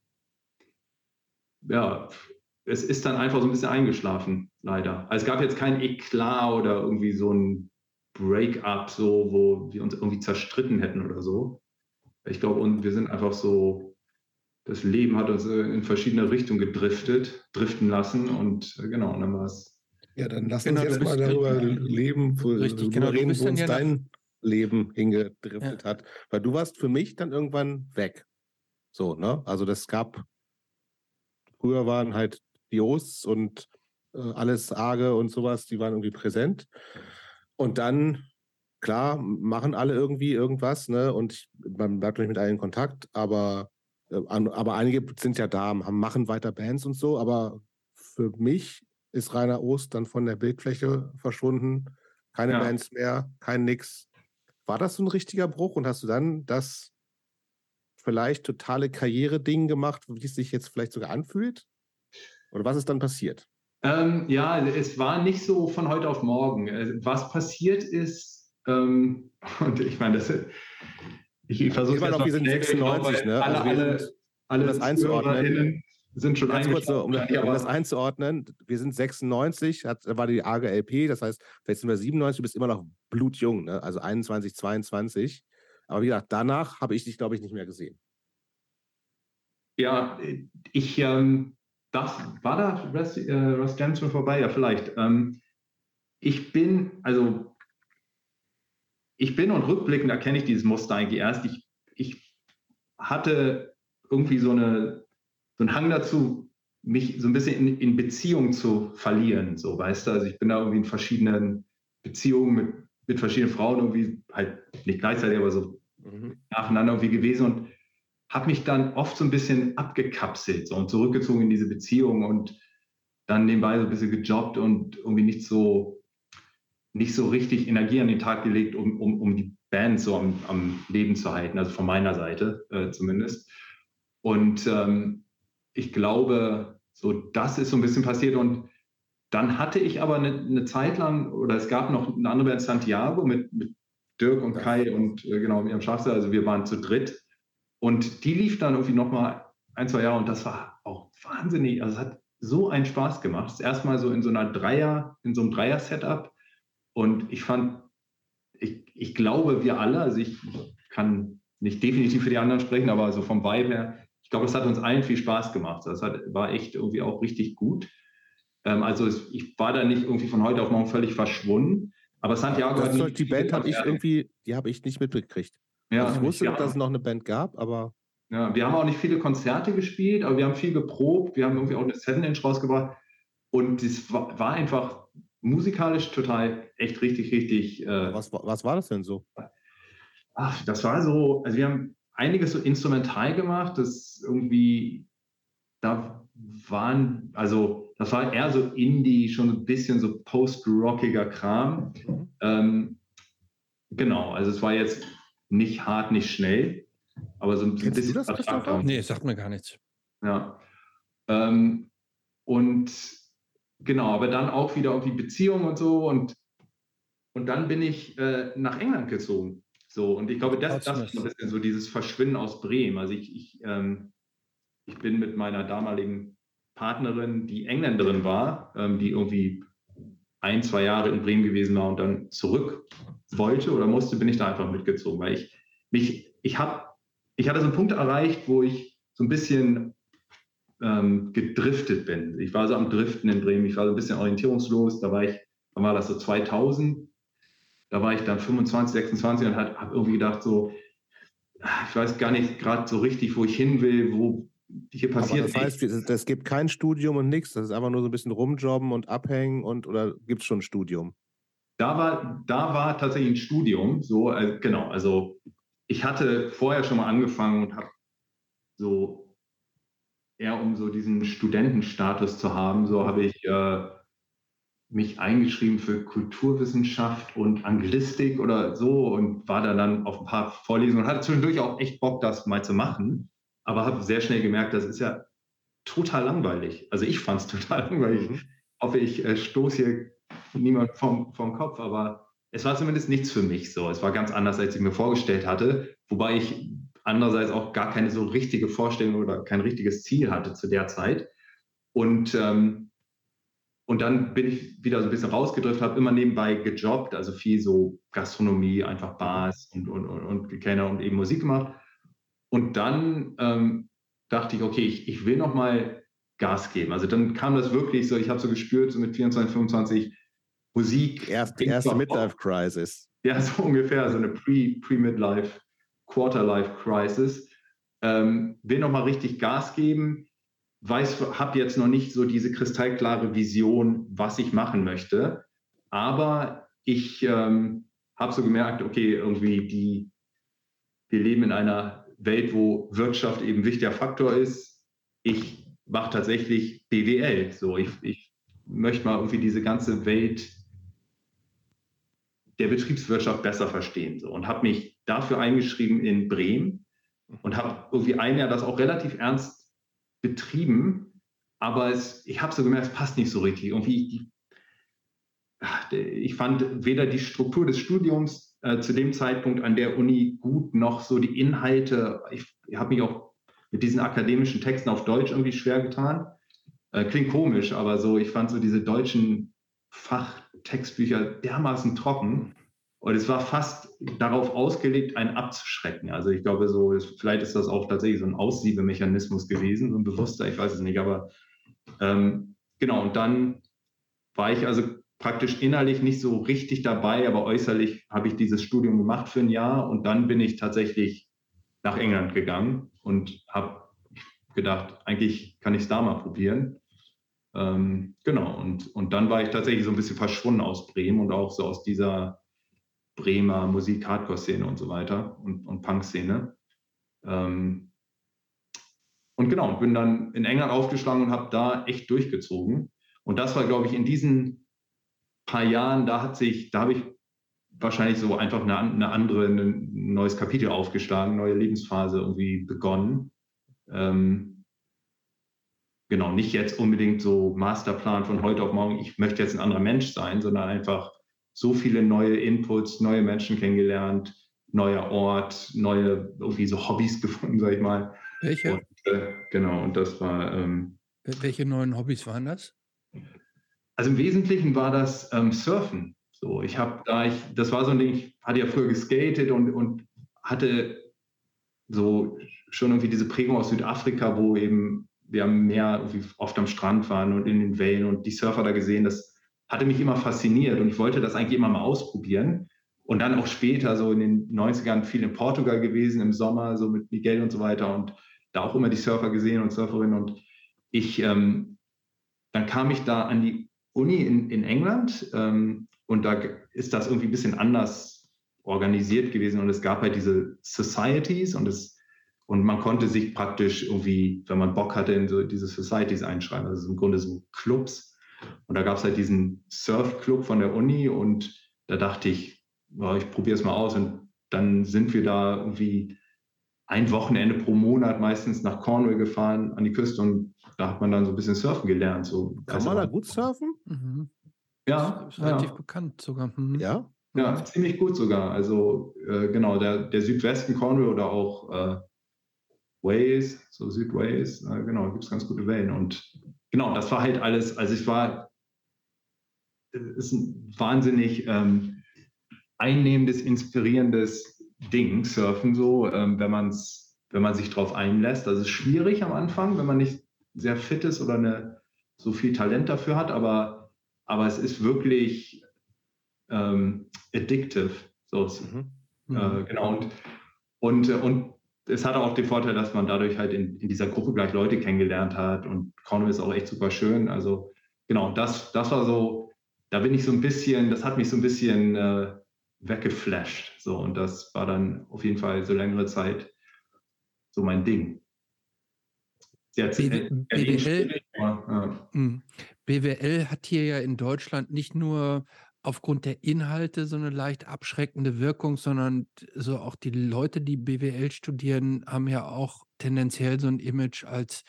ja, es ist dann einfach so ein bisschen eingeschlafen, leider. Also es gab jetzt kein Eklat oder irgendwie so ein Break-up, so, wo wir uns irgendwie zerstritten hätten oder so. Ich glaube, und wir sind einfach so, das Leben hat uns in verschiedene Richtungen gedriftet, driften lassen und äh, genau, und dann war es. Ja, dann lass Genau, uns du jetzt mal bist- darüber äh, leben, wo- richtig, darüber genau, du reden, bist wo dann uns ja nach- dein Leben hingedriftet Ja. hat. Weil du warst für mich dann irgendwann weg. So, ne? Also das gab, früher waren halt die Osts und äh, alles Arge und sowas, die waren irgendwie präsent. Und dann, klar, machen alle irgendwie irgendwas, ne? Und ich, man bleibt nicht mit allen in Kontakt, aber, äh, an- aber einige sind ja da, haben, machen weiter Bands und so, aber für mich ist Rainer Ost dann von der Bildfläche verschwunden. Keine Ja. Bands mehr, kein Nix. War das so ein richtiger Bruch und hast du dann das vielleicht totale Karriere-Ding gemacht, wie es sich jetzt vielleicht sogar anfühlt? Oder was ist dann passiert? Ähm, ja, es war nicht so von heute auf morgen. Äh, Was passiert ist, ähm, und ich meine, das, ich, ich versuche es Immer jetzt noch, mal wir sind schnell, ich glaube, sechsundneunzig, ne? alle, Also wir alle, sind, um alle das einzuordnen, ZuhörerInnen sind schon ganz kurz, so, um, eingeschlafen. um das Aber einzuordnen, wir sind sechsundneunzig, hat, war die arge L P, das heißt, vielleicht sind wir siebenundneunzig, du bist immer noch blutjung, ne? Also einundzwanzig, zweiundzwanzig. Aber wie gesagt, danach habe ich dich, glaube ich, nicht mehr gesehen. ja, ich, ähm, das war da Rust, äh, Rust Jam schon vorbei, ja, vielleicht. Ähm, ich bin, also ich bin und rückblickend erkenne ich dieses Muster eigentlich erst. Ich, ich hatte irgendwie so, eine, so einen Hang dazu, mich so ein bisschen in, in Beziehungen zu verlieren, so, weißt du? Also ich bin da irgendwie in verschiedenen Beziehungen mit, mit verschiedenen Frauen irgendwie, halt nicht gleichzeitig, aber so Mhm. nacheinander irgendwie gewesen und habe mich dann oft so ein bisschen abgekapselt so, und zurückgezogen in diese Beziehung und dann nebenbei so ein bisschen gejobbt und irgendwie nicht so, nicht so richtig Energie an den Tag gelegt, um, um, um die Band so am, am Leben zu halten, also von meiner Seite äh, zumindest. Und ähm, ich glaube, so das ist so ein bisschen passiert. Und dann hatte ich aber eine, eine Zeit lang, oder es gab noch eine andere Band, Santiago, mit, mit Dirk und Kai und äh, genau, mit ihrem Schafster, also wir waren zu dritt. Und die lief dann irgendwie nochmal ein, zwei Jahre und das war auch wahnsinnig, also es hat so einen Spaß gemacht. Das erste Mal so in so einer Dreier, in so einem Dreier-Setup und ich fand, ich, ich glaube, wir alle, also ich kann nicht definitiv für die anderen sprechen, aber so vom Vibe her, ich glaube, es hat uns allen viel Spaß gemacht. Das hat, war echt irgendwie auch richtig gut. Ähm, also es, ich war da nicht irgendwie von heute auf morgen völlig verschwunden. Aber Santiago hat nicht die Band habe ich irgendwie, die habe ich nicht mitbekriegt. Ja, also ich wusste, ja. dass es noch eine Band gab, aber ja, wir haben auch nicht viele Konzerte gespielt, aber wir haben viel geprobt. Wir haben irgendwie auch eine Seven-Inch rausgebracht. Und es war, war einfach musikalisch total echt richtig, richtig. Äh, was, was war das denn so? Ach, das war so, also wir haben einiges so instrumental gemacht, das irgendwie, da waren, also das war eher so Indie, schon ein bisschen so post-rockiger Kram. Mhm. Ähm, genau, also es war jetzt nicht hart, nicht schnell, aber so ein Kennst bisschen. Du das, Christopher? Nee, sagt mir gar nichts. Ja. Ähm, und genau, aber dann auch wieder irgendwie Beziehungen und so und, und dann bin ich äh, nach England gezogen. So, und ich glaube, das, das ist ein bisschen so dieses Verschwinden aus Bremen. Also ich, ich, ähm, ich bin mit meiner damaligen Partnerin, die Engländerin war, ähm, die irgendwie ein, zwei Jahre in Bremen gewesen war und dann zurück wollte oder musste, bin ich da einfach mitgezogen, weil ich mich, ich habe, ich hatte so einen Punkt erreicht, wo ich so ein bisschen ähm, gedriftet bin. Ich war so am Driften in Bremen, ich war so ein bisschen orientierungslos, da war ich, dann war das so zweitausend. Da war ich dann fünfundzwanzig, sechsundzwanzig und habe irgendwie gedacht, so, ich weiß gar nicht gerade so richtig, wo ich hin will, wo hier passiert. Aber das heißt, es, es gibt kein Studium und nichts, das ist einfach nur so ein bisschen rumjobben und abhängen und oder gibt es schon ein Studium? Da war, da war tatsächlich ein Studium, so, äh, genau, also ich hatte vorher schon mal angefangen und habe so, eher um so diesen Studentenstatus zu haben, so habe ich äh, mich eingeschrieben für Kulturwissenschaft und Anglistik oder so und war da dann auf ein paar Vorlesungen und hatte zwischendurch auch echt Bock, das mal zu machen, aber habe sehr schnell gemerkt, das ist ja total langweilig. Also ich fand es total langweilig. Mhm. Ich hoffe, ich äh, stoße hier niemand vom, vom Kopf, aber es war zumindest nichts für mich so. Es war ganz anders, als ich mir vorgestellt hatte, wobei ich andererseits auch gar keine so richtige Vorstellung oder kein richtiges Ziel hatte zu der Zeit. Und ähm, Und dann bin ich wieder so ein bisschen rausgedriftet, habe immer nebenbei gejobbt, also viel so Gastronomie, einfach Bars und, und, und, und Kellner und eben Musik gemacht. Und dann ähm, dachte ich, okay, ich, ich will noch mal Gas geben. Also dann kam das wirklich so, ich habe so gespürt, so mit vierundzwanzig, fünfundzwanzig Musik. Erst, die erste Midlife-Crisis. Ja, so ungefähr, so eine Pre, Pre-Midlife, Quarter-Life-Crisis. Ähm, will noch mal richtig Gas geben. Weiß, habe jetzt noch nicht so diese kristallklare Vision, was ich machen möchte. Aber ich ähm, habe so gemerkt, okay, irgendwie die, wir leben in einer Welt, wo Wirtschaft eben ein wichtiger Faktor ist. Ich mache tatsächlich B W L. So, ich, ich möchte mal irgendwie diese ganze Welt der Betriebswirtschaft besser verstehen. So, und habe mich dafür eingeschrieben in Bremen und habe irgendwie ein Jahr das auch relativ ernst betrieben, aber es, ich habe so gemerkt, es passt nicht so richtig. Irgendwie, die, ich fand weder die Struktur des Studiums äh, zu dem Zeitpunkt an der Uni gut, noch so die Inhalte. Ich, ich habe mich auch mit diesen akademischen Texten auf Deutsch irgendwie schwer getan. Äh, klingt komisch, aber so, ich fand so diese deutschen Fachtextbücher dermaßen trocken. Und es war fast darauf ausgelegt, einen abzuschrecken. Also ich glaube, so ist, vielleicht ist das auch tatsächlich so ein Aussiebemechanismus gewesen, so ein bewusster, ich weiß es nicht. Aber ähm, genau, und dann war ich also praktisch innerlich nicht so richtig dabei, aber äußerlich habe ich dieses Studium gemacht für ein Jahr und dann bin ich tatsächlich nach England gegangen und habe gedacht, eigentlich kann ich es da mal probieren. Ähm, genau, und, und dann war ich tatsächlich so ein bisschen verschwunden aus Bremen und auch so aus dieser Bremer Musik-Hardcore-Szene und so weiter und, und Punk-Szene. Ähm, und genau, bin dann in England aufgeschlagen und habe da echt durchgezogen. Und das war, glaube ich, in diesen paar Jahren, da hat sich, da habe ich wahrscheinlich so einfach eine, eine andere, ein neues Kapitel aufgeschlagen, neue Lebensphase irgendwie begonnen. Ähm, genau, nicht jetzt unbedingt so Masterplan von heute auf morgen, ich möchte jetzt ein anderer Mensch sein, sondern einfach so viele neue Inputs, neue Menschen kennengelernt, neuer Ort, neue irgendwie so Hobbys gefunden, sag ich mal. Welche? Und, äh, genau, und das war... Ähm, Welche neuen Hobbys waren das? Also im Wesentlichen war das ähm, Surfen. So, ich habe da, ich, das war so ein Ding, ich hatte ja früher geskatet und, und hatte so schon irgendwie diese Prägung aus Südafrika, wo eben wir mehr irgendwie oft am Strand waren und in den Wellen und die Surfer da gesehen. Das hatte mich immer fasziniert und ich wollte das eigentlich immer mal ausprobieren. Und dann auch später, so in den neunzigern, viel in Portugal gewesen, im Sommer, so mit Miguel und so weiter und da auch immer die Surfer gesehen und Surferinnen. Und ich, ähm, dann kam ich da an die Uni in, in England ähm, und da ist das irgendwie ein bisschen anders organisiert gewesen und es gab halt diese Societies und es und man konnte sich praktisch irgendwie, wenn man Bock hatte, in so diese Societies einschreiben. Also im Grunde so Clubs. Und da gab es halt diesen Surf-Club von der Uni und da dachte ich, oh, ich probiere es mal aus. Und dann sind wir da irgendwie ein Wochenende pro Monat meistens nach Cornwall gefahren, an die Küste und da hat man dann so ein bisschen surfen gelernt. So, Kann man da gut surfen? Mhm. Ja. Ist relativ ja. bekannt sogar. Mhm. Ja? Ja, Mhm. ziemlich gut sogar. Also äh, genau, der, der Südwesten Cornwall oder auch äh, Wales, so Südwales, äh, genau, da gibt es ganz gute Wellen. Und genau, das war halt alles, also ich war, es ist ein wahnsinnig ähm, einnehmendes, inspirierendes Ding, Surfen so, ähm, wenn man es, wenn man sich drauf einlässt. Das ist schwierig am Anfang, wenn man nicht sehr fit ist oder eine, so viel Talent dafür hat, aber, aber es ist wirklich ähm, addictive. So, Mhm. äh, genau. Und, und, und es hatte auch den Vorteil, dass man dadurch halt in, in dieser Gruppe gleich Leute kennengelernt hat und Cornwall ist auch echt super schön. Also genau, das, das war so, da bin ich so ein bisschen, das hat mich so ein bisschen äh, weggeflasht. So, und das war dann auf jeden Fall so längere Zeit so mein Ding. Sehr, B W- äh, B W L schwierig, aber, äh, Mhm. B W L hat hier ja in Deutschland nicht nur aufgrund der Inhalte so eine leicht abschreckende Wirkung, sondern so auch die Leute, die B W L studieren, haben ja auch tendenziell so ein Image als,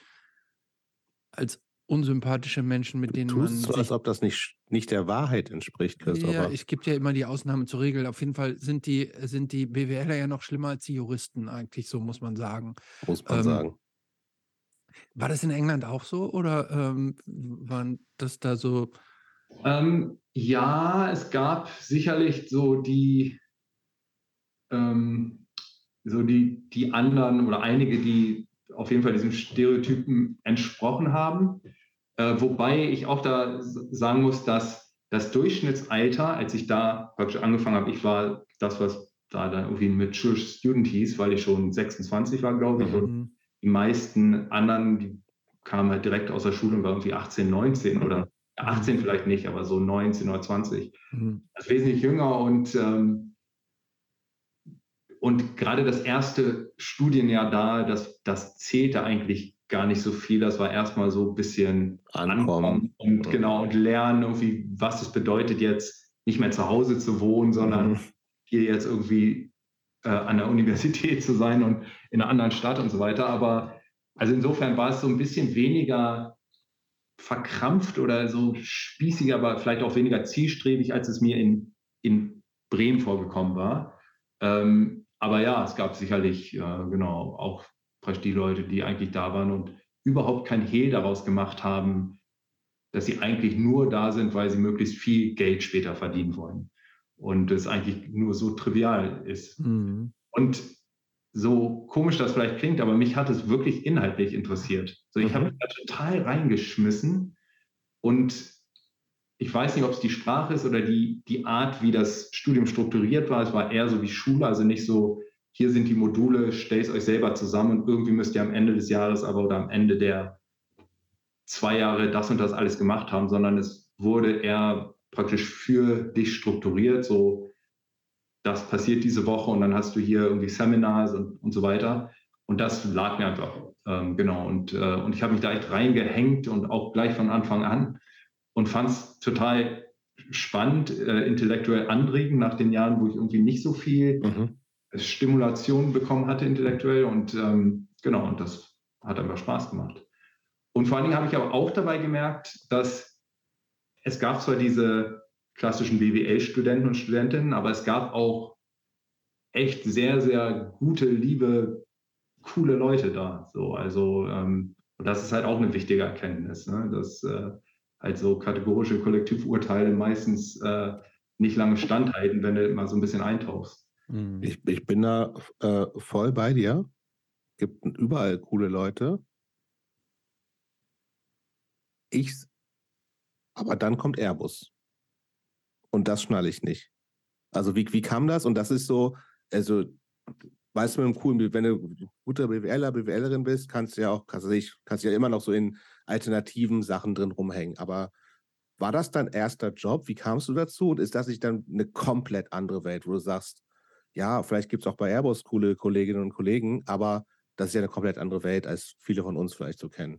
als unsympathische Menschen, mit denen Tust man so, als sich. ob das nicht, nicht der Wahrheit entspricht, Ja, Christopher. es gibt ja immer die Ausnahmen zur Regel. Auf jeden Fall sind die, sind die BWLer ja noch schlimmer als die Juristen eigentlich, so muss man sagen. Muss man Ähm, sagen. War das in England auch so oder ähm, waren das da so? ähm, ja, es gab sicherlich so die, ähm, so die, die anderen oder einige, die auf jeden Fall diesem Stereotypen entsprochen haben. Äh, wobei ich auch da sagen muss, dass das Durchschnittsalter, als ich da praktisch angefangen habe, ich war das, was da dann irgendwie Mature Student hieß, weil ich schon sechsundzwanzig war, glaube ich. Mhm. Und die meisten anderen, die kamen halt direkt aus der Schule und waren irgendwie achtzehn, neunzehn oder achtzehn vielleicht nicht, aber so neunzehn oder zwanzig. Mhm. Das ist wesentlich jünger und ähm, und gerade das erste Studienjahr da, das, das zählte eigentlich gar nicht so viel. Das war erstmal so ein bisschen Ankommen. ankommen und Ja. genau und lernen, irgendwie, was es bedeutet, jetzt nicht mehr zu Hause zu wohnen, sondern Mhm. hier jetzt irgendwie äh, an der Universität zu sein und in einer anderen Stadt und so weiter. Aber also insofern war es so ein bisschen weniger verkrampft oder so spießiger, aber vielleicht auch weniger zielstrebig, als es mir in, in Bremen vorgekommen war. Ähm, aber ja, es gab sicherlich, äh, genau, auch praktisch die Leute, die eigentlich da waren und überhaupt kein Hehl daraus gemacht haben, dass sie eigentlich nur da sind, weil sie möglichst viel Geld später verdienen wollen. Und es eigentlich nur so trivial ist. Mhm. Und so komisch das vielleicht klingt, aber mich hat es wirklich inhaltlich interessiert. So, ich Mhm. habe mich da total reingeschmissen und ich weiß nicht, ob es die Sprache ist oder die, die Art, wie das Studium strukturiert war. Es war eher so wie Schule, also nicht so, hier sind die Module, stellt es euch selber zusammen und irgendwie müsst ihr am Ende des Jahres aber oder am Ende der zwei Jahre das und das alles gemacht haben, sondern es wurde eher praktisch für dich strukturiert, so das passiert diese Woche und dann hast du hier irgendwie Seminars und, und so weiter. Und das lag mir einfach, ähm, genau. Und, äh, und ich habe mich da echt reingehängt und auch gleich von Anfang an und fand es total spannend, äh, intellektuell anregend nach den Jahren, wo ich irgendwie nicht so viel Mhm. Stimulation bekommen hatte intellektuell. Und ähm, genau, und das hat einfach Spaß gemacht. Und vor allen Dingen habe ich aber auch dabei gemerkt, dass es gab zwar diese klassischen B W L-Studenten und Studentinnen, aber es gab auch echt sehr, sehr gute, liebe, coole Leute da. So, also ähm, und das ist halt auch eine wichtige Erkenntnis, ne? Dass äh, halt so kategorische Kollektivurteile meistens äh, nicht lange standhalten, wenn du mal so ein bisschen eintauchst. Ich, ich bin da äh, voll bei dir. Gibt überall coole Leute. Ich, aber dann kommt Airbus. Und das schnalle ich nicht. Also wie, wie kam das? Und das ist so, also weißt du, mit einem coolen, wenn du guter BWLer, BWLerin bist, kannst du ja auch, kannst du, nicht, kannst du ja immer noch so in alternativen Sachen drin rumhängen. Aber war das dein erster Job? Wie kamst du dazu? Und ist das nicht dann eine komplett andere Welt, wo du sagst, ja, vielleicht gibt es auch bei Airbus coole Kolleginnen und Kollegen, aber das ist ja eine komplett andere Welt, als viele von uns vielleicht so kennen.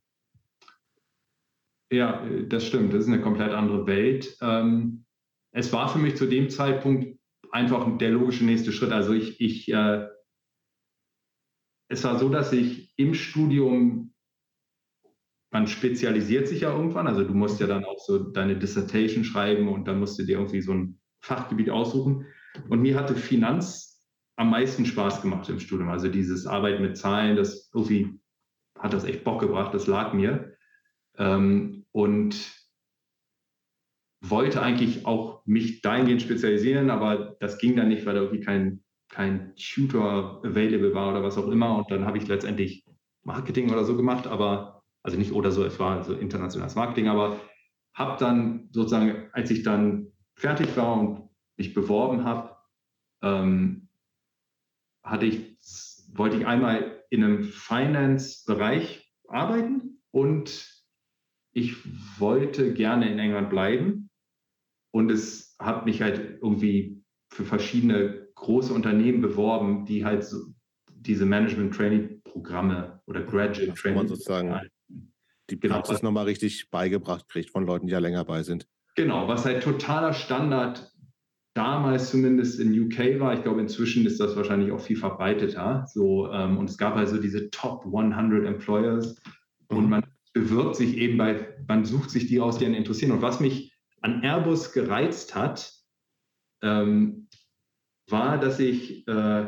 Ja, das stimmt. Das ist eine komplett andere Welt. Ähm, es war für mich zu dem Zeitpunkt einfach der logische nächste Schritt. Also ich, ich äh, es war so, dass ich im Studium, man spezialisiert sich ja irgendwann, also du musst ja dann auch so deine Dissertation schreiben und dann musst du dir irgendwie so ein Fachgebiet aussuchen. Und mir hatte Finanz am meisten Spaß gemacht im Studium. Also dieses Arbeiten mit Zahlen, das irgendwie hat das echt Bock gebracht, das lag mir. Ähm, und wollte eigentlich auch mich dahingehend spezialisieren, aber das ging dann nicht, weil da irgendwie kein, kein Tutor available war oder was auch immer. Und dann habe ich letztendlich Marketing oder so gemacht, aber, also nicht oder so, es war so internationales Marketing, aber habe dann sozusagen, als ich dann fertig war und mich beworben habe, ähm, hatte ich, wollte ich einmal in einem Finance-Bereich arbeiten und ich wollte gerne in England bleiben. Und es hat mich halt irgendwie für verschiedene große Unternehmen beworben, die halt so diese Management-Training-Programme oder Graduate-Training. Man sozusagen die Praxis genau, nochmal richtig beigebracht kriegt von Leuten, die ja länger bei sind. Genau, was halt totaler Standard damals zumindest in U K war. Ich glaube, inzwischen ist das wahrscheinlich auch viel verbreiteter. So, ähm, und es gab also diese Top hundert Employers mhm. und man bewirbt sich eben bei, man sucht sich die aus, die einen interessieren. Und was mich an Airbus gereizt hat, ähm, war, dass ich, äh,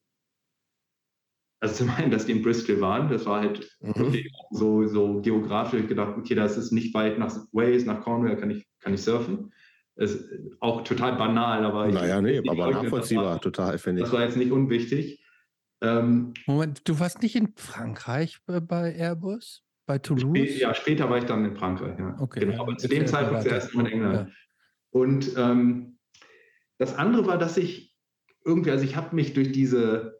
also zum einen, dass die in Bristol waren, das war halt mhm. wirklich so, so geografisch gedacht, okay, das ist nicht weit nach Wales, nach Cornwall, kann ich, kann ich surfen. Das ist auch total banal, aber... Naja, ich, nee, ich aber leugnen, nachvollziehbar, das war, total, finde ich. Das war jetzt nicht unwichtig. Ähm, Moment, du warst nicht in Frankreich bei Airbus? Bei Toulouse? Spä- ja, später war ich dann in Frankreich, ja. Okay, genau, ja, aber zu dem Zeitpunkt zuerst in England. Ja. Und ähm, das andere war, dass ich irgendwie, also ich habe mich durch diese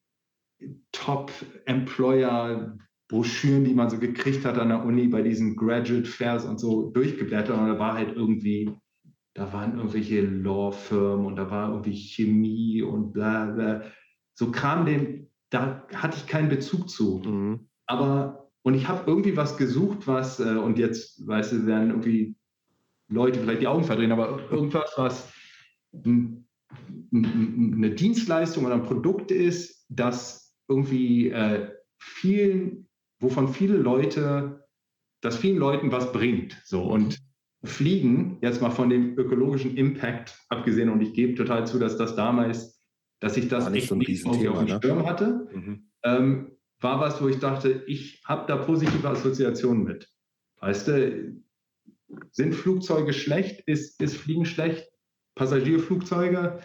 Top-Employer-Broschüren, die man so gekriegt hat an der Uni, bei diesen Graduate-Fairs und so durchgeblättert und da war halt irgendwie, da waren irgendwelche Law-Firmen und da war irgendwie Chemie und bla bla. So kam dem, da hatte ich keinen Bezug zu. Mhm. Aber und ich habe irgendwie was gesucht, was, äh, und jetzt, weißt du, werden irgendwie Leute vielleicht die Augen verdrehen, aber irgendwas, was m, m, eine Dienstleistung oder ein Produkt ist, das irgendwie äh, vielen, wovon viele Leute, das vielen Leuten was bringt. So. Und Fliegen, jetzt mal von dem ökologischen Impact abgesehen, und ich gebe total zu, dass das damals, dass ich das nicht echt so ein nicht auf dem ne? Schirm hatte. Mhm. Ähm, war was, wo ich dachte, ich habe da positive Assoziationen mit. Weißt du, sind Flugzeuge schlecht? Ist, ist Fliegen schlecht? Passagierflugzeuge?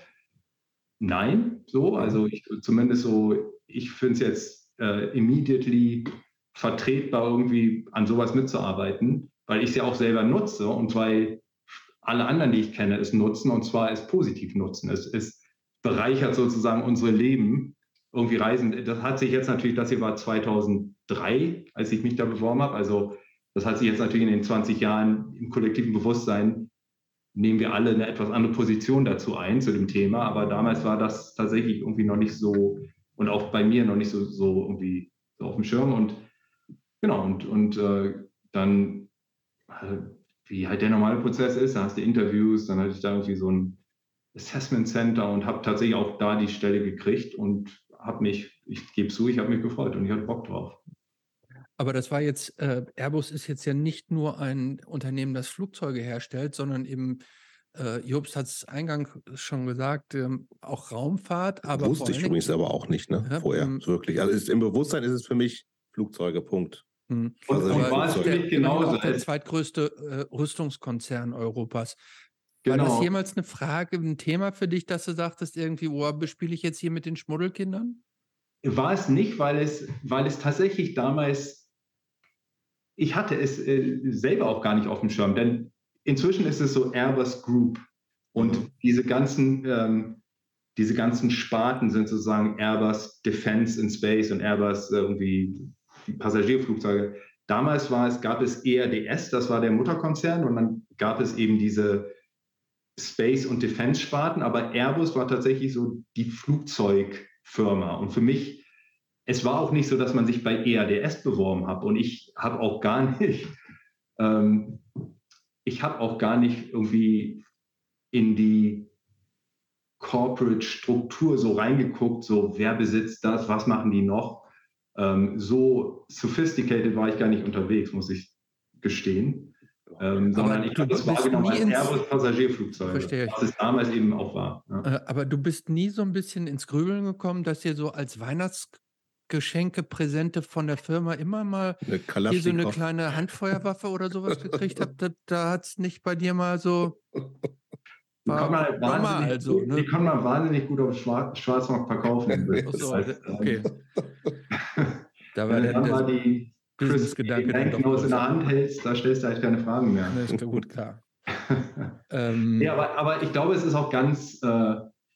Nein, so, also ich, zumindest so, ich finde es jetzt äh, immediately vertretbar, irgendwie an sowas mitzuarbeiten, weil ich es ja auch selber nutze und weil alle anderen, die ich kenne, es nutzen, und zwar es positiv nutzen. Es, es bereichert sozusagen unsere Leben. Irgendwie reisen, das hat sich jetzt natürlich, das hier war zweitausenddrei, als ich mich da beworben habe, also das hat sich jetzt natürlich in den zwanzig Jahren im kollektiven Bewusstsein, nehmen wir alle eine etwas andere Position dazu ein, zu dem Thema, aber damals war das tatsächlich irgendwie noch nicht so, und auch bei mir noch nicht so, so irgendwie so auf dem Schirm und genau, und, und äh, dann, äh, wie halt der normale Prozess ist, da hast du Interviews, dann hatte ich da irgendwie so ein Assessment Center und habe tatsächlich auch da die Stelle gekriegt und habe mich, ich gebe zu, ich habe mich gefreut und ich hatte Bock drauf. Aber das war jetzt, äh, Airbus ist jetzt ja nicht nur ein Unternehmen, das Flugzeuge herstellt, sondern eben, äh, Jobst hat es eingangs schon gesagt, ähm, auch Raumfahrt. Aber wusste ich übrigens aber auch nicht, ne? Ja, vorher, ähm, wirklich. Also ist, im Bewusstsein ist es für mich Flugzeuge, Punkt. Und, Also und war es für mich genauso. genauso. Auch der zweitgrößte äh, Rüstungskonzern Europas. War das Genau. jemals eine Frage, ein Thema für dich, dass du sagtest irgendwie: „Oh, bespiele ich jetzt hier mit den Schmuddelkindern?“ War es nicht, weil es, weil es tatsächlich damals, ich hatte es äh, selber auch gar nicht auf dem Schirm, denn inzwischen ist es so Airbus Group und Mhm. diese ganzen, ähm, diese ganzen Sparten sind sozusagen Airbus Defense in Space und Airbus äh, irgendwie die Passagierflugzeuge. Damals war es, gab es E R D S, das war der Mutterkonzern, und dann gab es eben diese Space- und Defense-Sparten, aber Airbus war tatsächlich so die Flugzeugfirma. Und für mich, es war auch nicht so, dass man sich bei E R D S beworben hat. Und ich habe auch gar nicht, ähm, ich habe auch gar nicht irgendwie in die Corporate-Struktur so reingeguckt, so wer besitzt das, was machen die noch. Ähm, so sophisticated war ich gar nicht unterwegs, muss ich gestehen. Ähm, sondern ich du habe das bist wahrgenommen nie als ins Airbus-Passagierflugzeuge, Verstehe ich. was es damals eben auch war. Ja. Äh, aber du bist nie so ein bisschen ins Grübeln gekommen, dass ihr so als Weihnachtsgeschenke, Präsente von der Firma immer mal Eine hier so eine Kalaschnikow. kleine Handfeuerwaffe oder sowas gekriegt habt? Da da hat's nicht bei dir mal so Die kann war man halt normal wahnsinnig so, gut, die ne? kann man wahnsinnig gut auf Schwar Schwarzmarkt verkaufen. Ach Das so, heißt, okay. Da war wenn du der dann der mal die crispy Businessgedanke dann doch Banknotes in der größer. Hand hältst, da stellst du halt keine Fragen mehr. Ne, ist gut, klar. Ja, Ähm, aber, aber ich glaube, es ist auch ganz, äh,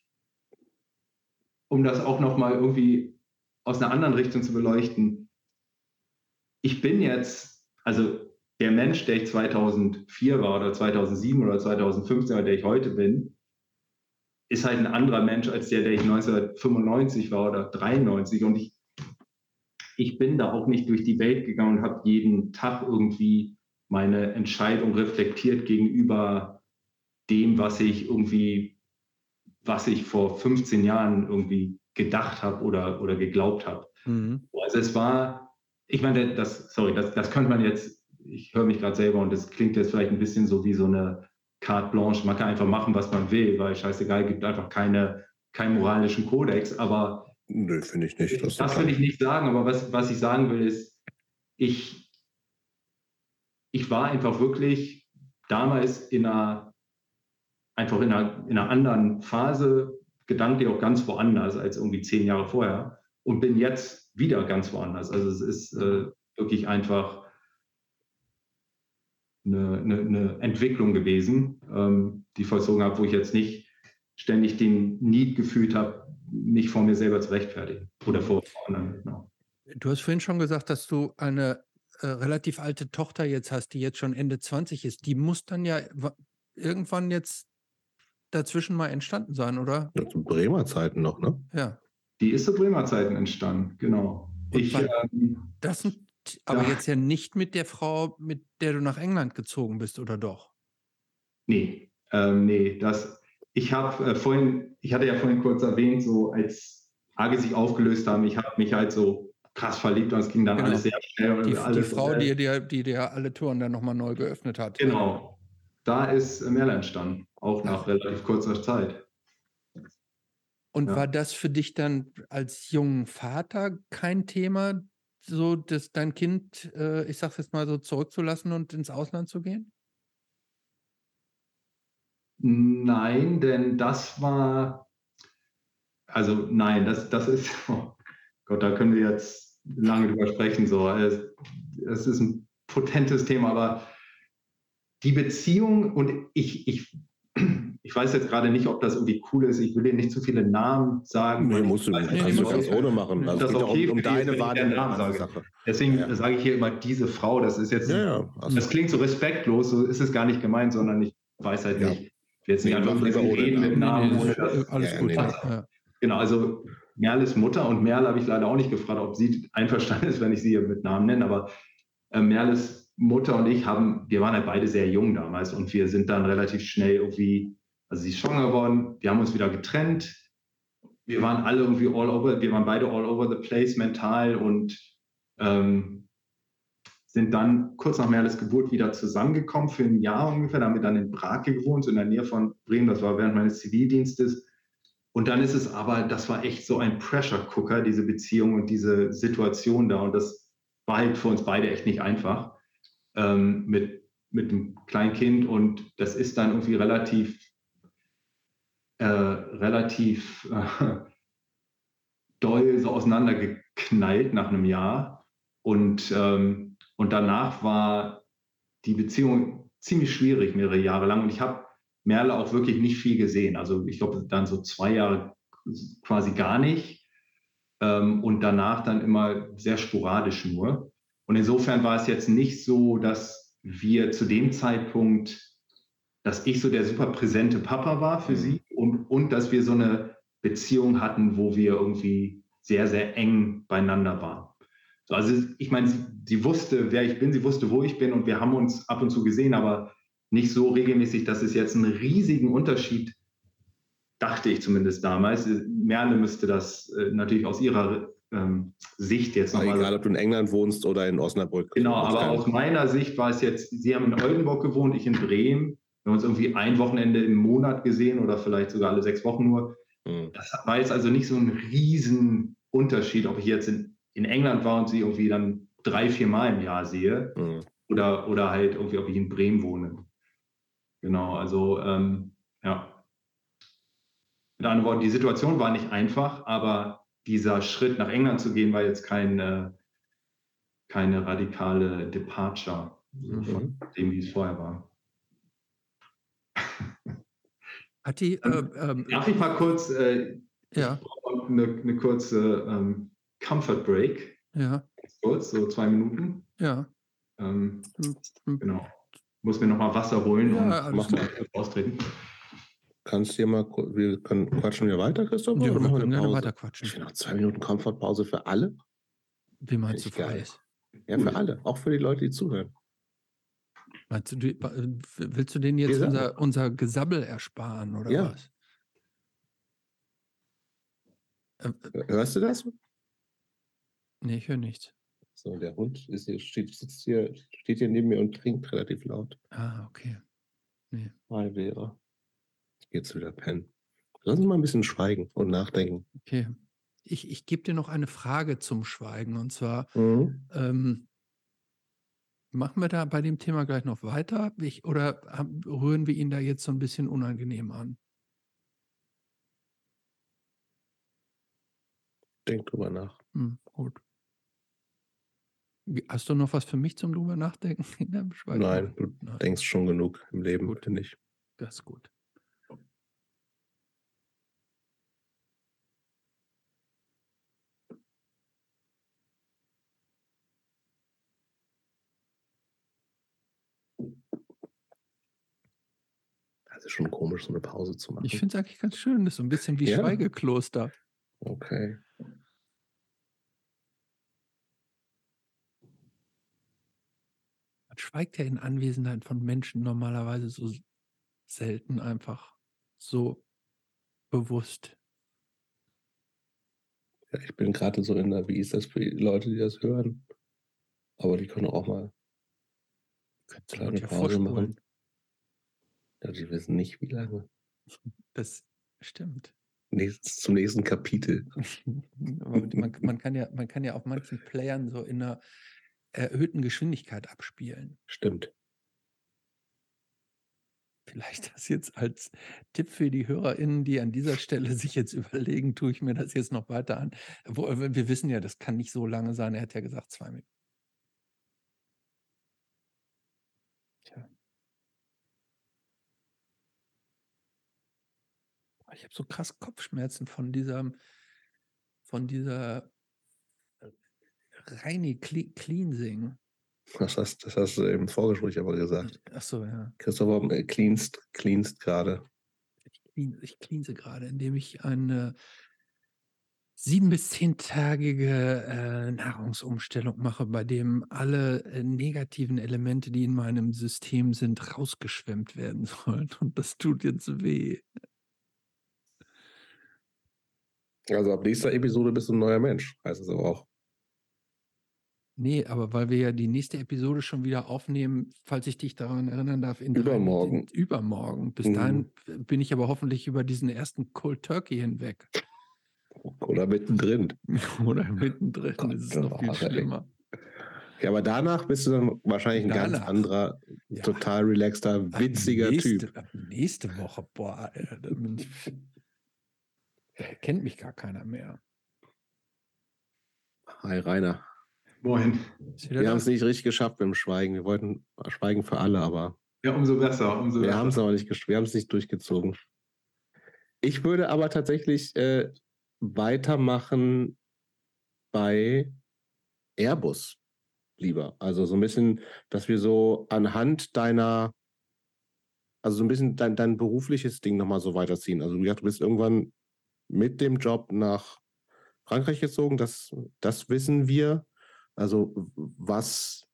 um das auch nochmal irgendwie aus einer anderen Richtung zu beleuchten. Ich bin jetzt, also der Mensch, der ich zweitausendvier war oder zweitausendsieben oder zweitausendfünfzehn oder der ich heute bin, ist halt ein anderer Mensch als der, der ich neunzehnhundertfünfundneunzig war oder dreiundneunzig. Und ich, ich bin da auch nicht durch die Welt gegangen und habe jeden Tag irgendwie meine Entscheidung reflektiert gegenüber dem, was ich irgendwie, was ich vor fünfzehn Jahren irgendwie gedacht habe oder, oder geglaubt habe. mhm. Also es war, ich meine, das, sorry, das, das könnte man jetzt, ich höre mich gerade selber und das klingt jetzt vielleicht ein bisschen so wie so eine Carte Blanche, man kann einfach machen, was man will, weil scheißegal, gibt einfach keine, keinen moralischen Kodex, aber Nö, finde ich nicht. Das, das will ich nicht sagen, aber was, was ich sagen will ist, ich, ich war einfach wirklich damals in einer, einfach in einer, in einer anderen Phase, gedanklich auch ganz woanders als irgendwie zehn Jahre vorher und bin jetzt wieder ganz woanders. Also es ist äh, wirklich einfach eine, eine, eine Entwicklung gewesen, ähm, die ich vollzogen habe, wo ich jetzt nicht ständig den Need gefühlt habe, mich vor mir selber zu rechtfertigen oder vor anderen. Genau. Du hast vorhin schon gesagt, dass du eine äh, relativ alte Tochter jetzt hast, die jetzt schon Ende zwanzig ist. Die muss dann ja wa- irgendwann jetzt dazwischen mal entstanden sein, oder? Ja, zu Bremer Zeiten noch, ne? Ja. Die ist zu Bremer Zeiten entstanden, genau. Und Ich, wann- ähm, Das sind aber Ja. jetzt ja nicht mit der Frau, mit der du nach England gezogen bist, oder doch? Nee, ähm, nee, das, ich habe äh, vorhin, ich hatte ja vorhin kurz erwähnt, so als Age sich aufgelöst haben, ich habe mich halt so krass verliebt und es ging dann Genau. alles sehr schnell. Und Die, die alles, Frau, äh, die dir die dir alle Touren dann nochmal neu geöffnet hat. Genau, da ist äh, Merle entstanden, auch nach Ach. relativ kurzer Zeit. Und Ja. war das für dich dann als jungen Vater kein Thema, so dass dein Kind, äh, ich sag's jetzt mal so, zurückzulassen und ins Ausland zu gehen? Nein, denn das war, also nein, das, das ist, oh Gott, da können wir jetzt lange drüber sprechen. So. Es, es ist ein potentes Thema, aber die Beziehung und ich, ich, ich weiß jetzt gerade nicht, ob das irgendwie cool ist. Ich will dir nicht zu viele Namen sagen. Nee, weil musst du, ich weiß kannst nicht, du ob ganz das- ohne machen. Nee. Also das es geht ja okay um, um für dich ist, deine wenn ich den Wahrnehmung Namen an die sage. Sache. Deswegen Ja, ja. sage ich hier immer diese Frau. Das ist jetzt, Ja, ja. Also, das klingt so respektlos, so ist es gar nicht gemeint, sondern ich weiß halt Ja. nicht. Ich will jetzt Nee, nicht einfach mach lieber ohne reden mit Namen. Namen, Nee, nee, ohne ist, dass äh, alles ja, gut. nee, Ja, nee. ja. Genau, also Merles Mutter und Merle habe ich leider auch nicht gefragt, ob sie einverstanden ist, wenn ich sie hier mit Namen nenne, aber äh, Merles Mutter und ich haben, wir waren halt beide sehr jung damals und wir sind dann relativ schnell irgendwie, also sie ist schwanger geworden, wir haben uns wieder getrennt, wir waren alle irgendwie all over, wir waren beide all over the place mental und ähm, sind dann kurz nach Merles Geburt wieder zusammengekommen für ein Jahr ungefähr, da haben wir dann in Brake gewohnt, so in der Nähe von Bremen, das war während meines Zivildienstes. Und dann ist es aber, das war echt so ein Pressure Cooker, diese Beziehung und diese Situation da. Und das war halt für uns beide echt nicht einfach. Ähm, mit mit einem kleinen Kind und das ist dann irgendwie relativ, äh, relativ äh, doll so auseinandergeknallt nach einem Jahr. Und, ähm, und danach war die Beziehung ziemlich schwierig, mehrere Jahre lang. Und ich habe Merle auch wirklich nicht viel gesehen. Also ich glaube, dann so zwei Jahre quasi gar nicht. Ähm, und danach dann immer sehr sporadisch nur. Und insofern war es jetzt nicht so, dass wir zu dem Zeitpunkt, dass ich so der super präsente Papa war für mhm. sie und, und dass wir so eine Beziehung hatten, wo wir irgendwie sehr, sehr eng beieinander waren. So, also ich meine, sie, sie wusste, wer ich bin, sie wusste, wo ich bin und wir haben uns ab und zu gesehen, aber nicht so regelmäßig, dass es jetzt einen riesigen Unterschied, dachte ich zumindest damals. Merle müsste das äh, natürlich aus ihrer ähm, Sicht jetzt nochmal... Egal, ob du in England wohnst oder in Osnabrück. Genau, aber aus meiner Sicht war es jetzt, sie haben in Oldenburg gewohnt, ich in Bremen. Wir haben uns irgendwie ein Wochenende im Monat gesehen oder vielleicht sogar alle sechs Wochen nur. Hm. Das war jetzt also nicht so ein riesen Unterschied, ob ich jetzt in, in England war und sie irgendwie dann drei, vier Mal im Jahr sehe hm. oder, oder halt irgendwie, ob ich in Bremen wohne. Genau, also ähm, ja. Mit anderen Worten, die Situation war nicht einfach, aber dieser Schritt nach England zu gehen, war jetzt kein, äh, keine radikale Departure mhm. von dem, wie es vorher war. Hat die, äh, ähm, Darf ich mal kurz äh, ja. eine, eine kurze ähm, Comfort Break? Ja. Kurz, so zwei Minuten. Ja. Ähm, mhm. Genau. Muss mir noch mal Wasser holen ja, und machen austreten. Kannst du hier mal, wir können quatschen wir weiter, Christoph? Ja, oder wir machen können wir gerne Pause? weiter quatschen. Ich finde noch zwei Minuten Komfortpause für alle. Wie meinst du für geil. alles? Ja, für alle, auch für die Leute, die zuhören. Meinst du, willst du denen jetzt unser, unser Gesabbel ersparen, oder ja. was? Hörst du das? Nee, ich höre nichts. So, der Hund ist hier, steht, sitzt hier, steht hier neben mir und trinkt relativ laut. Ah, okay. Nee. Mal wäre. Jetzt wieder pennen. Lass uns mal ein bisschen schweigen und nachdenken. Okay. Ich, ich gebe dir noch eine Frage zum Schweigen. Und zwar, mhm. ähm, machen wir da bei dem Thema gleich noch weiter? Ich, oder haben, rühren wir ihn da jetzt so ein bisschen unangenehm an? Denk drüber nach. Hm, gut. Hast du noch was für mich zum drüber nachdenken? Nein, du Nein. denkst schon genug im Leben, gut. finde ich. Das ist gut. Das ist schon komisch, so eine Pause zu machen. Ich finde es eigentlich ganz schön. Das ist so ein bisschen wie ja. Schweigekloster. Okay. Man schweigt ja in Anwesenheit von Menschen normalerweise so selten einfach so bewusst. Ja, ich bin gerade so in der, wie ist das für die Leute, die das hören? Aber die können auch mal eine kleine ja Pause machen. Ja, die wissen nicht, wie lange. Das stimmt. Nächstes, zum nächsten Kapitel. man, man, kann ja, man kann ja auf manchen Playern so in einer erhöhten Geschwindigkeit abspielen. Stimmt. Vielleicht das jetzt als Tipp für die HörerInnen, die an dieser Stelle sich jetzt überlegen, tue ich mir das jetzt noch weiter an. Wo, wir wissen ja, das kann nicht so lange sein. Er hat ja gesagt, zwei Minuten. Tja. Ich habe so krass Kopfschmerzen von dieser, von dieser Reini Cleansing. Das hast, das hast du im Vorgespräch aber gesagt. Ach so, ja. Christopher äh, cleanst, cleanst gerade. Ich, clean, ich cleanse gerade, indem ich eine sieben- bis zehntägige äh, Nahrungsumstellung mache, bei dem alle äh, negativen Elemente, die in meinem System sind, rausgeschwemmt werden sollen. Und das tut jetzt weh. Also ab nächster Episode bist du ein neuer Mensch, heißt es aber auch. Nee, aber weil wir ja die nächste Episode schon wieder aufnehmen, falls ich dich daran erinnern darf, in übermorgen. Drei, in, übermorgen. Bis mhm. dahin bin ich aber hoffentlich über diesen ersten Cold Turkey hinweg. Oder mittendrin. Oder mittendrin, Gott, das ist noch viel schlimmer. Ja, aber danach bist du dann wahrscheinlich ein Danach. ganz anderer, Ja. total relaxter, witziger ab nächste, Typ. Ab nächste Woche, boah, Alter, da bin ich, da kennt mich gar keiner mehr. Hi Rainer. Moin. Wir haben es nicht richtig geschafft mit dem Schweigen. Wir wollten Schweigen für alle, aber Ja, umso besser. Umso wir besser. haben es aber nicht, wir haben es nicht durchgezogen. Ich würde aber tatsächlich äh, weitermachen bei Airbus lieber. Also so ein bisschen, dass wir so anhand deiner, also so ein bisschen dein, dein berufliches Ding nochmal so weiterziehen. Also du bist irgendwann mit dem Job nach Frankreich gezogen, das, das wissen wir. Also was,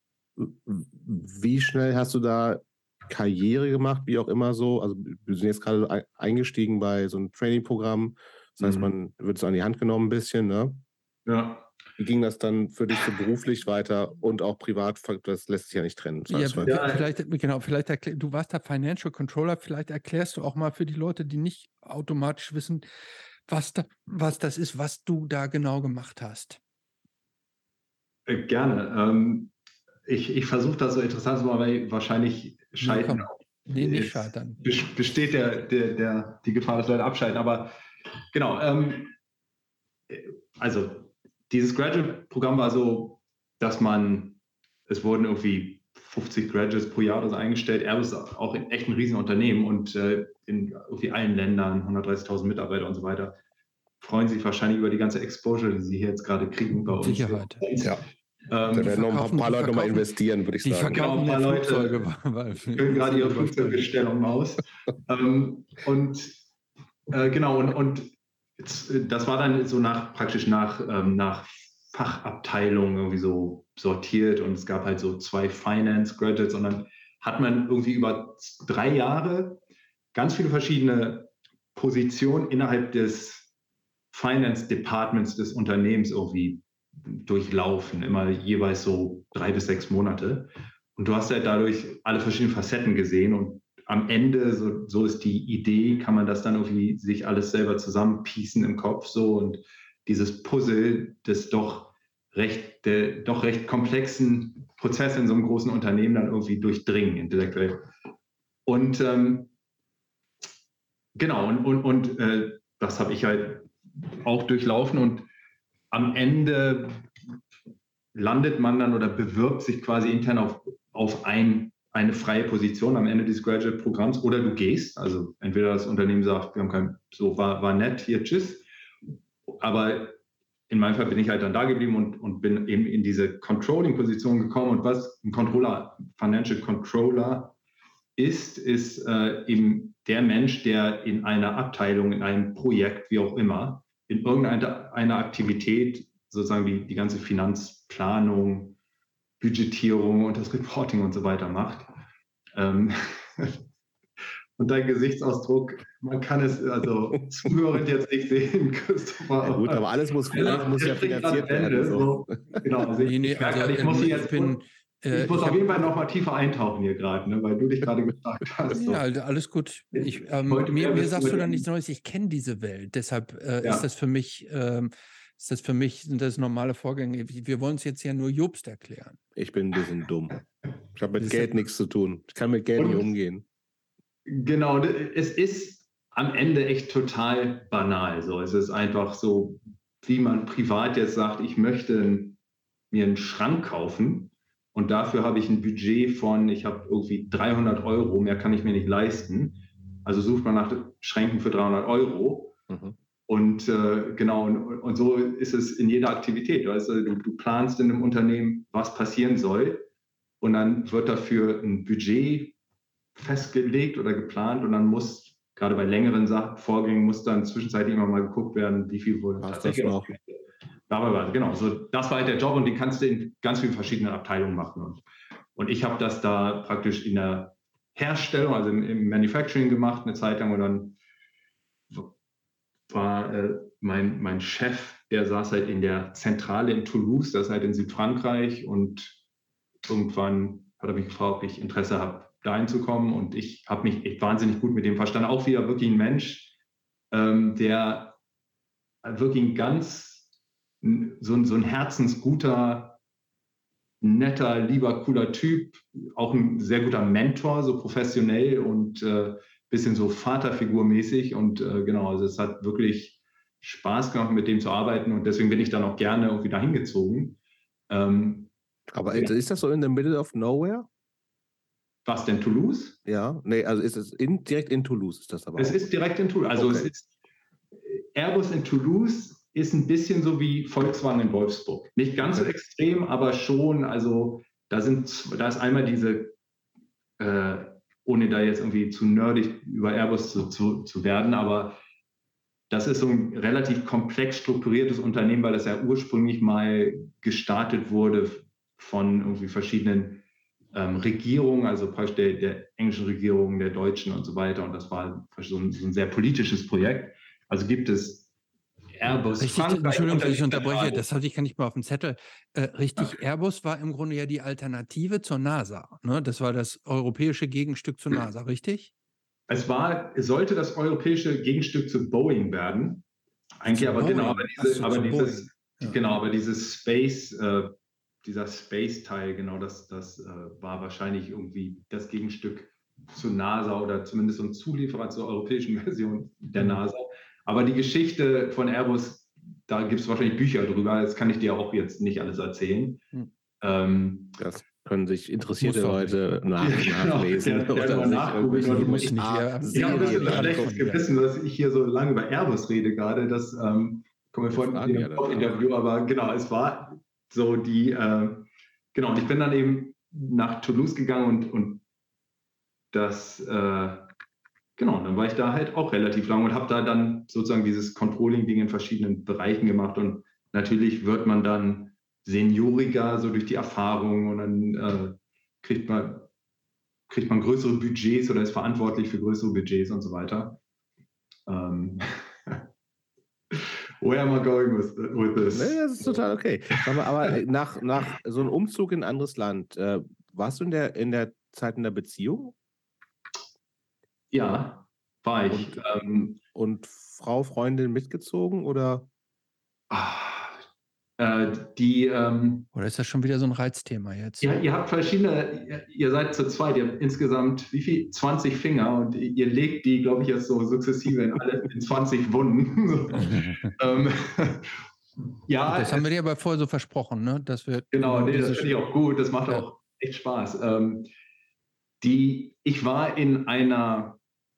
wie schnell hast du da Karriere gemacht, wie auch immer so? Also wir sind jetzt gerade eingestiegen bei so einem Training-Programm. Das heißt, man wird so an die Hand genommen ein bisschen, ne? Ja. Wie ging das dann für dich so beruflich weiter und auch privat? Das lässt sich ja nicht trennen. Ja, Das heißt, ja, vielleicht, genau, vielleicht erklär, du warst da Financial Controller, vielleicht erklärst du auch mal für die Leute, die nicht automatisch wissen, was, da, was das ist, was du da genau gemacht hast. Äh, gerne. Ähm, ich ich versuche das so interessant zu machen, weil wahrscheinlich scheitern. Nee, nee, nicht scheitern. Besteht der, der, der, die Gefahr, dass Leute abschalten. Aber genau, ähm, also dieses Graduate-Programm war so, dass man, es wurden irgendwie fünfzig Graduates pro Jahr oder so eingestellt. Airbus ist auch in echt ein Riesenunternehmen und äh, in irgendwie allen Ländern, hundertdreißigtausend Mitarbeiter und so weiter, freuen sich wahrscheinlich über die ganze Exposure, die sie hier jetzt gerade kriegen bei uns. Sicherheit. Ja. Ähm, da werden noch ein paar, paar Leute nochmal investieren, würde ich die sagen. Verkaufen genau, ein paar Leute Leute können gerade ihre Flugzeugbestellungen aus. ähm, und äh, genau, und, und jetzt, das war dann so nach praktisch nach, ähm, nach Fachabteilung irgendwie so sortiert und es gab halt so zwei Finance Graduates und dann hat man irgendwie über drei Jahre ganz viele verschiedene Positionen innerhalb des Finance Departments des Unternehmens irgendwie durchlaufen, immer jeweils so drei bis sechs Monate. Und du hast halt dadurch alle verschiedenen Facetten gesehen und am Ende, so, so ist die Idee, kann man das dann irgendwie sich alles selber zusammenpiecen im Kopf so und dieses Puzzle des doch recht, der doch recht komplexen Prozesse in so einem großen Unternehmen dann irgendwie durchdringen, intellektuell. Und ähm, genau, und, und, und äh, das habe ich halt auch durchlaufen und am Ende landet man dann oder bewirbt sich quasi intern auf, auf ein, eine freie Position am Ende des Graduate-Programms oder du gehst. Also entweder das Unternehmen sagt, wir haben kein, so war, war nett, hier, tschüss. Aber in meinem Fall bin ich halt dann da geblieben und, und bin eben in diese Controlling-Position gekommen. Und was ein Controller, Financial Controller ist, ist äh, eben der Mensch, der in einer Abteilung, in einem Projekt, wie auch immer, in irgendeiner einer Aktivität, sozusagen wie die ganze Finanzplanung, Budgetierung und das Reporting und so weiter macht. Ähm und dein Gesichtsausdruck, man kann es also zuhörend jetzt nicht sehen, Christopher. Ja, gut, aber alles muss, ja, alles muss ja finanziert werden. So. Genau, also nee, nee, ich, merke, also, ich muss, ich jetzt, bin, ich muss ich auf jeden Fall noch mal tiefer eintauchen hier gerade, ne, weil du dich gerade gefragt hast. So. Ja, alles gut. Ich, ähm, mir, mir sagst du da nichts Neues. Ich kenne diese Welt. Deshalb äh, ja. ist das für mich, ähm, ist das für mich, sind das normale Vorgänge. Wir wollen es jetzt ja nur Jobst erklären. Ich bin ein bisschen dumm. Ich habe mit Geld nichts zu tun. Ich kann mit Geld nicht umgehen. Genau, es ist am Ende echt total banal. So, es ist einfach so, wie man privat jetzt sagt, ich möchte mir einen Schrank kaufen. Und dafür habe ich ein Budget von, ich habe irgendwie dreihundert Euro, mehr kann ich mir nicht leisten. Also sucht man nach Schränken für dreihundert Euro. Mhm. Und äh, genau, und, und so ist es in jeder Aktivität. Also du, du planst in einem Unternehmen, was passieren soll. Und dann wird dafür ein Budget festgelegt oder geplant. Und dann muss, gerade bei längeren Sachen, Vorgängen, muss dann zwischenzeitlich immer mal geguckt werden, wie viel wurde tatsächlich noch. Genau, so, das war halt der Job und den kannst du in ganz vielen verschiedenen Abteilungen machen. Und, und ich habe das da praktisch in der Herstellung, also im, im Manufacturing gemacht, eine Zeit lang. Und dann war äh, mein, mein Chef, der saß halt in der Zentrale in Toulouse, das ist halt in Südfrankreich. Und irgendwann hat er mich gefragt, ob ich Interesse habe, da hinzukommen. Und ich habe mich echt wahnsinnig gut mit dem verstanden. Auch wieder wirklich ein Mensch, ähm, der wirklich ein ganz So ein, so ein herzensguter netter, lieber, cooler Typ, auch ein sehr guter Mentor, so professionell und äh, bisschen so Vaterfigurmäßig. Und äh, genau, also es hat wirklich Spaß gemacht, mit dem zu arbeiten und deswegen bin ich dann auch gerne irgendwie dahin gezogen. Ähm, Aber ja. ist das so in the middle of nowhere? Was denn, Toulouse? Ja, nee, also ist es in, direkt in Toulouse, ist das aber Es auch. ist direkt in Toulouse. Also Okay. es ist, Airbus in Toulouse ist ein bisschen so wie Volkswagen in Wolfsburg. Nicht ganz Okay. so extrem, aber schon, also da sind, da ist einmal diese, äh, ohne da jetzt irgendwie zu nerdig über Airbus zu, zu, zu werden, aber das ist so ein relativ komplex strukturiertes Unternehmen, weil das ja ursprünglich mal gestartet wurde von irgendwie verschiedenen ähm, Regierungen, also praktisch der, der englischen Regierung, der deutschen und so weiter. Und das war so ein, so ein sehr politisches Projekt. Also gibt es Airbus Richtig, Frankreich. Entschuldigung, dass ich Unternehmen- unterbreche, das hatte ich gar nicht mal auf dem Zettel. Äh, richtig, Airbus war im Grunde ja die Alternative zur NASA. Ne? Das war das europäische Gegenstück zur NASA, richtig? Es war, es sollte das europäische Gegenstück zu Boeing werden. Eigentlich, Zu aber genau, Boeing. aber, Ach diese, so, aber zu dieses, Boeing. Ja. genau, aber dieses Space, äh, dieser Space-Teil, genau, das, das äh, war wahrscheinlich irgendwie das Gegenstück zu NASA oder zumindest so ein Zulieferer zur europäischen Version der Mhm. NASA. Aber die Geschichte von Airbus, da gibt es wahrscheinlich Bücher drüber, das kann ich dir auch jetzt nicht alles erzählen. Mhm. Ähm, Das können sich interessierte Muss doch Leute nach, Ja, genau. nachlesen. Der- der oder mal sich nachgucken irgendwelche oder muss nicht. Ah, Wir- ich habe ein Serien bisschen das angucken, schlechtes ja. Gewissen, dass ich hier so lange über Airbus rede gerade. Das ähm, kommt mir vorhin fragen in ja dem danach. Interview, aber genau, es war so die, äh, genau, und ich bin dann eben nach Toulouse gegangen und, und das, äh, genau, dann war ich da halt auch relativ lang und habe da dann sozusagen dieses Controlling-Ding in verschiedenen Bereichen gemacht und natürlich wird man dann senioriger, so durch die Erfahrung und dann äh, kriegt man kriegt man größere Budgets oder ist verantwortlich für größere Budgets und so weiter. Um, where am I going with, with this? Nee, das ist total okay. Sag mal, aber äh, nach, nach so einem Umzug in ein anderes Land, äh, warst du in der, in der Zeit in der Beziehung? Ja, war ich. Und- ähm, Und Frau, Freundin mitgezogen oder? ah, äh, die, ähm, Oder ist das schon wieder so ein Reizthema jetzt? ja, ihr habt verschiedene, ihr, ihr seid zu zweit, ihr habt insgesamt wie viel? zwanzig Finger und ihr legt die, glaube ich, jetzt so sukzessive in alle in zwanzig Wunden. ähm, ja, Das haben wir dir aber vorher so versprochen, ne? Dass wir Genau, nee, das diese- finde ich auch gut. Das macht Ja. auch echt Spaß. Ähm, die, ich war in einer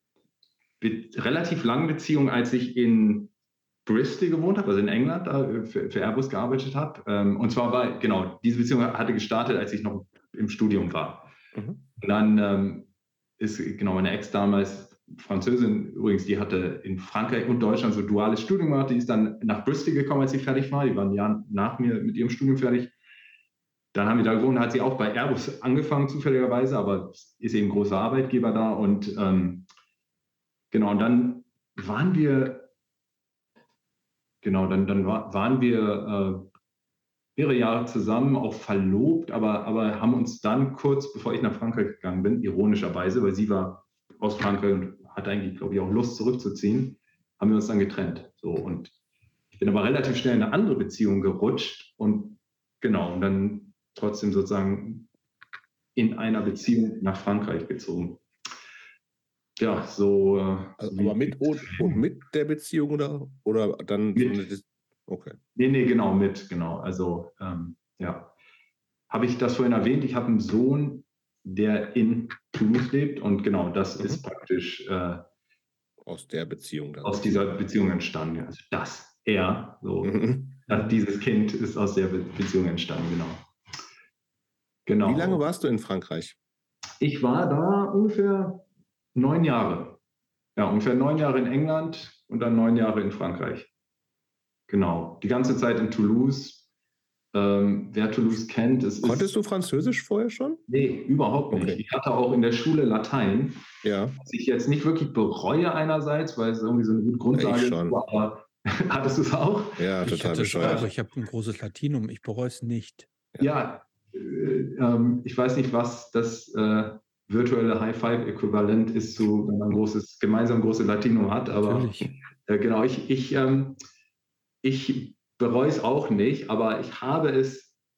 be relativ langen Beziehung, als ich in Bristol gewohnt habe, also in England, da für, für Airbus gearbeitet habe. Ähm, und zwar war, genau, diese Beziehung hatte gestartet, als ich noch im Studium war. Mhm. Und dann ähm, ist, genau, meine Ex damals, Französin übrigens, die hatte in Frankreich und Deutschland so duales Studium gemacht. Die ist dann nach Bristol gekommen, als sie fertig war. Die war ein Jahr nach mir mit ihrem Studium fertig. Dann haben wir da gewohnt, hat sie auch bei Airbus angefangen, zufälligerweise, aber ist eben ein großer Arbeitgeber da. Und ähm, genau, und dann waren wir, genau, dann, dann war, waren wir äh, mehrere Jahre zusammen, auch verlobt, aber, aber haben uns dann kurz, bevor ich nach Frankreich gegangen bin, ironischerweise, weil sie war aus Frankreich und hatte eigentlich, glaube ich, auch Lust zurückzuziehen, haben wir uns dann getrennt. So, und ich bin aber relativ schnell in eine andere Beziehung gerutscht und genau, und dann trotzdem sozusagen in einer Beziehung nach Frankreich gezogen. Ja, so. Äh, Also, wie- aber mit und, und mit der Beziehung oder, oder dann so Mit. eine Dis- Okay. Nee, nee, genau, mit, genau. Also, ähm, ja. Habe ich das vorhin erwähnt? Ich habe einen Sohn, der in Toulouse lebt und genau, das Mhm. ist praktisch äh, Aus der Beziehung dann. aus dieser Beziehung entstanden. Also das, er, so, Mhm. das, dieses Kind ist aus der Be Beziehung entstanden, genau. Genau. Wie lange warst du in Frankreich? Ich war da ungefähr neun Jahre. Ja, ungefähr neun Jahre in England und dann neun Jahre in Frankreich. Genau. Die ganze Zeit in Toulouse. Ähm, wer Toulouse kennt, es ist. Konntest du Französisch vorher schon? Nee, überhaupt nicht. Okay. Ich hatte auch in der Schule Latein, Ja. was ich jetzt nicht wirklich bereue einerseits, weil es irgendwie so eine gute Grundlage Ich ist, schon. aber hattest du es auch? Ja, Ich total hatte es auch, bescheuert. ich habe ein großes Latinum, ich bereue es nicht. Ja, äh, ähm, ich weiß nicht, was das äh, virtuelle High-Five-Äquivalent ist zu, wenn man ein großes, gemeinsam großes Latinum hat, aber Natürlich. äh, genau, ich, ich, ähm, ich bereue es auch nicht, aber ich habe es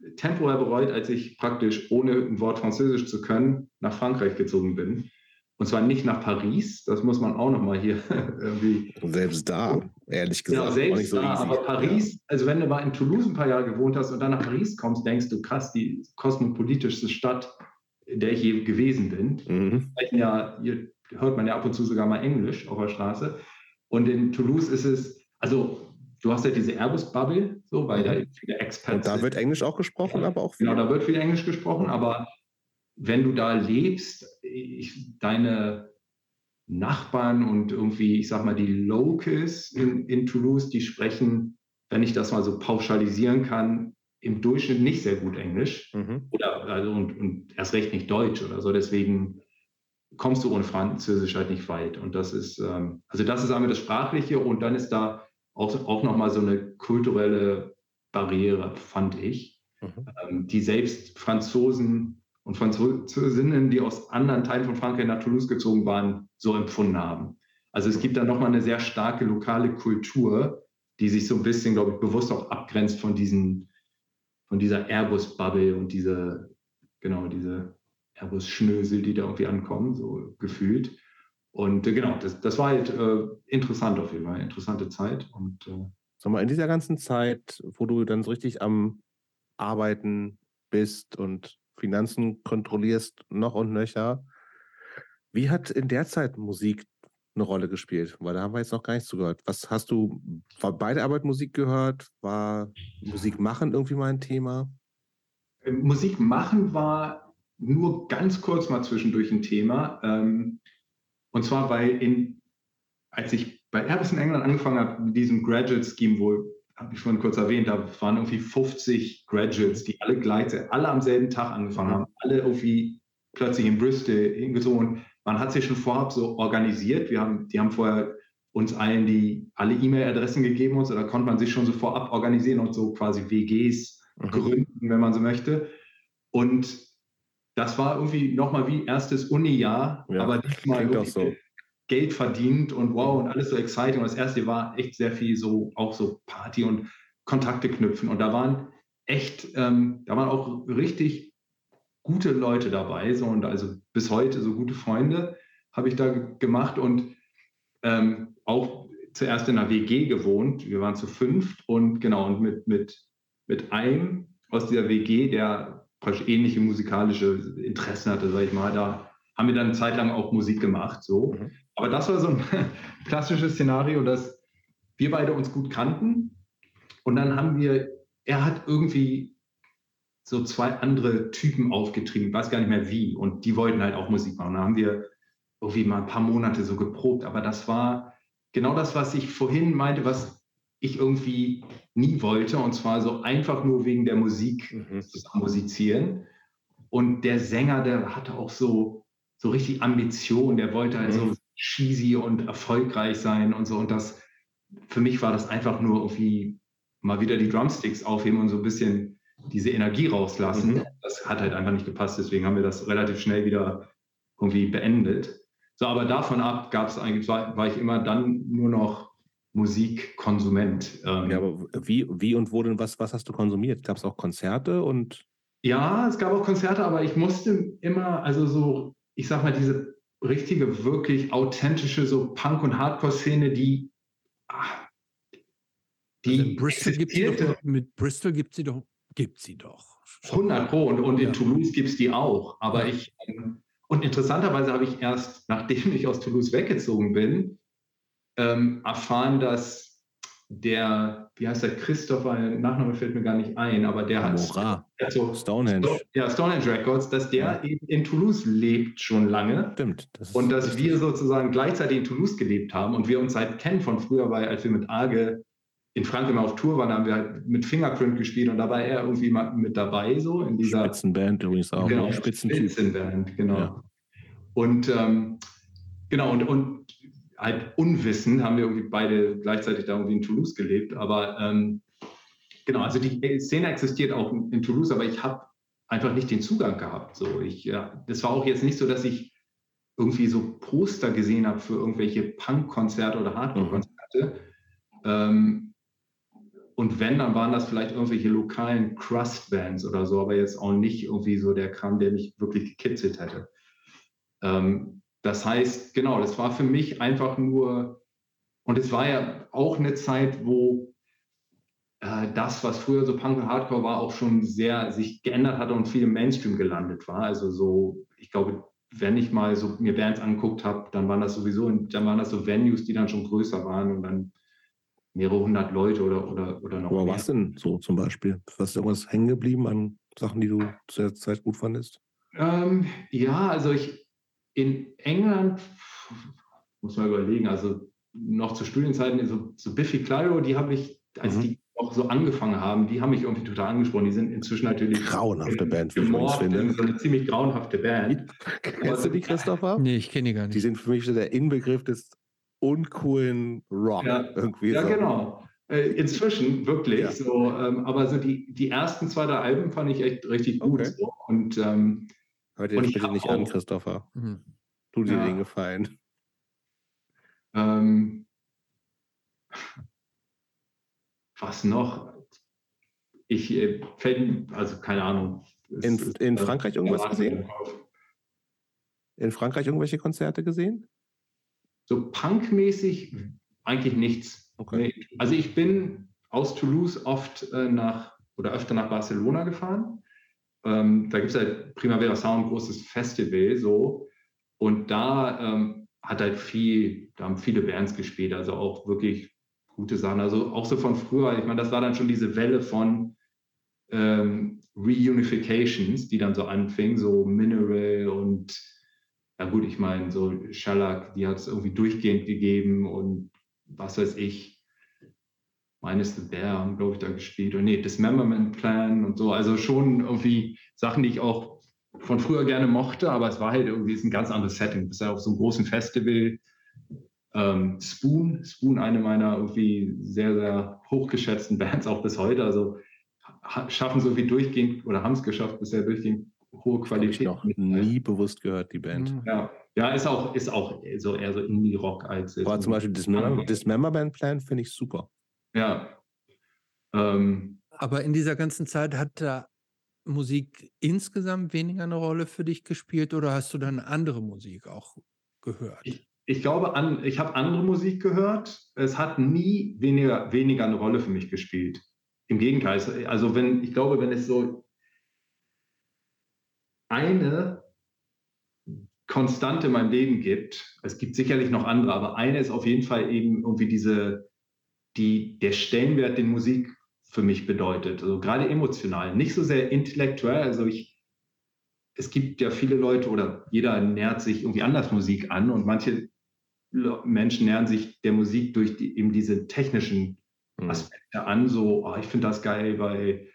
temporär bereut, als ich praktisch ohne ein Wort Französisch zu können nach Frankreich gezogen bin. Und zwar nicht nach Paris, das muss man auch nochmal hier irgendwie... Selbst da, ehrlich gesagt. Ja, selbst auch nicht so da, easy. aber Paris, ja. Also wenn du mal in Toulouse ein paar Jahre gewohnt hast und dann nach Paris kommst, denkst du, krass, die kosmopolitischste Stadt, in der ich je gewesen bin. Mhm. Ja, hier hört man ja ab und zu sogar mal Englisch auf der Straße. Und in Toulouse ist es, also du hast ja diese Airbus-Bubble, so, weil mhm. da viele Expats Und da sind. wird Englisch auch gesprochen, ja, aber auch viel. Genau, da wird viel Englisch gesprochen, aber wenn du da lebst, ich, deine Nachbarn und irgendwie, ich sag mal, die Locals in, in Toulouse, die sprechen, wenn ich das mal so pauschalisieren kann, im Durchschnitt nicht sehr gut Englisch. Mhm. Oder, also, und, und erst recht nicht Deutsch oder so. Deswegen kommst du ohne Französisch halt nicht weit. Und das ist, ähm, also das ist einmal das Sprachliche und dann ist da auch, auch nochmal so eine kulturelle Barriere, fand ich, mhm. ähm, die selbst Franzosen und Französinnen, die aus anderen Teilen von Frankreich nach Toulouse gezogen waren, so empfunden haben. Also es gibt da nochmal eine sehr starke lokale Kultur, die sich so ein bisschen, glaube ich, bewusst auch abgrenzt von diesen, von dieser Airbus-Bubble und diese, genau, diese Airbus-Schnösel, die da irgendwie ankommen, so gefühlt. Und äh, genau, das, das war halt äh, interessant auf jeden Fall, interessante Zeit. Und äh, sag mal, in dieser ganzen Zeit, wo du dann so richtig am Arbeiten bist und Finanzen kontrollierst, noch und nöcher. Wie hat in der Zeit Musik eine Rolle gespielt? Weil da haben wir jetzt noch gar nichts zugehört. Was hast du, war bei der Arbeit Musik gehört? War Musik machen irgendwie mal ein Thema? Musik machen war nur ganz kurz mal zwischendurch ein Thema. Ähm, und zwar, weil in, als ich bei Airbus in England angefangen habe, mit diesem Graduate-Scheme, wo habe ich schon kurz erwähnt, da waren irgendwie fünfzig Graduates, die alle gleichzeitig, alle am selben Tag angefangen haben, alle irgendwie plötzlich in Bristol hingezogen. Man hat sich schon vorab so organisiert. Wir haben, die haben vorher uns allen die alle E-Mail-Adressen gegeben und so, da konnte man sich schon so vorab organisieren und so quasi W Gs mhm. gründen, wenn man so möchte. Und das war irgendwie nochmal wie erstes Uni-Jahr, ja, aber diesmal klingt irgendwie auch so. Geld verdient und wow und alles so exciting. Und das erste war echt sehr viel so, auch so Party und Kontakte knüpfen. Und da waren echt, ähm, da waren auch richtig gute Leute dabei. So, und also bis heute so gute Freunde habe ich da g- gemacht und ähm, auch zuerst in einer W G gewohnt. Wir waren zu fünft und genau, und mit, mit, mit einem aus dieser W G, der praktisch ähnliche musikalische Interessen hatte, sag ich mal, da haben wir dann eine Zeit lang auch Musik gemacht. So. Mhm. Aber das war so ein klassisches Szenario, dass wir beide uns gut kannten und dann haben wir, er hat irgendwie so zwei andere Typen aufgetrieben, ich weiß gar nicht mehr wie, und die wollten halt auch Musik machen. Da haben wir irgendwie mal ein paar Monate so geprobt, aber das war genau das, was ich vorhin meinte, was ich irgendwie nie wollte, und zwar so einfach nur wegen der Musik mhm. zusammen musizieren. Und der Sänger, der hatte auch so, so richtig Ambition, der wollte halt mhm. so cheesy und erfolgreich sein und so. Und das, für mich war das einfach nur irgendwie mal wieder die Drumsticks aufheben und so ein bisschen diese Energie rauslassen. Mhm. Das hat halt einfach nicht gepasst, deswegen haben wir das relativ schnell wieder irgendwie beendet. So, aber davon ab gab es eigentlich, war, war ich immer dann nur noch Musikkonsument. Ähm, ja, aber wie, wie und wo denn, was, was hast du konsumiert? Gab es auch Konzerte und? Ja, es gab auch Konzerte, aber ich musste immer, also so, ich sag mal, diese richtige, wirklich authentische so Punk- und Hardcore-Szene, die, ach, die also in Bristol gibt sie doch, mit Bristol gibt sie doch, gibt sie doch. hundert Pro und, und in ja. Toulouse gibt es die auch. Aber ja. ich, und interessanterweise habe ich erst, nachdem ich aus Toulouse weggezogen bin, ähm, erfahren, dass der, wie heißt der, Christopher, der Nachname fällt mir gar nicht ein, aber der hat so, Stonehenge. Ja, Stonehenge Records, dass der ja. eben in Toulouse lebt schon lange. Stimmt. Das und dass richtig. wir sozusagen gleichzeitig in Toulouse gelebt haben und wir uns halt kennen von früher, weil als wir mit Arge in Frankreich mal auf Tour waren, haben wir halt mit Fingerprint gespielt und da war er irgendwie mal mit dabei, so in dieser Spitzenband übrigens auch. Genau, Spitzentyp. Spitzenband, genau. Ja. Und ähm, genau, und, und halt unwissend haben wir irgendwie beide gleichzeitig da irgendwie in Toulouse gelebt, aber ähm, genau, also die Szene existiert auch in Toulouse, aber ich habe einfach nicht den Zugang gehabt. So, ich, ja, das war auch jetzt nicht so, dass ich irgendwie so Poster gesehen habe für irgendwelche Punk-Konzerte oder Hardcore-Konzerte. Mhm. Ähm, und wenn, dann waren das vielleicht irgendwelche lokalen Crust-Bands oder so, aber jetzt auch nicht irgendwie so der Kram, der mich wirklich gekitzelt hätte. Ähm, das heißt, genau, das war für mich einfach nur, und es war ja auch eine Zeit, wo äh, das, was früher so Punk und Hardcore war, auch schon sehr sich geändert hatte und viel im Mainstream gelandet war. Also so, ich glaube, wenn ich mal so mir Bands angeguckt habe, dann waren das sowieso, dann waren das so Venues, die dann schon größer waren und dann mehrere hundert Leute oder, oder, oder noch Aber mehr. was denn so zum Beispiel? Was ist irgendwas hängen geblieben an Sachen, die du zu der Zeit gut fandest? Ähm, ja, also ich in England, muss man überlegen, also noch zu Studienzeiten, so, so Biffy Clyro, die habe ich, als Mhm. die auch so angefangen haben, die haben mich irgendwie total angesprochen. Die sind inzwischen natürlich Grauenhafte Band, wie ich übrigens gemorpht finde. in so eine ziemlich grauenhafte Band. Kennst du die, Christopher? Nee, ich kenne die gar Die nicht. sind für mich so der Inbegriff des uncoolen Rock. Ja, irgendwie ja so. genau. Äh, inzwischen wirklich Ja. so, ähm, aber so die, die ersten zwei, drei Alben fand ich echt richtig gut. Okay. So. Und, ähm, Hör dir und das ich bitte hab nicht an, auch- Christopher. Mhm. Tu dir Ja. den Gefallen. ähm, was noch? Ich äh, fällt, also keine Ahnung. Es In, ist, in äh, Frankreich irgendwas ja, gesehen? In Frankreich irgendwelche Konzerte gesehen? So punkmäßig eigentlich nichts. Okay. Nee. Also ich bin aus Toulouse oft äh, nach oder öfter nach Barcelona gefahren. Ähm, da gibt es halt Primavera Sound, großes Festival so. Und da ähm, hat halt viel, da haben viele Bands gespielt, also auch wirklich gute Sachen. Also auch so von früher, ich meine, das war dann schon diese Welle von ähm, Reunifications, die dann so anfing, so Mineral und ja gut, ich meine, so Shellac, die hat es irgendwie durchgehend gegeben und was weiß ich, Minus the Bear haben, glaube ich, da gespielt. Und nee, Dismemberment Plan und so. Also schon irgendwie Sachen, die ich auch von früher gerne mochte, aber es war halt irgendwie ist ein ganz anderes Setting. Du bist ja auf so einem großen Festival. Ähm, Spoon, Spoon, eine meiner irgendwie sehr, sehr hochgeschätzten Bands, auch bis heute. Also ha- schaffen so wie durchgehend oder haben es geschafft, bisher durchgehend hohe Habe ich Qualität. noch nie bewusst gehört, die Band. Mhm. Ja, ja, ist auch, ist auch so eher so Indie-Rock als jetzt. Aber zum Beispiel Dismember Dismemberment Plan finde ich super. Ja. Ähm, Aber in dieser ganzen Zeit hat da Musik insgesamt weniger eine Rolle für dich gespielt oder hast du dann andere Musik auch gehört? ich, ich glaube, an, ich habe andere Musik gehört. Es hat nie weniger, weniger eine Rolle für mich gespielt. Im Gegenteil. es- Also wenn, ich glaube, wenn es so eine Konstante in meinem Leben gibt, es gibt sicherlich noch andere, aber eine ist auf jeden Fall eben irgendwie diese, die, der Stellenwert, den Musik für mich bedeutet. Also gerade emotional, nicht so sehr intellektuell. Also ich, es gibt ja viele Leute oder jeder nähert sich irgendwie anders Musik an und manche Le- Menschen nähern sich der Musik durch die, eben diese technischen Hm. Aspekte an. So, oh, ich finde das geil, weil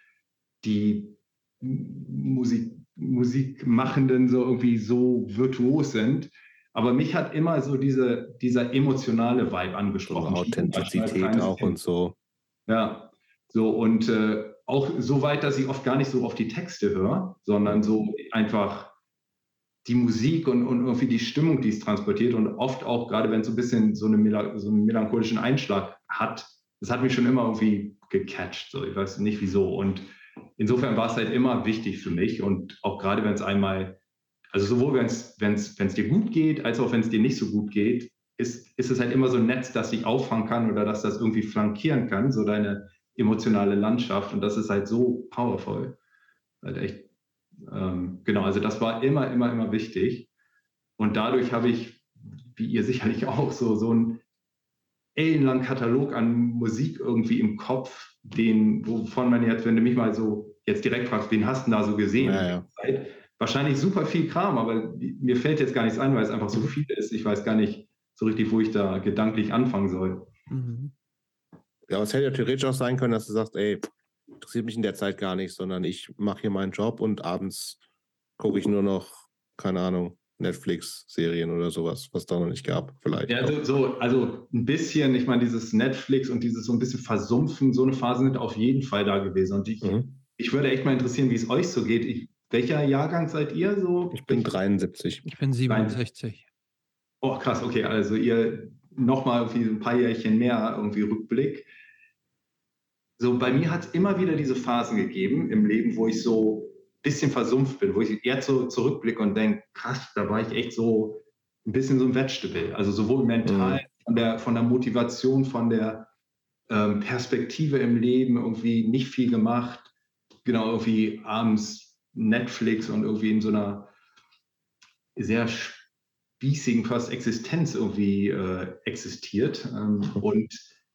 die M- Musik, Musikmachenden so irgendwie so virtuos sind. Aber mich hat immer so diese, dieser emotionale Vibe So angesprochen. Authentizität auch und so. Ja, so und äh, auch so weit, dass ich oft gar nicht so auf die Texte höre, sondern so einfach die Musik und, und irgendwie die Stimmung, die es transportiert und oft auch, gerade wenn es so ein bisschen so, eine, Mela- so einen melancholischen Einschlag hat, das hat mich schon immer irgendwie gecatcht, so ich weiß nicht wieso und insofern war es halt immer wichtig für mich und auch gerade wenn es einmal, also sowohl wenn es wenn es wenn es dir gut geht, als auch wenn es dir nicht so gut geht, ist, ist es halt immer so ein Netz, das dich auffangen kann oder dass das irgendwie flankieren kann, so deine emotionale Landschaft und das ist halt so powerful. Halt echt, ähm, genau, also das war immer, immer, immer wichtig und dadurch habe ich, wie ihr sicherlich auch, so, so einen ellenlangen Katalog an Musik irgendwie im Kopf, den, wovon man jetzt, wenn du mich mal so jetzt direkt fragst, wen hast du denn da so gesehen? Ja, ja. Zeit, wahrscheinlich super viel Kram, aber mir fällt jetzt gar nichts ein, weil es einfach so Mhm. viel ist. Ich weiß gar nicht so richtig, wo ich da gedanklich anfangen soll. Mhm. Ja, aber es hätte ja theoretisch auch sein können, dass du sagst, ey, interessiert mich in der Zeit gar nicht, sondern ich mache hier meinen Job und abends gucke ich nur noch, keine Ahnung, Netflix-Serien oder sowas, was da noch nicht gab, vielleicht. Ja, auch. so, so, also ein bisschen, ich meine, dieses Netflix und dieses so ein bisschen Versumpfen, so eine Phase sind auf jeden Fall da gewesen. Und ich, Mhm. ich würde echt mal interessieren, wie es euch so geht. Ich, welcher Jahrgang seid ihr so? Ich bin Welch- dreiundsiebzig. Ich bin siebenundsechzig. Oh, krass, okay, also ihr nochmal irgendwie ein paar Jährchen mehr irgendwie Rückblick. so bei mir hat es immer wieder diese Phasen gegeben im Leben, wo ich so ein bisschen versumpft bin, wo ich jetzt so zurückblicke und denke, krass, da war ich echt so ein bisschen so ein Vegetable. Also sowohl mental, Mhm. von der, von der Motivation, von der ähm, Perspektive im Leben, irgendwie nicht viel gemacht, genau, irgendwie abends Netflix und irgendwie in so einer sehr spießigen fast Existenz irgendwie äh, existiert. Ähm, und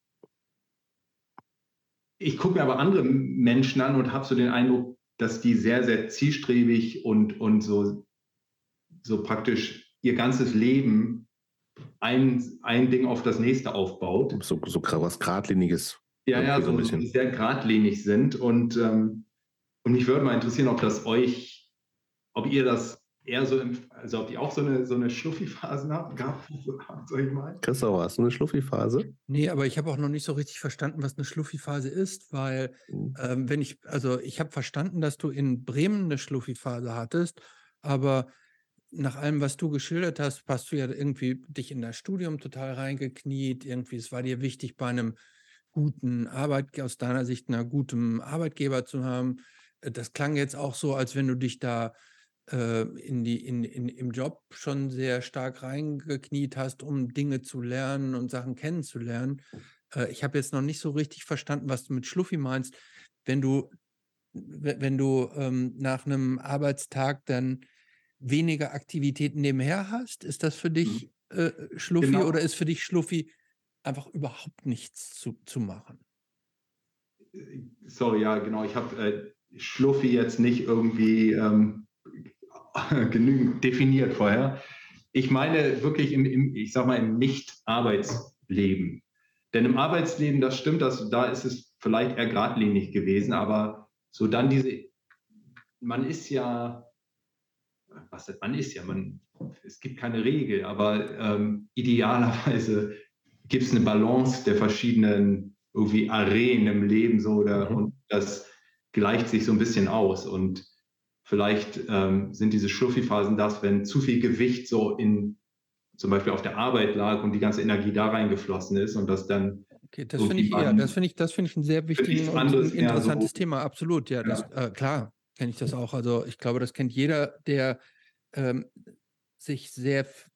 ich gucke mir aber andere Menschen an und habe so den Eindruck, dass die sehr, sehr zielstrebig und, und so, so praktisch ihr ganzes Leben ein, ein Ding auf das nächste aufbaut. So, so gra- was Geradliniges. Ja, ja, Irgendwie so ein so, so bisschen. sehr geradlinig sind. Und, ähm, und mich würde mal interessieren, ob das euch, ob ihr das eher so, im, also ob ihr auch so eine, so eine Schluffi-Phasen habt, gehabt, sag ich mal. Christoph, hast du eine Schluffi-Phase? Nee, aber ich habe auch noch nicht so richtig verstanden, was eine Schluffi-Phase ist, weil Mhm. ähm, wenn ich, also ich habe verstanden, dass du in Bremen eine Schluffi-Phase hattest, aber nach allem, was du geschildert hast, hast du ja irgendwie dich in das Studium total reingekniet. Irgendwie, es war dir wichtig, bei einem guten Arbeit, aus deiner Sicht einer guten Arbeitgeber zu haben. Äh, Das klang jetzt auch so, als wenn du dich da äh, in die, in, in, im Job schon sehr stark reingekniet hast, um Dinge zu lernen und Sachen kennenzulernen. Äh, ich habe jetzt noch nicht so richtig verstanden, was du mit Schluffi meinst. Wenn du, we- wenn du ähm, nach einem Arbeitstag dann weniger Aktivitäten nebenher hast, ist das für dich äh, Schluffi Genau. oder ist für dich Schluffi einfach überhaupt nichts zu, zu machen? Sorry, ja, genau. Ich habe äh, Schluffi jetzt nicht irgendwie ähm, genügend definiert vorher. Ich meine wirklich im, im ich sag mal, im Nicht-Arbeitsleben. Denn im Arbeitsleben, das stimmt, dass, da ist es vielleicht eher geradlinig gewesen, aber so dann diese, man ist ja, was heißt, man ist ja, man, es gibt keine Regel, aber ähm, idealerweise gibt es eine Balance der verschiedenen irgendwie Arenen im Leben so oder Mhm. und das gleicht sich so ein bisschen aus und vielleicht ähm, sind diese Schluffi-Phasen das, wenn zu viel Gewicht so in zum Beispiel auf der Arbeit lag und die ganze Energie da reingeflossen ist und das dann Okay, das finde irgendwie ich eher, das man finde ich, das finde ich einen sehr für wichtigen nichts und ein anderes mehr so, interessantes Thema, absolut. Ja, das, ja, äh, klar, kenne ich das auch. Also ich glaube, das kennt jeder, der ähm, sich sehr, f-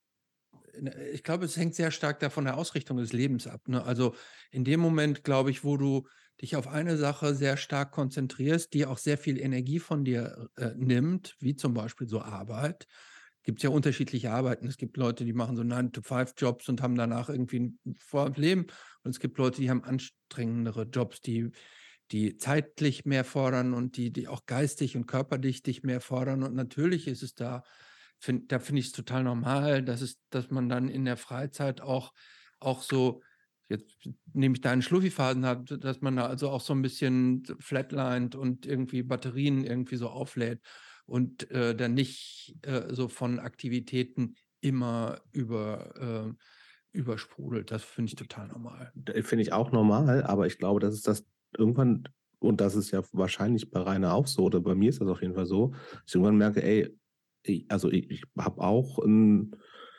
ne, ich glaube, es hängt sehr stark davon der Ausrichtung des Lebens ab. Ne? Also in dem Moment, glaube ich, wo du dich auf eine Sache sehr stark konzentrierst, die auch sehr viel Energie von dir äh, nimmt, wie zum Beispiel so Arbeit, gibt es ja unterschiedliche Arbeiten. Es gibt Leute, die machen so nine to five Jobs und haben danach irgendwie ein volles Leben. Und es gibt Leute, die haben anstrengendere Jobs, die, die zeitlich mehr fordern und die, die auch geistig und körperlich dich mehr fordern. Und natürlich ist es da, find, da finde ich es total normal, dass, es, dass man dann in der Freizeit auch, auch so, jetzt nehme ich deine Schluffi-Phasen hat, dass man da also auch so ein bisschen flatlined und irgendwie Batterien irgendwie so auflädt und äh, dann nicht äh, so von Aktivitäten immer über, äh, übersprudelt. Das finde ich total normal. Finde ich auch normal, aber ich glaube, das ist das irgendwann, und das ist ja wahrscheinlich bei Rainer auch so, oder bei mir ist das auf jeden Fall so, dass ich irgendwann merke, ey, ich, also ich, ich habe auch ein,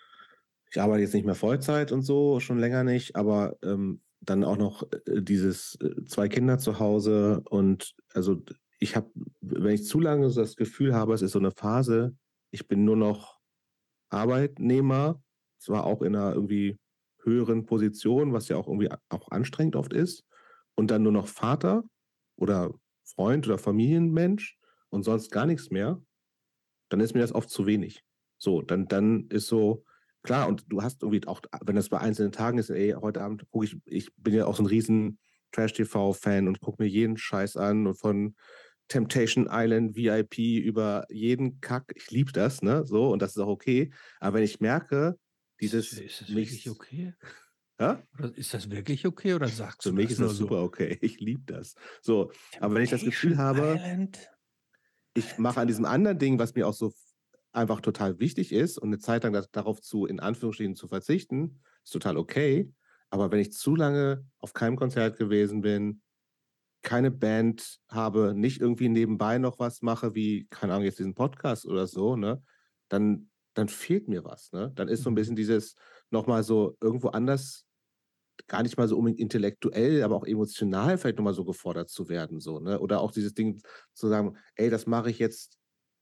ich arbeite jetzt nicht mehr Vollzeit und so, schon länger nicht, aber ähm, dann auch noch äh, dieses äh, zwei Kinder zu Hause und also ich habe, wenn ich zu lange so das Gefühl habe, es ist so eine Phase, ich bin nur noch Arbeitnehmer, zwar auch in einer irgendwie höheren Position, was ja auch irgendwie auch anstrengend oft ist, und dann nur noch Vater oder Freund oder Familienmensch und sonst gar nichts mehr, dann ist mir das oft zu wenig. So, dann, dann ist so, klar, und du hast irgendwie auch, wenn das bei einzelnen Tagen ist, ey, heute Abend gucke ich, ich bin ja auch so ein riesen Trash-T V-Fan und gucke mir jeden Scheiß an und von Temptation Island V I P über jeden Kack. Ich liebe das, ne? So, und das ist auch okay. Aber wenn ich merke, dieses Ist das wirklich mich, okay? ja? Oder ist das wirklich okay oder sagst Für du mich das ist nur das so? super okay. Ich liebe das. So, aber wenn ich das Gefühl Temptation habe, Island? ich mache an diesem anderen Ding, was mir auch so einfach total wichtig ist und eine Zeit lang das, darauf zu, in Anführungsstrichen, zu verzichten, ist total okay. Aber wenn ich zu lange auf keinem Konzert gewesen bin, keine Band habe, nicht irgendwie nebenbei noch was mache, wie, keine Ahnung, jetzt diesen Podcast oder so, ne, dann, dann fehlt mir was, ne? Dann ist so ein Mhm. bisschen dieses nochmal so irgendwo anders gar nicht mal so unbedingt intellektuell, aber auch emotional vielleicht nochmal so gefordert zu werden, so, ne? Oder auch dieses Ding zu sagen, ey, das mache ich jetzt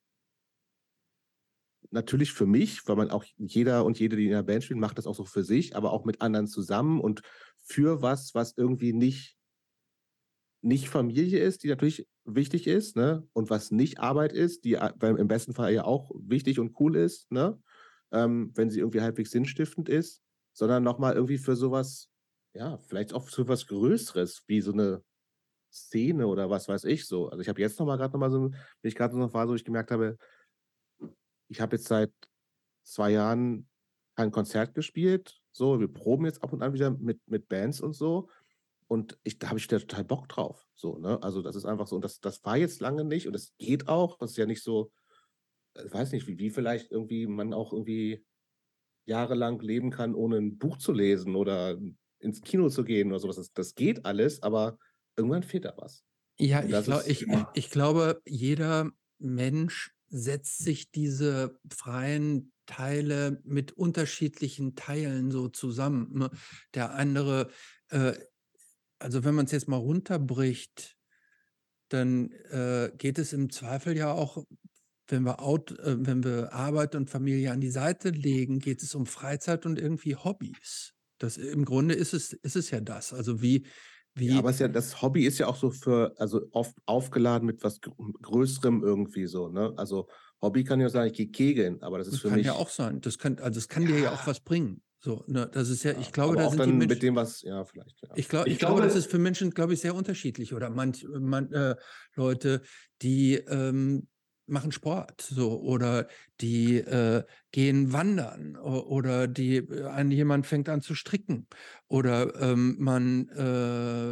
natürlich für mich, weil man auch jeder und jede, die in der Band spielt, macht das auch so für sich, aber auch mit anderen zusammen und für was, was irgendwie nicht nicht Familie ist, die natürlich wichtig ist, ne? Und was nicht Arbeit ist, die a weil im besten Fall ja auch wichtig und cool ist, ne? Ähm, wenn sie irgendwie halbwegs sinnstiftend ist, sondern noch mal irgendwie für so was, ja, vielleicht auch für was Größeres, wie so 'ne Szene oder was weiß ich so. Also, ich habe jetzt noch mal grad noch mal so 'n bin ich grad in so 'ner Phase, wo ich gemerkt habe, ich habe jetzt seit zwei Jahren kein Konzert gespielt, so. Wir proben jetzt ab und an wieder mit mit Bands und so. Und ich da habe ich da total Bock drauf, so, ne? Also, das ist einfach so und das das war jetzt lange nicht und es geht auch. Das ist ja nicht so äh, weiß nicht, wie wie vielleicht irgendwie man auch irgendwie jahrelang leben kann, ohne 'n Buch zu lesen oder ins Kino zu gehen oder so was. Das das geht alles, aber irgendwann fehlt da was. Ja, Und ich das glau ist ich Ja. ich glaube, jeder Mensch setzt sich diese freien Teile mit unterschiedlichen Teilen so zusammen, ne? Der andere, äh also, wenn man's jetzt mal runterbricht, dann, äh, geht es im Zweifel ja auch, wenn wir out äh, wenn wir Arbeit und Familie an die Seite legen, geht es um Freizeit und irgendwie Hobbys. Das im Grunde ist es ist es ja das. Also, wie Ja, wie aber ist ja das Hobby ist ja auch so für also, oft aufgeladen mit was Gr Größerem irgendwie so, ne? Also, Hobby kann ja sein, ich gehe kegeln, aber das ist für Kann ja mich auch sein. Das kann also, es kann dir ja auch ja, was bringen. So, ne? Das ist ja ich ja, glaube, aber da auch sind die dann mit Menschen dem, was ja, vielleicht, ja. ich glau Ich ich glaube, das ist glaube für Menschen, glaube ich, sehr unterschiedlich oder manch man äh, Leute, die, ähm, machen Sport so oder die, äh, gehen wandern o oder die äh, ein jemand fängt an zu stricken oder, ähm, man, äh,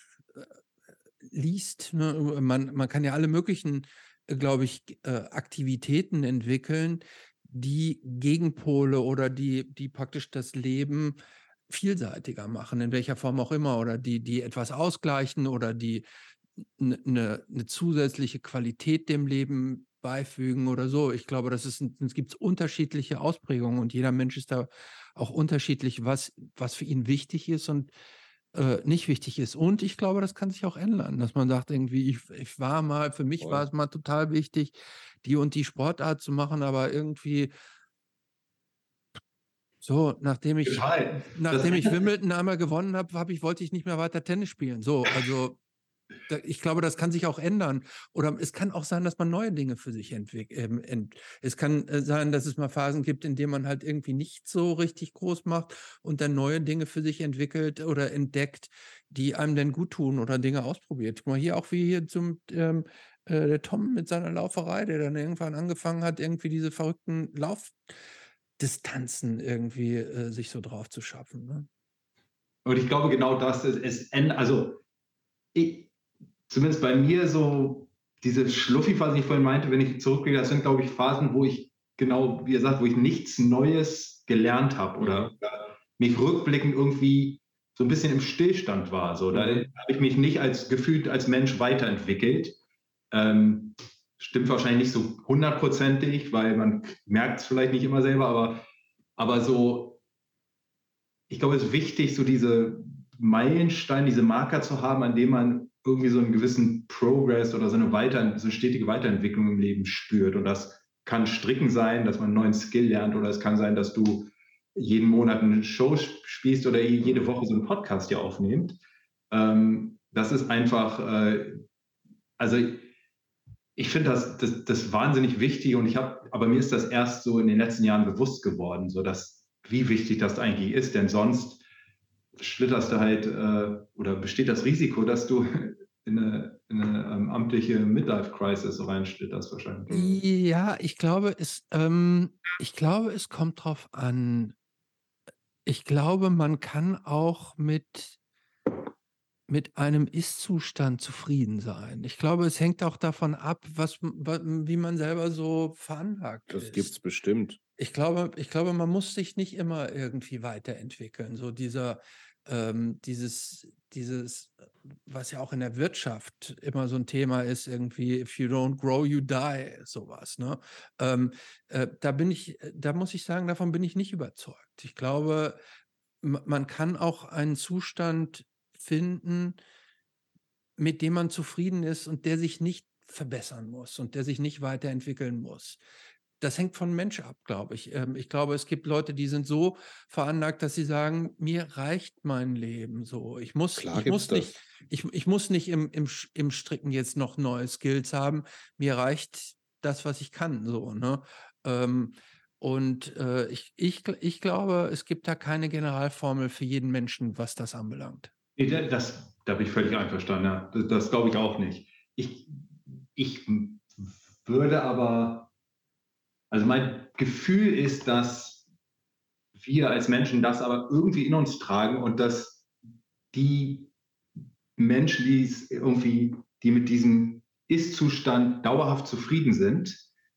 liest, ne? Man man kann ja alle möglichen, äh, glaube ich, g äh, Aktivitäten entwickeln, die Gegenpole oder die die praktisch das Leben vielseitiger machen, in welcher Form auch immer oder die die etwas ausgleichen oder die 'ne 'ne 'ne zusätzliche Qualität dem Leben beifügen oder so. Ich glaube, das ist 'n es gibt unterschiedliche Ausprägungen und jeder Mensch ist da auch unterschiedlich, was was für ihn wichtig ist und, äh, nicht wichtig ist. Und ich glaube, das kann sich auch ändern, dass man sagt irgendwie: „Ich ich war mal für mich war Voll. es mal total wichtig, die und die Sportart zu machen, aber irgendwie“ „so, nachdem ich total. Das nachdem ich ändert sich Wimbledon einmal gewonnen habe, habe ich wollte ich nicht mehr weiter Tennis spielen.“ So, also, da ich glaube, das kann sich auch ändern. Oder es kann auch sein, dass man neue Dinge für sich entwick ähm, ent es kann, äh, sein, dass es mal Phasen gibt, in denen man halt irgendwie nicht so richtig groß macht und dann neue Dinge für sich entwickelt oder entdeckt, die einem dann guttun oder Dinge ausprobiert. Guck mal hier auch wie hier zum ähm, äh, der Tom mit seiner Lauferei, der dann irgendwann angefangen hat, irgendwie diese verrückten Laufdistanzen irgendwie, äh, sich so drauf zu schaffen, ne? Und ich glaube genau das ist es änd also, i zumindest bei mir so diese Schluffi-Phase, die ich vorhin meinte, wenn ich zurückblicke, das sind, glaube ich, Phasen, wo ich genau, wie ihr sagt, wo ich nichts Neues gelernt habe oder Mhm. oder mich rückblickend irgendwie so 'n bisschen im Stillstand war. So, da Mhm. habe ich mich nicht als gefühlt als Mensch weiterentwickelt. Ähm, stimmt wahrscheinlich nicht so hundertprozentig, weil man merkt's vielleicht nicht immer selber, aber aber so ich glaube, es ist wichtig, so diese Meilensteine, diese Marker zu haben, an denen man irgendwie so 'n gewissen Progress oder so 'ne weiter so stetige Weiterentwicklung im Leben spürt. Und das kann Stricken sein, dass man 'n neuen Skill lernt, oder es kann sein, dass du jeden Monat 'ne Show sp spielst oder je jede Woche so 'n Podcast hier aufnehmt. Ähm, das ist einfach, äh also, ich finde das das das wahnsinnig wichtig und ich habe aber mir ist das erst so in den letzten Jahren bewusst geworden, so dass wie wichtig das eigentlich ist, denn sonst schlitterst du halt, äh oder besteht das Risiko, dass du in 'ne in 'ne, ähm, amtliche Midlife-Crisis so reinschlitterst wahrscheinlich. Mhm. Ja, ich glaube, es ähm, ich glaube, es kommt drauf an. Ich glaube, man kann auch mit mit einem Ist-Zustand zufrieden sein. Ich glaube, es hängt auch davon ab, was m wa wie man selber so veranlagt Das ist. gibt's bestimmt. Ich glaube ich glaube, man muss sich nicht immer irgendwie weiterentwickeln. So dieser ähm, dieses dieses, äh, was ja auch in der Wirtschaft immer so 'n Thema ist, irgendwie: „If you don't grow, you die“, so was, ne? Ähm, äh, da bin ich äh, da muss ich sagen, davon bin ich nicht überzeugt. Ich glaube man kann auch einen Zustand finden, mit dem man zufrieden ist und der sich nicht verbessern muss und der sich nicht weiterentwickeln muss. Das hängt von Mensch ab, glaube ich. Ähm, ich glaube, es gibt Leute, die sind so veranlagt, dass sie sagen, mir reicht mein Leben so. Ich muss, Klar ich gibt's muss nicht, das. ich, ich muss nicht im, im, Sch- im Stricken jetzt noch neue Skills haben. Mir reicht das, was ich kann, so, ne? Ähm, und äh, ich, ich, ich glaube, es gibt da keine Generalformel für jeden Menschen, was das anbelangt. Nee, da- das, da bin ich völlig einverstanden. Ja. Das, das glaube ich auch nicht. Ich, ich würde aber, also mein Gefühl ist, dass wir als Menschen das aber irgendwie in uns tragen und dass die Menschen, die es irgendwie, die mit diesem Ist-Zustand dauerhaft zufrieden sind,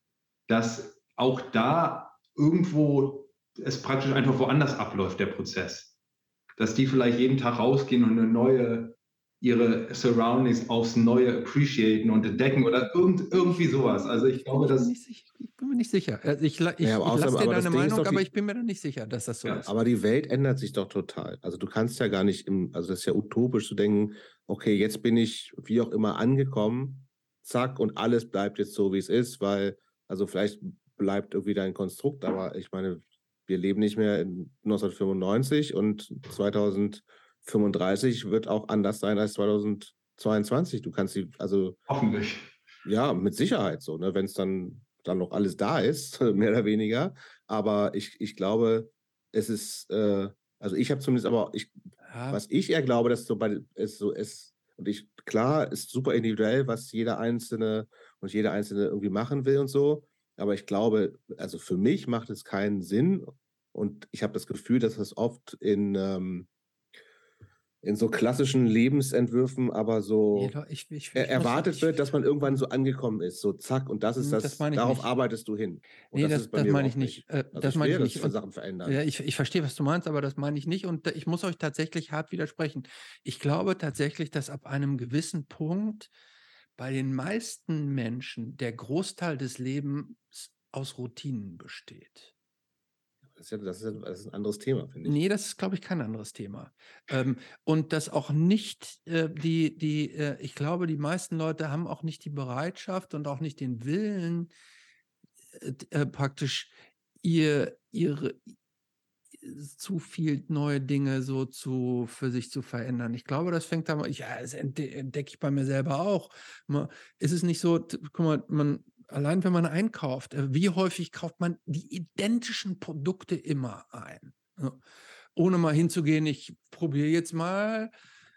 dass auch da irgendwo es praktisch einfach woanders abläuft, der Prozess. Dass die vielleicht jeden Tag rausgehen und eine neue, ihre Surroundings aufs Neue appreciaten und entdecken oder irgend, irgendwie sowas. Also ich glaube, Ich bin mir dass nicht sicher. Ich bin mir nicht sicher. Also ich, la- ich, Ja, aber ich außerdem, lasse dir aber das deine Ding ist Meinung, doch aber die, ich bin mir da nicht sicher, dass das so ja, ist. aber die Welt ändert sich doch total. Also du kannst ja gar nicht im, also das ist ja utopisch zu denken, okay, jetzt bin ich wie auch immer angekommen, zack, und alles bleibt jetzt so, wie es ist, weil, also vielleicht bleibt irgendwie dein Konstrukt, aber ich meine, wir leben nicht mehr in neunzehnhundertfünfundneunzig und zweitausendfünfunddreißig wird auch anders sein als zweitausendzweiundzwanzig. Du kannst die, also hoffentlich. ja, mit Sicherheit so, ne, wenn es dann, dann noch alles da ist, mehr oder weniger. Aber ich, ich glaube, es ist, äh, also ich habe zumindest, aber ich, Ja, was ich eher glaube, dass so bei es so ist, und ich, klar, ist super individuell, was jeder Einzelne und jeder Einzelne irgendwie machen will und so. Aber ich glaube, also für mich macht es keinen Sinn. Und ich habe das Gefühl, dass das oft in, ähm, in so klassischen Lebensentwürfen aber nee, so Leute, ich, ich, er ich muss, erwartet ich, wird, dass man irgendwann so angekommen ist, so zack, und das ist hm, das das, meine ich darauf nicht. arbeitest du hin. Und Nee, das ist es das, bei das mir meine ich überhaupt nicht. nicht. Äh, Also das ich meine will ja, ich dass nicht. sich Und Sachen verändern. ja, ich, ich verstehe, was du meinst, aber das meine ich nicht. Und ich muss euch tatsächlich hart widersprechen. Ich glaube tatsächlich, dass ab einem gewissen Punkt bei den meisten Menschen der Großteil des Lebens aus Routinen besteht. Das ist ja, das ist, ja, das ist ein anderes Thema, finde ich. Nee, das ist, glaube ich, kein anderes Thema. Ähm, und das auch nicht, äh, die, die, äh, ich glaube, die meisten Leute haben auch nicht die Bereitschaft und auch nicht den Willen, äh, äh, praktisch ihr, ihre zu viel neue Dinge so zu für sich zu verändern. Ich glaube, das fängt da mal, ich, ja, das entde entdecke ich bei mir selber auch. Ma ist es nicht so, t guck mal, man allein wenn man einkauft, äh, wie häufig kauft man die identischen Produkte immer ein, ne? Ohne mal hinzugehen, ich probiere jetzt mal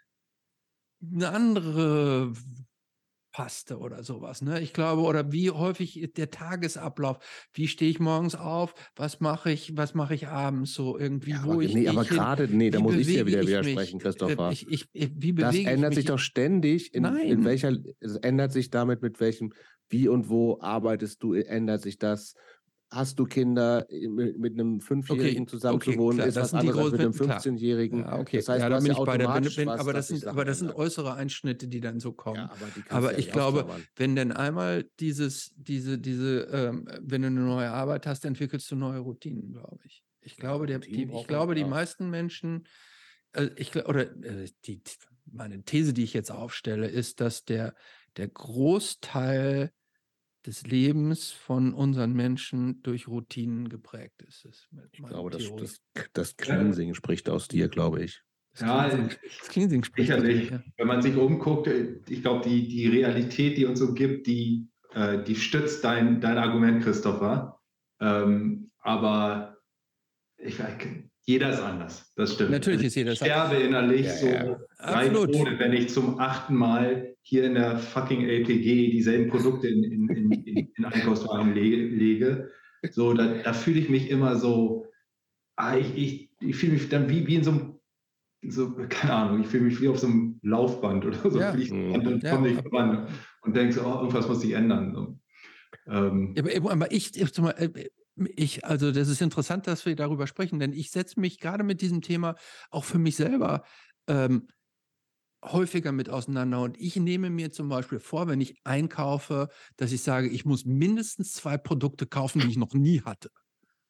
eine andere Paste oder sowas, ne? Ich glaube, oder wie häufig ist der Tagesablauf? Wie stehe ich morgens auf? Was mache ich was mache ich abends so irgendwie? Ja, aber, Wo ich nee, gehe aber ich hin? gerade, nee, da Wie muss ich dir bewege wieder ich mich? widersprechen, Äh, Christopher. ich ich ich wie Das bewege ich ändert sich mich? doch ständig, in, in Nein. welcher, es ändert sich damit, mit welchem, wie und wo arbeitest du, ändert sich das. Hast du Kinder, mit, mit einem Fünfjährigen Okay, okay, zusammenzuwohnen, klar, ist das was sind die anderes als mit einem großen klar. fünfzehnjährigen. Ja, okay. Das heißt, Ja, du da hast bin ja ich bei dir. Wenn automatisch wenn was, aber das dass sich sind Sachen aber das sind ändern. äußere Einschnitte, die dann so kommen. Ja, aber die kannst du Aber ja ich nicht glaube, ausklammern. wenn denn einmal dieses diese diese, ähm wenn du eine neue Arbeit hast, entwickelst du neue Routinen, glaube ich. Ich Ja, glaube, der Routinen die ich braucht man, glaube, die klar. meisten Menschen, äh, ich gla oder, äh, die meine These, die ich jetzt aufstelle, ist, dass der der Großteil des Lebens von unseren Menschen durch Routinen geprägt ist. Das ist Ich meine glaube, das, Theorie. das, das Ja, Cleansing spricht aus dir, glaube ich. Das ja, Cleansing das Cleansing spricht aus mir, sicherlich. ja. Wenn man sich umguckt, äh, ich glaube, die, die Realität, die uns so gibt, die, äh, die stützt dein, dein Argument, Christopher. Ähm, aber ich, jeder ist anders, das stimmt. Natürlich Also ist jeder ich das sterbe innerlich Ja, so ja. drei Absolut. Tode, wenn ich zum achten Mal hier in der fucking L P G dieselben Produkte in, in, in, in, in Einkaufswagen lege. lege. So, da, da fühle ich mich immer so, ah, ich, ich, ich fühle mich dann wie, wie in so einem, so, keine Ahnung, ich fühle mich wie auf so einem Laufband oder so, Ja. fliege Mhm. und dann Ja, komme ich ab voran und denke so, oh, irgendwas muss sich ändern. So. Ähm, Ja, aber aber ich ich zum Bei äh, ich also, das ist interessant, dass wir darüber sprechen, denn ich setze mich gerade mit diesem Thema auch für mich selber, ähm, häufiger mit auseinander. Und ich nehme mir zum Beispiel vor, wenn ich einkaufe, dass ich sage, ich muss mindestens zwei Produkte kaufen, die ich noch nie hatte.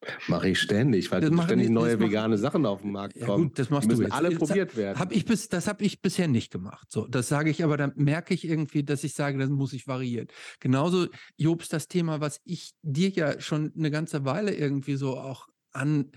Mache ich ständig, weil Das machen ständig die- neue das machen- vegane Sachen auf den Markt Ja, kommen. gut, das machst Die du müssen jetzt. alle Das probiert werden. Hab ich bis, das habe ich bisher nicht gemacht. So, das sage ich, aber dann merke ich irgendwie, dass ich sage, das muss ich variieren. Genauso, Jobs, das Thema, was ich dir ja schon eine ganze Weile irgendwie so auch an,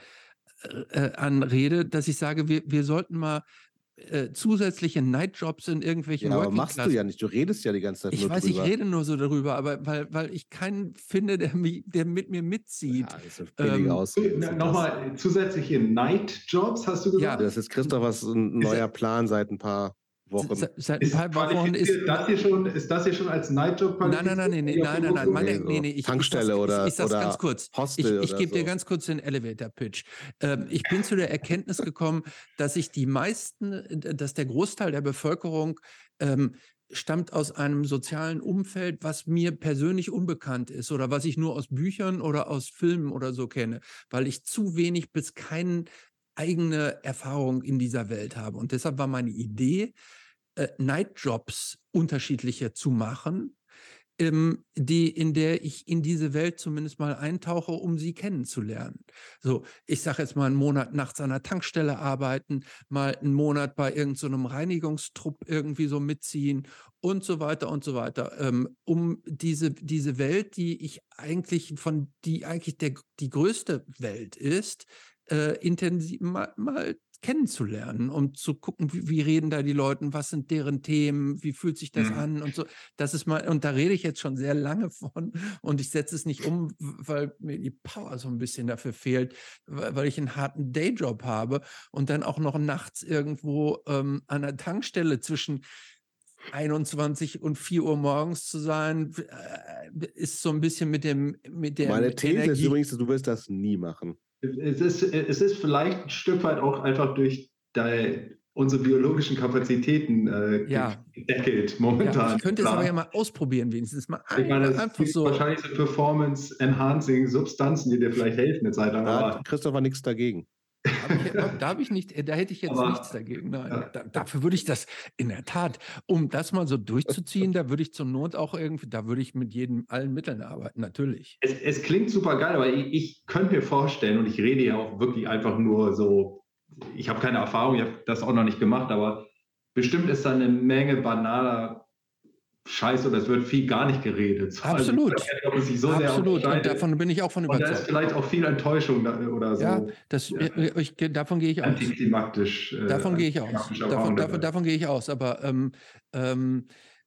äh, anrede, dass ich sage, wir, wir sollten mal äh, zusätzliche Nightjobs in irgendwelchen Ja, aber Working machst du Class. ja nicht. Du redest ja die ganze Zeit Ich nur weiß, drüber. ich rede nur so darüber, aber weil, weil ich keinen finde, der, mi- der mit mir mitzieht. Ja, das ist billige Ähm, Ausreden. sind das. Nochmal zusätzliche Night-Jobs, hast du gesagt? Ja. Das ist Christophers ein neuer Plan seit ein paar Wochen. Se- Seit ein Ist, paar Wochen ist. qualifiziert das hier schon, ist das hier schon als Nightjob Nein, nein, nein, nein, nein, qualifiziert? nein, nein, nein, meine, Nee, so nee, nee, ich, Tankstelle ich sag's, oder- ich, ich sag's oder ganz kurz. Hostel Ich, ich oder gebe dir so. ganz kurz den Elevator-Pitch. Ähm, ich bin zu der Erkenntnis gekommen, dass sich die meisten, äh, dass der Großteil der Bevölkerung ähm, stammt aus einem sozialen Umfeld, was mir persönlich unbekannt ist oder was ich nur aus Büchern oder aus Filmen oder so kenne, weil ich zu wenig bis keine eigene Erfahrung in dieser Welt habe. Und deshalb war meine Idee, äh, Nightjobs unterschiedliche zu machen, ähm, die, in der ich in diese Welt zumindest mal eintauche, um sie kennenzulernen. So, ich sage jetzt mal einen Monat nachts an einer Tankstelle arbeiten, mal einen Monat bei irgendeinem so einem Reinigungstrupp irgendwie so mitziehen und so weiter und so weiter, ähm, um diese, diese Welt, die ich eigentlich von, die eigentlich der, die größte Welt ist, äh, intensiv mal, mal kennenzulernen, um zu gucken, wie, wie reden da die Leute, was sind deren Themen, wie fühlt sich das Mhm. an und so. Das ist mal, und da rede ich jetzt schon sehr lange von und ich setze es nicht um, weil mir die Power so ein bisschen dafür fehlt, weil weil ich einen harten Dayjob habe und dann auch noch nachts irgendwo ähm, an der Tankstelle zwischen einundzwanzig und vier Uhr morgens zu sein, äh, ist so ein bisschen mit dem, mit der Meine These ist Energie. übrigens, du wirst das nie machen. Es ist, es ist vielleicht ein Stück weit auch einfach durch dein, unsere biologischen Kapazitäten äh, Ja. gedeckelt momentan. Ja, ich könnte es Klar. aber ja mal ausprobieren, wenigstens mal Ich meine, es einfach gibt so. wahrscheinlich so Performance-enhancing Substanzen, die dir vielleicht helfen eine Zeit lang. Da Aber hat Christopher nichts dagegen. Hab ich, da habe ich nicht, da hätte ich jetzt Aber- nichts dagegen. Nein, Ja. da, dafür würde ich das in der Tat, um das mal so durchzuziehen, da würde ich zur Not auch irgendwie, da würde ich mit jedem allen Mitteln arbeiten, natürlich. es, es klingt super geil, aber ich, ich könnte mir vorstellen, und ich rede ja auch wirklich einfach nur so, ich habe keine Erfahrung, ich habe das auch noch nicht gemacht, aber bestimmt ist da eine Menge banaler Scheiß oder es wird viel gar nicht geredet. So, Absolut. Also, ich glaube, es sich so sehr Absolut. Und unterscheidet. davon bin ich auch von Und da ist überzeugt. vielleicht auch viel Enttäuschung da, oder so. Ja, das, Ja. äh, Ich, davon gehe ich aus. Antiklimaktisch. äh, Davon gehe ich aus. antiklimaktische Davon, Erfahrung davon, dabei. davon gehe ich aus. Aber ähm, ähm,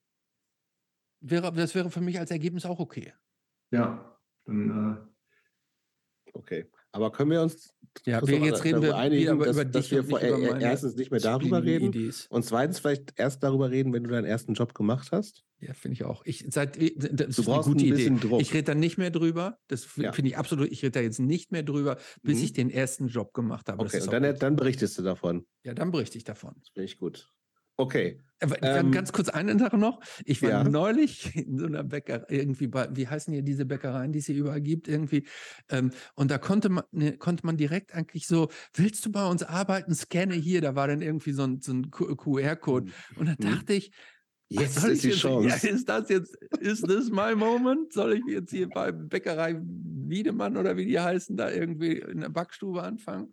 wäre, das wäre für mich als Ergebnis auch okay. Ja, dann, Okay. Aber können wir uns Ja, wir, Christopher, jetzt reden darüber wir einigen, wieder über, dass, über dass dich wir und vor, nicht über äh, meine erstens nicht mehr darüber reden Ideen. und zweitens vielleicht erst darüber reden, wenn du deinen ersten Job gemacht hast? Ja, finde ich auch. Ich, seit, das Du ist eine brauchst gute ein Idee. bisschen Druck. Ich rede da nicht mehr drüber. Das f- Ja. finde ich absolut. Ich rede da jetzt nicht mehr drüber, bis Mhm. ich den ersten Job gemacht habe. Das Okay, ist und auch dann, gut. dann berichtest du davon. Ja, dann berichte ich davon. Das finde ich gut. Okay. Aber Ähm, ganz kurz eine Sache noch. Ich war ja. neulich in so einer Bäckerei, irgendwie bei, wie heißen hier diese Bäckereien, die es hier überall gibt, irgendwie. Ähm, und da konnte man, ne, konnte man direkt eigentlich so, willst du bei uns arbeiten? Scanne hier. Da war dann irgendwie so ein, so ein Q R-Code. Und dann Mhm. dachte ich, was Jetzt soll ist ich die jetzt, Chance. Ja, ist das jetzt, ist das my moment? Soll ich jetzt hier bei Bäckerei Wiedemann oder wie die heißen, da irgendwie in der Backstube anfangen?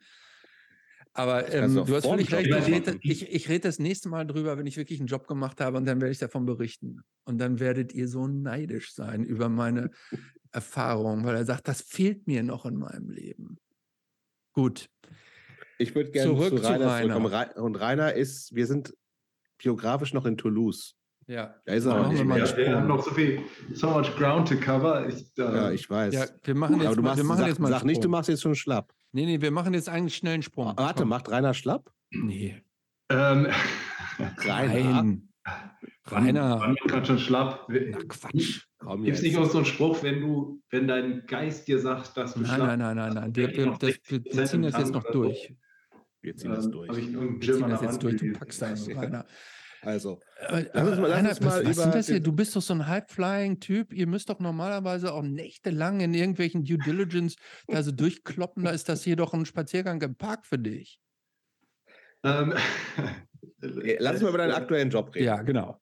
Aber kannst ähm, du auch du hast vor dem völlig Job recht. Ich machen. rede, ich, ich rede das nächste Mal drüber, wenn ich wirklich einen Job gemacht habe und dann werde ich davon berichten. Und dann werdet ihr so neidisch sein über meine Erfahrung, weil er sagt, das fehlt mir noch in meinem Leben. Gut. Ich würde gerne Zurück zu zu Rainer Rainer. zurückkommen. Rei- Und Rainer ist, wir sind biografisch noch in Toulouse. Ja. Da ist er Machen noch wir nicht mal mehr. einen wir, wir haben Sprung. noch so viel, so much ground to cover. Ich, äh, Ja, ich weiß. Ja, wir machen jetzt Aber du mal, machst, wir machen sag, jetzt mal einen sag nicht, du Sprung. machst jetzt schon schlapp. Nee, nee, wir machen jetzt eigentlich schnell einen Sprung. Warte, Komm. macht Rainer schlapp? Nee. ähm, Rainer? Nein. Wann, Rainer. wann wird gerade schon schlapp? Na Quatsch. Komm Gibt es jetzt. nicht auch so einen Spruch, wenn du, wenn dein Geist dir sagt, dass du Nein, schlapp nein, nein, nein, nein. Wir, denk wir, noch das, wir, sechzig wir Prozent ziehen das im jetzt noch Tank oder so. durch. Wir ziehen das Ähm, durch. Habe ich in irgendeinem Wir Gym ziehen an das der jetzt Wand durch, du gelesen. packst das, Rainer. Also, Äh, Lass uns mal- lass Rainer, uns mal was, was über sind das hier? den- Du bist doch so ein High-Flying-Typ. Ihr müsst doch normalerweise auch nächtelang in irgendwelchen Due Diligence da so durchkloppen. Da ist das hier doch ein Spaziergang im Park für dich. Ähm, lass uns mal über deinen aktuellen Job reden. Ja, genau.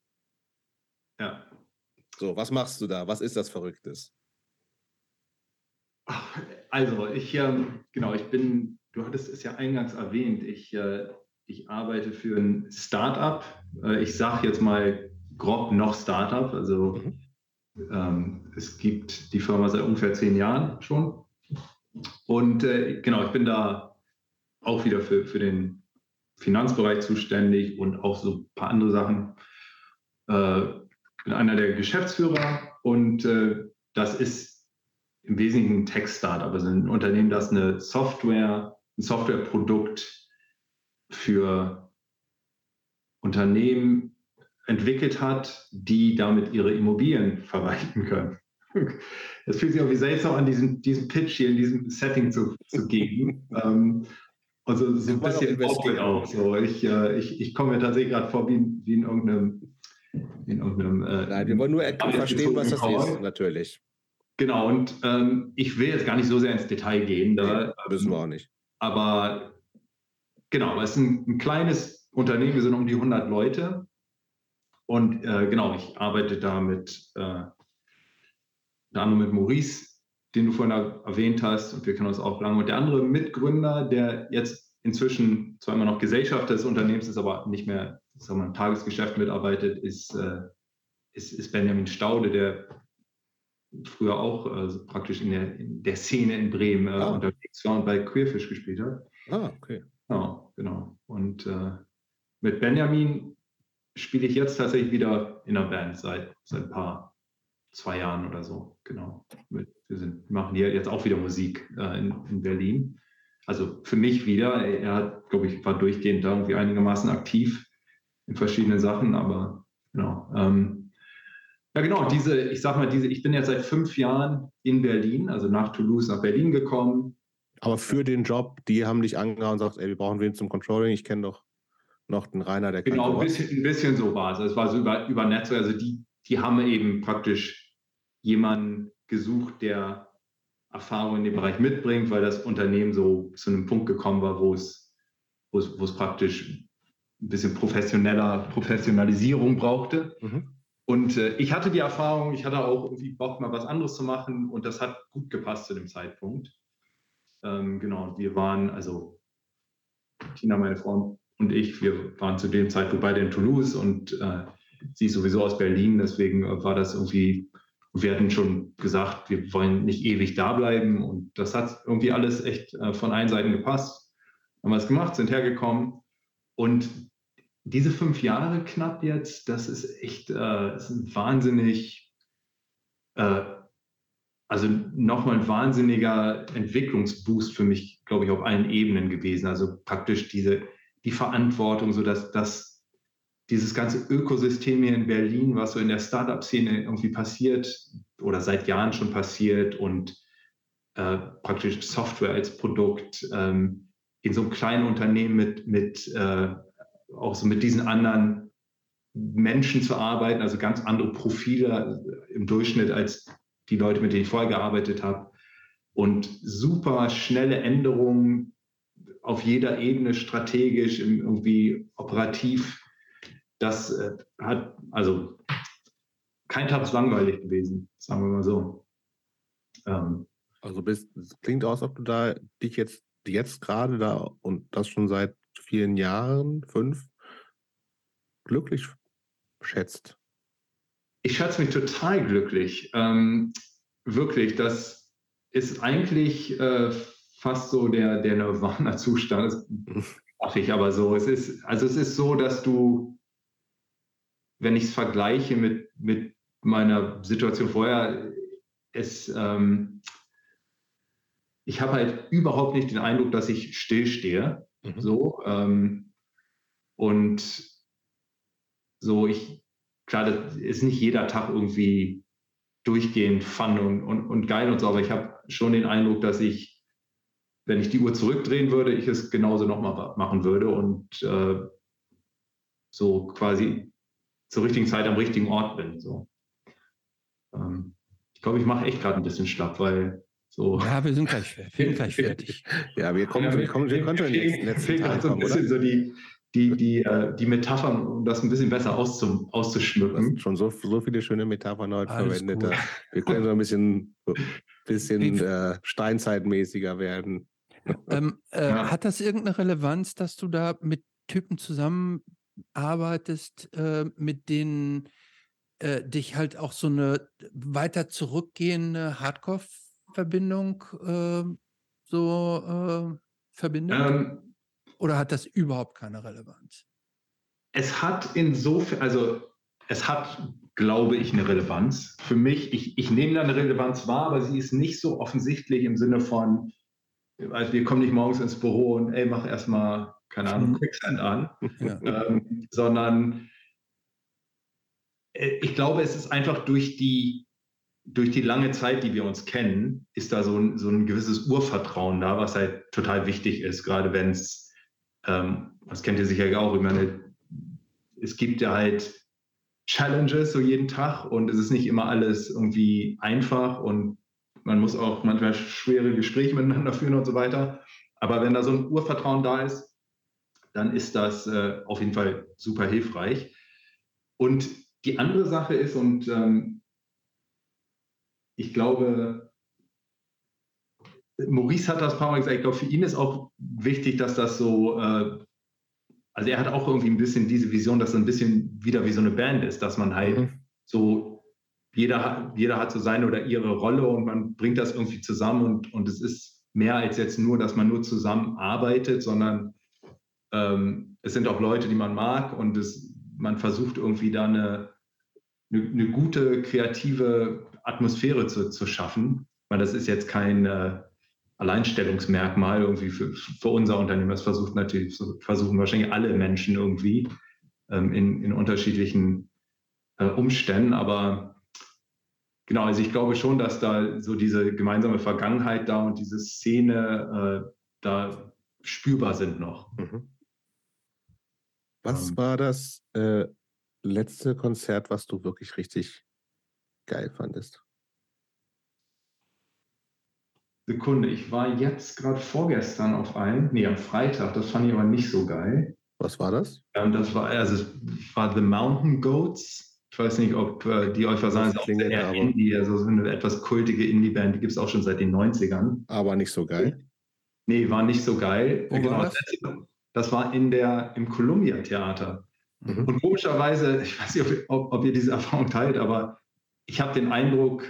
Ja. So, was machst du da? Was ist das Verrücktes? also ich, ähm, genau, ich bin, du hattest es ja eingangs erwähnt, ich, äh, ich arbeite für ein Startup. Äh, ich sage jetzt mal grob noch Startup, also Mhm. ähm, es gibt die Firma seit ungefähr zehn Jahren schon. Und äh, genau, ich bin da auch wieder für, für den Finanzbereich zuständig und auch so ein paar andere Sachen. Äh, ich bin einer der Geschäftsführer und äh, das ist im Wesentlichen ein Tech-Startup, also ein Unternehmen, das eine Software, ein Softwareprodukt für Unternehmen entwickelt hat, die damit ihre Immobilien verwalten können. Es fühlt sich irgendwie seltsam an, diesen, diesen Pitch hier in diesem Setting zu, zu geben. ähm, also so ein bisschen Aufwand auch. So. Ich, äh, ich, ich komme mir tatsächlich gerade vor wie, wie in irgendeinem. In irgendeinem äh, Nein, wir wollen nur verstehen, was das ist, natürlich. Genau, und ähm, ich will jetzt gar nicht so sehr ins Detail gehen. Da, nee, müssen wir auch nicht. Aber genau, es ist ein, ein kleines Unternehmen, wir sind um die hundert Leute. Und äh, genau, ich arbeite da mit, äh, mit Maurice, den du vorhin erwähnt hast, und wir kennen uns auch lange. Und der andere Mitgründer, der jetzt inzwischen zwar immer noch Gesellschafter des Unternehmens ist, aber nicht mehr, sagen wir mal, im Tagesgeschäft mitarbeitet, ist, äh, ist, ist Benjamin Staude, der früher auch äh, praktisch in der, in der Szene in Bremen äh, ah. unterwegs war und bei Queerfish gespielt hat. Ah, okay. Ja, genau. Und äh, mit Benjamin spiele ich jetzt tatsächlich wieder in einer Band seit, seit ein paar, zwei Jahren oder so. Genau. Wir sind, machen hier jetzt auch wieder Musik äh, in, in Berlin. Also für mich wieder. Er hat, glaube ich, war durchgehend da irgendwie einigermaßen aktiv in verschiedenen Sachen, aber genau. Ähm, ja, genau, diese, ich sag mal, diese, ich bin jetzt seit fünf Jahren in Berlin, also nach Toulouse nach Berlin gekommen. Aber für den Job, die haben dich angehauen und gesagt, ey, wir brauchen wen zum Controlling, ich kenne doch noch den Rainer, der kann Genau, ein bisschen, ein bisschen so war es. Es war so über, über Netzwerk, also die, die haben eben praktisch jemanden gesucht, der Erfahrung in dem Bereich mitbringt, weil das Unternehmen so zu einem Punkt gekommen war, wo es, wo es, wo es praktisch ein bisschen professioneller Professionalisierung brauchte. Mhm. Und äh, ich hatte die Erfahrung, ich hatte auch irgendwie Bock, mal was anderes zu machen und das hat gut gepasst zu dem Zeitpunkt. Ähm, genau, und wir waren, also Tina, meine Frau und ich, wir waren zu dem Zeitpunkt beide in Toulouse und äh, sie ist sowieso aus Berlin, deswegen war das irgendwie, wir hatten schon gesagt, wir wollen nicht ewig da bleiben und das hat irgendwie alles echt äh, von allen Seiten gepasst. Haben wir es gemacht, sind hergekommen und diese fünf Jahre knapp jetzt, das ist echt, äh, das ist ein wahnsinnig, äh, also nochmal ein wahnsinniger Entwicklungsboost für mich, glaube ich, auf allen Ebenen gewesen. Also praktisch diese, die Verantwortung, so dass, dass dieses ganze Ökosystem hier in Berlin, was so in der Startup-Szene irgendwie passiert oder seit Jahren schon passiert und äh, praktisch Software als Produkt ähm, in so einem kleinen Unternehmen mit, mit äh, auch so mit diesen anderen Menschen zu arbeiten, also ganz andere Profile im Durchschnitt als die Leute, mit denen ich vorher gearbeitet habe. Und super schnelle Änderungen auf jeder Ebene, strategisch, irgendwie operativ. Das äh, hat, also kein Tag ist langweilig gewesen, sagen wir mal so. Ähm, also bist, es klingt aus, ob du da dich jetzt, jetzt gerade da und das schon seit vielen Jahren, fünf, glücklich schätzt. Ich schätze mich total glücklich. Ähm, wirklich, das ist eigentlich äh, fast so der, der Nirvana-Zustand. Das mache ich aber so. Es ist, also es ist so, dass du, wenn ich es vergleiche mit, mit meiner Situation vorher, es, ähm, ich habe halt überhaupt nicht den Eindruck, dass ich stillstehe. Mhm. So, ähm, und so, ich, klar, das ist nicht jeder Tag irgendwie durchgehend fun und, und, und geil und so, aber ich habe schon den Eindruck, dass ich, wenn ich die Uhr zurückdrehen würde, ich es genauso nochmal machen würde und äh, so quasi zur richtigen Zeit am richtigen Ort bin. So. Ähm, ich glaube, ich mache echt gerade ein bisschen schlapp, weil so. Ja, wir sind gleich, wir sind gleich fertig. Ja, wir kommen, wir kommen, wir kommen schon in den letzten Teil kommen, oder? So die, die, die, äh, die Metaphern, um das ein bisschen besser auszu, auszuschmücken. Du hast schon so, so viele schöne Metaphern heute Alles verwendet. gut. Da. Wir können so ein bisschen, bisschen äh, steinzeitmäßiger werden. Ähm, äh, Ja. Hat das irgendeine Relevanz, dass du da mit Typen zusammenarbeitest, äh, mit denen äh, dich halt auch so eine weiter zurückgehende Hardcore-Verbindung äh, so äh, verbindet? Ähm, Oder hat das überhaupt keine Relevanz? es hat insofern, also es hat, glaube ich, eine Relevanz. Für mich, ich, ich nehme da eine Relevanz wahr, aber sie ist nicht so offensichtlich im Sinne von, also wir kommen nicht morgens ins Büro und ey, mach erstmal, keine Ahnung, Quicksand an, Ja. ähm, sondern äh, ich glaube, es ist einfach durch die, durch die lange Zeit, die wir uns kennen, ist da so ein, so ein gewisses Urvertrauen da, was halt total wichtig ist, gerade wenn es, ähm, das kennt ihr sicher auch, ich meine, es gibt ja halt Challenges so jeden Tag und es ist nicht immer alles irgendwie einfach und man muss auch manchmal schwere Gespräche miteinander führen und so weiter. Aber wenn da so ein Urvertrauen da ist, dann ist das äh, auf jeden Fall super hilfreich. Und die andere Sache ist, und ähm, ich glaube, Maurice hat das ein paar Mal gesagt, ich glaube, für ihn ist auch wichtig, dass das so, äh, also er hat auch irgendwie ein bisschen diese Vision, dass es ein bisschen wieder wie so eine Band ist, dass man halt Mhm. so, jeder hat, jeder hat so seine oder ihre Rolle und man bringt das irgendwie zusammen und, und es ist mehr als jetzt nur, dass man nur zusammen arbeitet, sondern ähm, es sind auch Leute, die man mag und es, man versucht irgendwie da eine, eine, eine gute, kreative Atmosphäre zu, zu schaffen, weil das ist jetzt kein äh, Alleinstellungsmerkmal irgendwie für, für unser Unternehmen. Das versucht natürlich, versuchen wahrscheinlich alle Menschen irgendwie ähm, in, in unterschiedlichen äh, Umständen, aber genau, also ich glaube schon, dass da so diese gemeinsame Vergangenheit da und diese Szene äh, da spürbar sind noch. Mhm. Was Ähm, war das äh, letzte Konzert, was du wirklich richtig geil fandest? Sekunde, ich war jetzt gerade vorgestern auf einem, nee, am Freitag, das fand ich aber nicht so geil. Was war das? Ähm, das war, also es war The Mountain Goats. Ich weiß nicht, ob äh, die euch was sagen, Das ist auch klingelt eher aber- Indie, also so eine etwas kultige Indie-Band, die gibt es auch schon seit den neunzigern. Aber nicht so geil. Nee, war nicht so geil. Wo war genau, das? das war in der, im Columbia Theater. Mhm. Und komischerweise, ich weiß nicht, ob, ob ihr diese Erfahrung teilt, aber ich habe den Eindruck,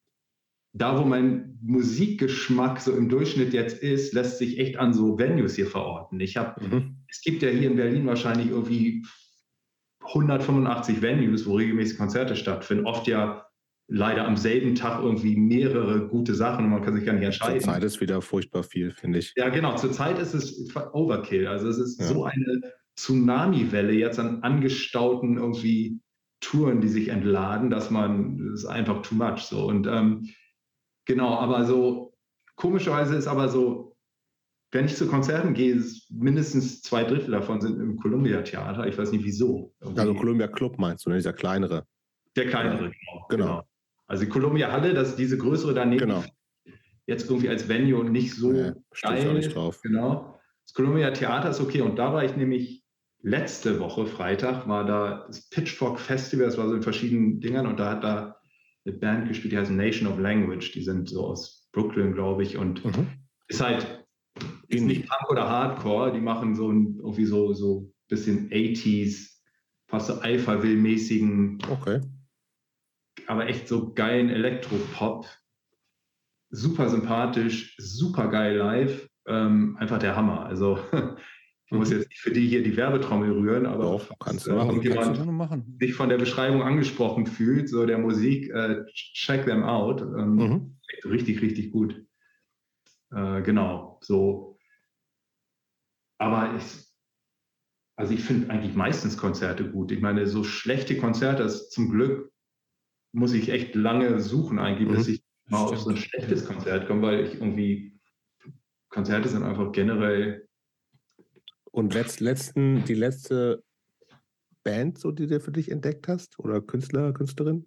da wo mein Musikgeschmack so im Durchschnitt jetzt ist, lässt sich echt an so Venues hier verorten. Ich habe, Mhm. es gibt ja hier in Berlin wahrscheinlich irgendwie hundertfünfundachtzig Venues, wo regelmäßig Konzerte stattfinden. Oft ja leider am selben Tag irgendwie mehrere gute Sachen und man kann sich gar nicht entscheiden. Zurzeit ist wieder furchtbar viel, finde ich. Ja, genau. Zurzeit ist es Overkill. Also es ist Ja. so eine Tsunami-Welle jetzt an angestauten irgendwie Touren, die sich entladen, dass man, das ist einfach too much so. Und ähm, genau, aber so komischerweise ist aber so, wenn ich zu Konzerten gehe, ist mindestens zwei Drittel davon sind im Columbia Theater. Ich weiß nicht wieso. Irgendwie Also Columbia Club meinst du, ne? Dieser kleinere. der kleinere, Ja. genau, Genau. genau. Also die Columbia Halle, das diese größere daneben, Genau. jetzt irgendwie als Venue nicht so Nee, stehe ich auch geil. nicht drauf. Genau. Das Columbia Theater ist okay. Und da war ich nämlich letzte Woche, Freitag, war da das Pitchfork Festival, das war so in verschiedenen Dingern und da hat da eine Band gespielt, die heißt Nation of Language. Die sind so aus Brooklyn, glaube ich. Und Mhm. ist halt, ist Indie. nicht Punk oder Hardcore, die machen so ein irgendwie so, so bisschen achtziger, fast so Alphaville-mäßigen, Okay. aber echt so geilen Elektropop. Super sympathisch, super geil live. Ähm, einfach der Hammer. Also ich muss Mhm. jetzt nicht für die hier die Werbetrommel rühren, aber Doch, falls, kannst du äh, machen. Kannst du irgendjemand gerne machen. sich von der Beschreibung angesprochen fühlt, so der Musik, äh, check them out. Ähm, Mhm. Richtig, richtig gut. Äh, genau, so. Aber ich, also ich finde eigentlich meistens Konzerte gut. Ich meine, so schlechte Konzerte, das zum Glück muss ich echt lange suchen eigentlich, bis Mhm. ich mal auf so ein schlechtes Konzert komme, weil ich irgendwie, Konzerte sind einfach generell, Und letzt, letzten, die letzte Band, so, die du für dich entdeckt hast? Oder Künstler, Künstlerin?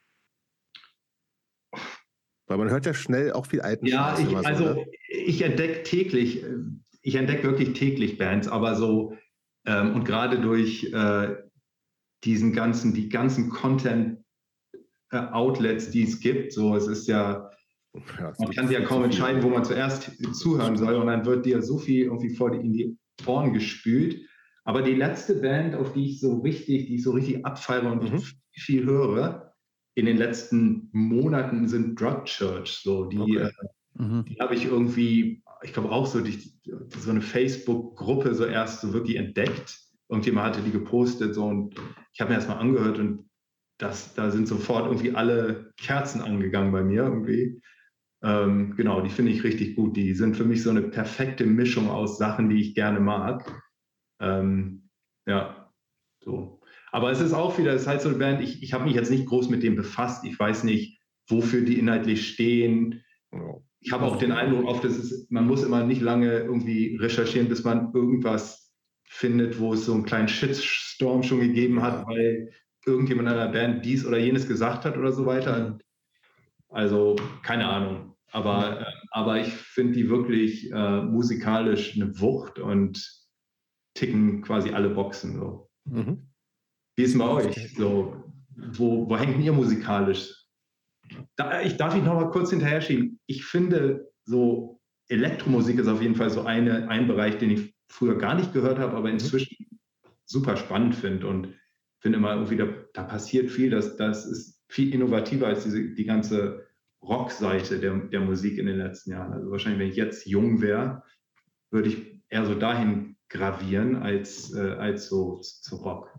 Weil man hört ja schnell auch viel alten ja, Scheiß ich, immer so, also ne? ich entdecke täglich, äh, ich entdecke wirklich täglich Bands, aber so Ähm, und gerade durch äh, diesen ganzen, die ganzen Content-Outlets, die es gibt, so es ist ja, Ja, man kann sich ja kaum entscheiden, wo man zuerst zuhören soll und dann wird dir so viel irgendwie vor die, in die Ohren gespült. Aber die letzte Band, auf die ich so richtig, die ich so richtig abfeiere und Mhm. viel höre, in den letzten Monaten sind Drug Church. So, die, Okay. äh, Mhm. die habe ich irgendwie, ich glaube auch so durch so eine Facebook-Gruppe so erst so wirklich entdeckt. Irgendjemand hatte die gepostet so und ich habe mir das mal angehört und das, da sind sofort irgendwie alle Kerzen angegangen bei mir irgendwie. Ähm, genau, die finde ich richtig gut. Die sind für mich so eine perfekte Mischung aus Sachen, die ich gerne mag. Ähm, ja, so. Aber es ist auch wieder, es ist halt so eine Band, ich, ich habe mich jetzt nicht groß mit dem befasst. Ich weiß nicht, wofür die inhaltlich stehen. Ja. Ich habe auch den Eindruck, oft, dass es, man muss immer nicht lange irgendwie recherchieren, bis man irgendwas findet, wo es so einen kleinen Shitstorm schon gegeben Ja. hat, weil irgendjemand in einer Band dies oder jenes gesagt hat oder so weiter. Also keine Ahnung. Aber, äh, aber ich finde die wirklich äh, musikalisch eine Wucht und ticken quasi alle Boxen. So. Mhm. Wie ist es bei euch? So, wo, wo hängt ihr musikalisch? Da, ich darf ich noch mal kurz hinterher schieben. Ich finde, so Elektromusik ist auf jeden Fall so eine, ein Bereich, den ich früher gar nicht gehört habe, aber inzwischen mhm. super spannend finde und finde immer irgendwie, da, da passiert viel. Das, das ist viel innovativer als diese, die ganze Rockseite der, der Musik in den letzten Jahren. Also wahrscheinlich, wenn ich jetzt jung wäre, würde ich eher so dahin gravieren als, äh, als so zu Rock.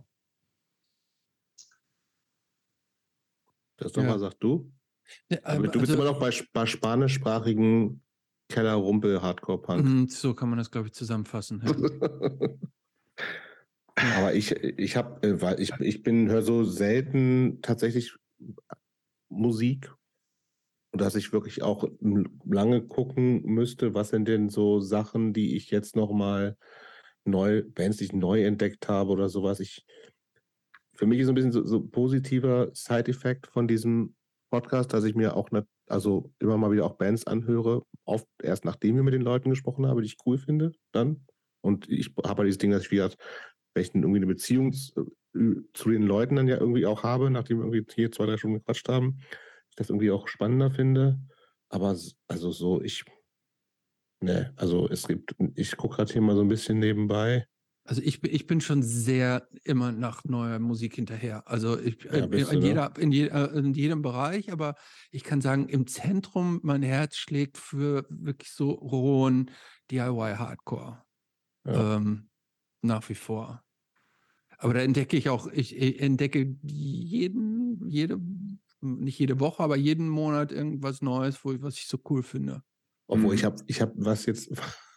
Christopher, Ja. sag du? Ja, Aber du bist also, immer noch bei, bei spanischsprachigen Keller-Rumpel-Hardcore-Punk. mh, so kann man das, glaube ich, zusammenfassen. Ja. Ja. Aber ich, ich habe, äh, weil ich, ich bin, höre so selten tatsächlich Musik, dass ich wirklich auch lange gucken müsste, was sind denn so Sachen, die ich jetzt nochmal neu, Bands, die ich neu entdeckt habe oder sowas. Ich, für mich ist so ein bisschen so, so positiver Side-Effekt von diesem Podcast, dass ich mir auch ne, also immer mal wieder auch Bands anhöre, oft erst nachdem ich mit den Leuten gesprochen habe, die ich cool finde, dann. Und ich habe halt dieses Ding, dass ich wieder vielleicht irgendwie eine Beziehung zu, zu den Leuten dann ja irgendwie auch habe, nachdem wir irgendwie hier zwei, drei Stunden gequatscht haben. Ich das irgendwie auch spannender finde. Aber also so, ich, ne, also es gibt, ich gucke gerade hier mal so ein bisschen nebenbei. Also ich, bin- ich bin schon sehr immer nach neuer Musik hinterher. Also ich, Ja, äh, bist in, du, ne? jeder, in, je, äh, in jedem Bereich, aber ich kann sagen, im Zentrum mein Herz schlägt für wirklich so rohen D I Y-Hardcore. Ja. Ähm, nach wie vor. Aber da entdecke ich auch, ich, ich entdecke jeden, jede, nicht jede Woche, aber jeden Monat irgendwas Neues, wo ich, was ich so cool finde. Obwohl Mhm. ich habe, ich habe was jetzt.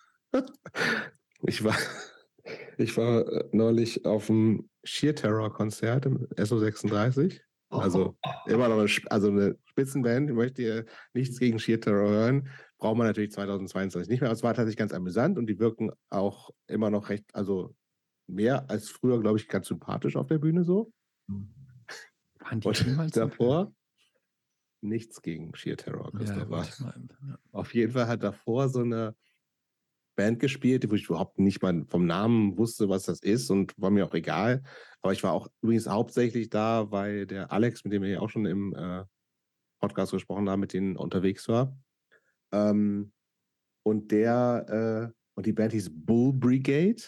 ich war, ich war äh, neulich auf dem Sheer Terror Konzert im S O sechsunddreißig. Also immer noch eine, Sp- also eine Spitzenband. Ich möchte hier nichts gegen Sheer Terror hören. Braucht man natürlich zweitausendzweiundzwanzig nicht mehr. Aber es war tatsächlich ganz amüsant und die wirken auch immer noch recht, also mehr als früher, glaube ich, ganz sympathisch auf der Bühne so. Waren die Und jemals davor nichts gegen Sheer Terror, Ja, Christopher. wollte ich mal. Ja. Auf jeden Fall hat davor so eine Band gespielt, wo ich überhaupt nicht mal vom Namen wusste, was das ist und war mir auch egal. Aber ich war auch übrigens hauptsächlich da, weil der Alex, mit dem wir ja auch schon im äh, Podcast gesprochen haben, mit denen unterwegs war. Ähm, und der, äh, und die Band hieß Bull Brigade.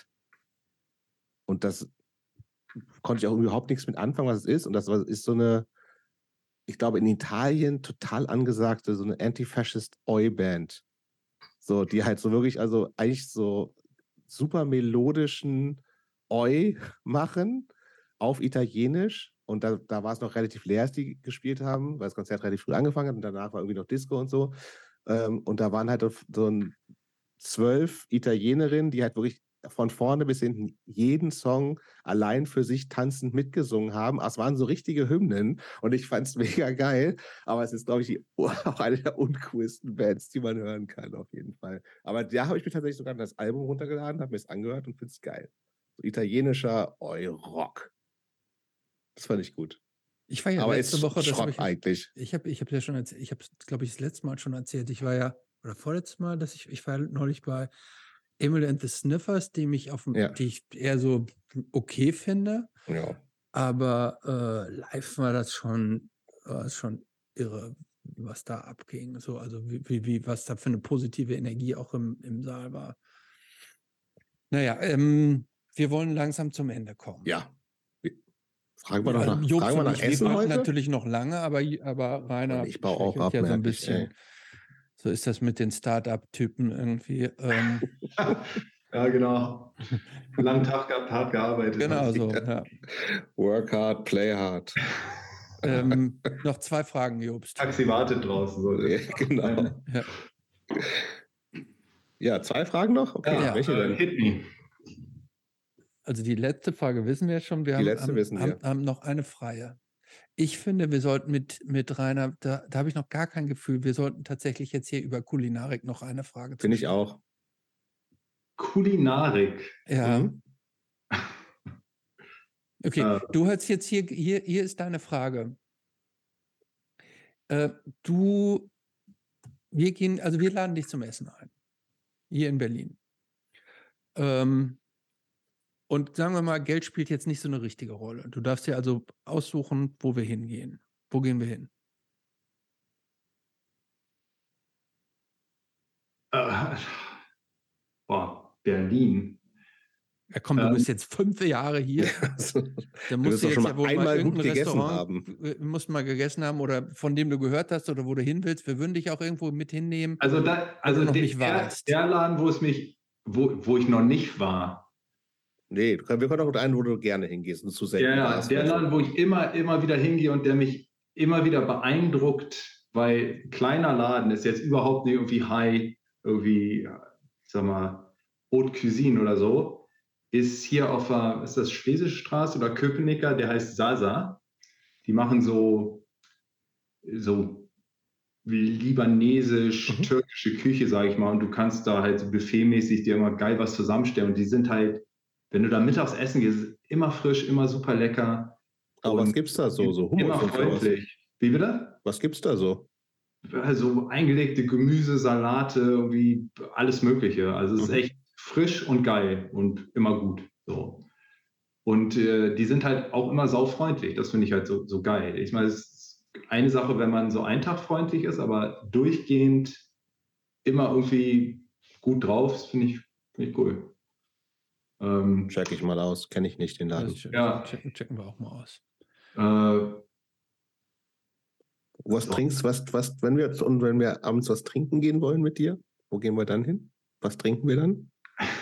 Und das konnte ich auch überhaupt nichts mit anfangen, was es ist. Und das war, ist so eine, ich glaube, in Italien total angesagte, so eine Anti-Fascist-Oi-Band. So, die halt so wirklich, also eigentlich so super melodischen Oi machen auf Italienisch. Und da, da war es noch relativ leer, als die gespielt haben, weil das Konzert relativ früh angefangen hat und danach war irgendwie noch Disco und so. Ähm, und da waren halt so ein zwölf Italienerinnen, die halt wirklich von vorne bis hinten jeden Song allein für sich tanzend mitgesungen haben. Es waren so richtige Hymnen und ich fand es mega geil. Aber es ist, glaube ich, die, auch eine der uncoolsten Bands, die man hören kann, auf jeden Fall. Aber da habe ich mir tatsächlich sogar das Album runtergeladen, habe mir es angehört und finde es geil. So italienischer Oi-Rock. Das fand ich gut. Ich war ja Aber letzte ist Woche, das habe Schrott ich, eigentlich. ich habe ich hab ja schon erzählt, ich habe es, glaube ich, das letzte Mal schon erzählt. Ich war ja, oder vorletztes Mal, dass ich, ich war neulich bei Emily and the Sniffers, die mich auf dem, Ja. die ich eher so okay finde, Ja. aber äh, live war das schon, war das schon irre, was da abging. So, also wie, wie, wie, was da für eine positive Energie auch im, im Saal war. Naja, ähm, wir wollen langsam zum Ende kommen. Ja. Fragen wir Ja, doch nach, Jobst fragen wir und nach ich, wir Essen wollten heute? natürlich noch lange, aber, aber Rainer Und ich baue auch schwächelt ab, ja so ein merke ich, bisschen. ey. So ist das mit den Start-up-Typen irgendwie. Ähm, Ja, genau. Langen Tag gehabt, hart gearbeitet. genau so, ja. Work hard, play hard. Ähm, noch zwei Fragen, Jobst. Taxi wartet draußen. So. Ja, genau. Ja. Ja, zwei Fragen noch? Okay, Ja. welche Äh, denn? hit me. Also die letzte Frage wissen wir schon. Wir Die haben, letzte haben, wissen wir. haben, haben noch eine freie. Ich finde, wir sollten mit, mit Rainer, da, da habe ich noch gar kein Gefühl, wir sollten tatsächlich jetzt hier über Kulinarik noch eine Frage Finde ich stellen. auch. Kulinarik. Ja. Mhm. Okay, Äh. du hast jetzt hier, hier, hier ist deine Frage. Äh, du, wir gehen, also wir laden dich zum Essen ein. Hier in Berlin. Ähm, und sagen wir mal, Geld spielt jetzt nicht so eine richtige Rolle. Du darfst dir also aussuchen, wo wir hingehen. Wo gehen wir hin? Äh, boah, Berlin. Ja komm, du Ähm. bist jetzt fünf Jahre hier. Also, Da du musst wirst du doch jetzt schon ja mal wohl mal einmal gut irgendein gegessen Restaurant, haben. äh, musst mal gegessen haben oder von dem du gehört hast oder wo du hin willst. Wir würden dich auch irgendwo mit hinnehmen. Also, da, also du noch der, nicht der, warst. der Laden, wo es mich, wo, wo ich noch nicht war. Nee, wir können doch einen, wo du gerne hingehst und zu selten Ja, warst. der Also, Laden, wo ich immer, immer wieder hingehe und der mich immer wieder beeindruckt, weil kleiner Laden ist jetzt überhaupt nicht irgendwie high, irgendwie, ich sag mal, Haute Cuisine oder so, ist hier auf der, ist das Schlesische Straße oder Köpenicker, der heißt Sasa. Die machen so, so libanesisch, Mhm. türkische Küche, sage ich mal, und du kannst da halt so buffetmäßig dir immer geil was zusammenstellen und die sind halt, wenn du da mittags essen gehst, immer frisch, immer super lecker. aber was und gibt's da so? So Hummus immer und sowas? freundlich. Wie bitte? Was gibt's da so? Also eingelegte Gemüse, Salate, irgendwie alles Mögliche. Also es ist Mhm. echt frisch und geil und immer gut. So. Und äh, die sind halt auch immer saufreundlich. Das finde ich halt so, so geil. Ich meine, es ist eine Sache, wenn man so einen Tag freundlich ist, aber durchgehend immer irgendwie gut drauf, das finde ich, find ich cool. Ähm, Check ich mal aus. Kenne ich nicht den Laden. Das Ja. checken, checken wir auch mal aus. äh, Was So. trinkst was, was, wenn wir jetzt und wenn wir abends was trinken gehen wollen mit dir, wo gehen wir dann hin? Was trinken wir dann?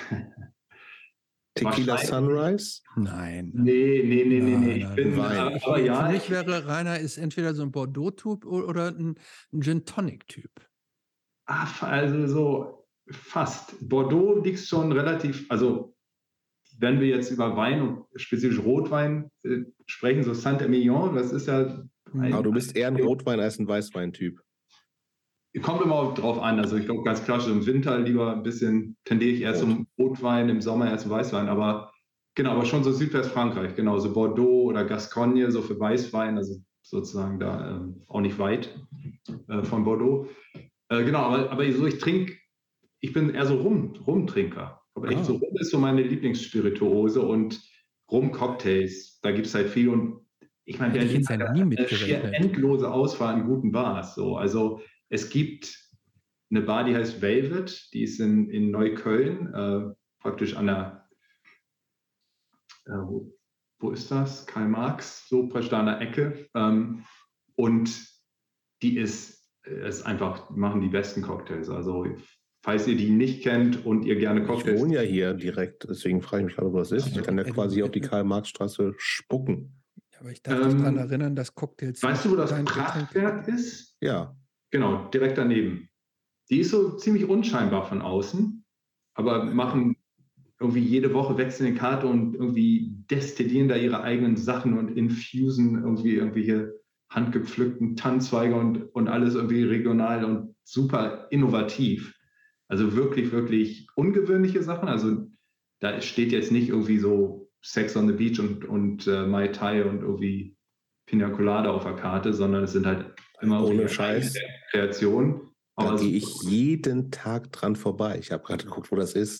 Tequila Wahrscheinlich. Sunrise? Nein. nee, nee, nee, nee, nee. Ich Nein, bin, Wein. aber, Ich, aber für ja, mich wäre Rainer ist entweder so ein Bordeaux-Typ oder ein, ein Gin-Tonic-Typ. ah, also so fast. Bordeaux liegt schon relativ, also wenn wir jetzt über Wein und spezifisch Rotwein äh, sprechen, so Saint-Emilion, das ist ja ein, Aber du bist eher ein Rotwein als ein Weißwein-Typ. kommt immer drauf an. Also ich glaube ganz klassisch im Winter lieber ein bisschen, tendiere ich eher Rot. zum Rotwein, im Sommer eher zum Weißwein, aber genau, aber schon so Südwestfrankreich, genau, so Bordeaux oder Gascogne, so für Weißwein, also sozusagen da ähm, auch nicht weit äh, von Bordeaux. Äh, genau, aber, aber so ich trinke, ich bin eher so Rum, Rumtrinker. Aber echt Ah. so Rum ist so meine Lieblingsspirituose und Rum-Cocktails, da gibt es halt viel und ich meine, Hätte ich Berlin jetzt ja hat nie eine mitgerechnet. schier endlose Auswahl an guten Bars. So. Also es gibt eine Bar, die heißt Velvet, die ist in, in Neukölln, äh, praktisch an der, äh, wo, wo ist das? Karl Marx, so praktisch da an der Ecke. Ähm, und die ist, ist einfach, die machen die besten Cocktails. Also falls ihr die nicht kennt und ihr gerne Ich Cocktails... wohne ja hier direkt, deswegen frage ich mich gerade, was ist. Ich kann ja quasi auf die Karl-Marx-Straße spucken. Aber ich darf dich Ähm, daran erinnern, dass Cocktails. Weißt du, wo das dein Getränk- Prachtwerk ist? Ja, Genau, direkt daneben. Die ist so ziemlich unscheinbar von außen, aber machen irgendwie jede Woche wechseln die Karte und irgendwie destillieren da ihre eigenen Sachen und infusen irgendwie irgendwelche handgepflückten Tannenzweige und, und alles irgendwie regional und super innovativ. Also wirklich, wirklich ungewöhnliche Sachen. Also da steht jetzt nicht irgendwie so Sex on the Beach und, und äh, Mai Tai und irgendwie Pina Colada auf der Karte, sondern es sind halt immer Ohne irgendwie Scheiß. Kreationen. da Aber gehe so- ich jeden Tag dran vorbei. Ich habe gerade geguckt, wo das ist.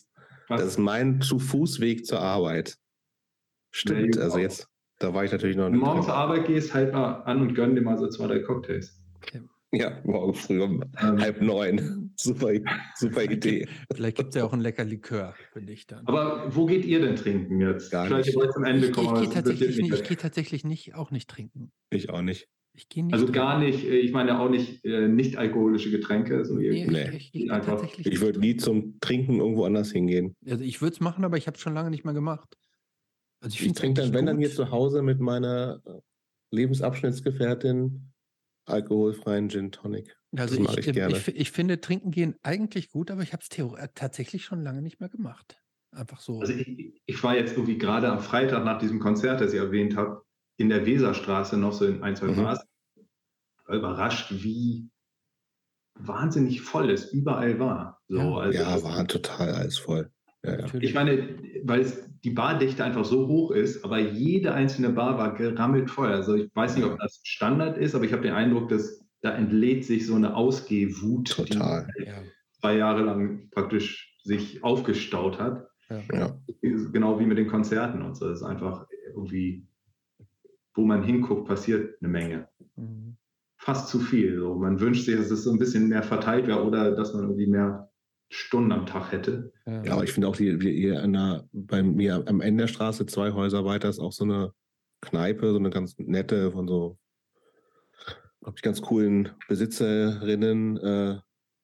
Das ist mein Zu-Fuß-Weg zur Arbeit. Stimmt, Ja, also jetzt, da war ich natürlich noch Wenn du nicht morgen drin. zur Arbeit gehst, halt mal an und gönn dir mal so zwei, drei Cocktails. Ja, morgen früh um Ähm, halb neun. Super, super Vielleicht Idee. gibt vielleicht gibt es ja auch ein lecker Likör für dich dann. Aber wo geht ihr denn trinken jetzt? Gar Vielleicht nicht. wollt ihr zum Ende Ich, kommen, ich aber gehe das tatsächlich, interessiert nicht- mich ich nicht. gehe tatsächlich nicht, auch nicht trinken. Ich auch nicht. Ich gehe nicht Also trinken. gar nicht, äh, ich meine auch nicht äh, nicht alkoholische Getränke. So Nee, ich, Nee. ich, ich gehe Einfach- tatsächlich Ich nicht würde nie trinken. zum Trinken irgendwo anders hingehen. Also ich würde es machen, aber ich habe es schon lange nicht mehr gemacht. Also ich Ich finde es trinke dann, eigentlich wenn dann hier gut. zu Hause mit meiner äh, Lebensabschnittsgefährtin alkoholfreien Gin Tonic. Also das mag ich, ich gerne. ich, ich finde Trinken gehen eigentlich gut, aber ich habe es tatsächlich schon lange nicht mehr gemacht. Einfach so. Also ich, ich war jetzt irgendwie gerade am Freitag nach diesem Konzert, das ihr erwähnt habt, in der Weserstraße noch so in ein, zwei Mhm. Bars, war überrascht, wie wahnsinnig voll es überall war. So, Ja. also Ja, waren total alles voll. Ja, ja. Natürlich. ich meine, weil es, die Bardichte einfach so hoch ist, aber jede einzelne Bar war gerammelt voll. Also ich weiß nicht, ob das Standard ist, aber ich habe den Eindruck, dass da entlädt sich so eine Ausgehwut, Total. die Ja. zwei Jahre lang praktisch sich aufgestaut hat. Ja. Ja. Genau wie mit den Konzerten und so. Das ist einfach irgendwie, wo man hinguckt, passiert eine Menge. Mhm. Fast zu viel. So. Man wünscht sich, dass es so ein bisschen mehr verteilt wäre oder dass man irgendwie mehr Stunden am Tag hätte. Ja. Ja, aber ich finde auch, die, die, hier an der, bei mir am Ende der Straße, zwei Häuser weiter, ist auch so eine Kneipe, so eine ganz nette, von so, glaube ich, ganz coolen Besitzerinnen. Äh,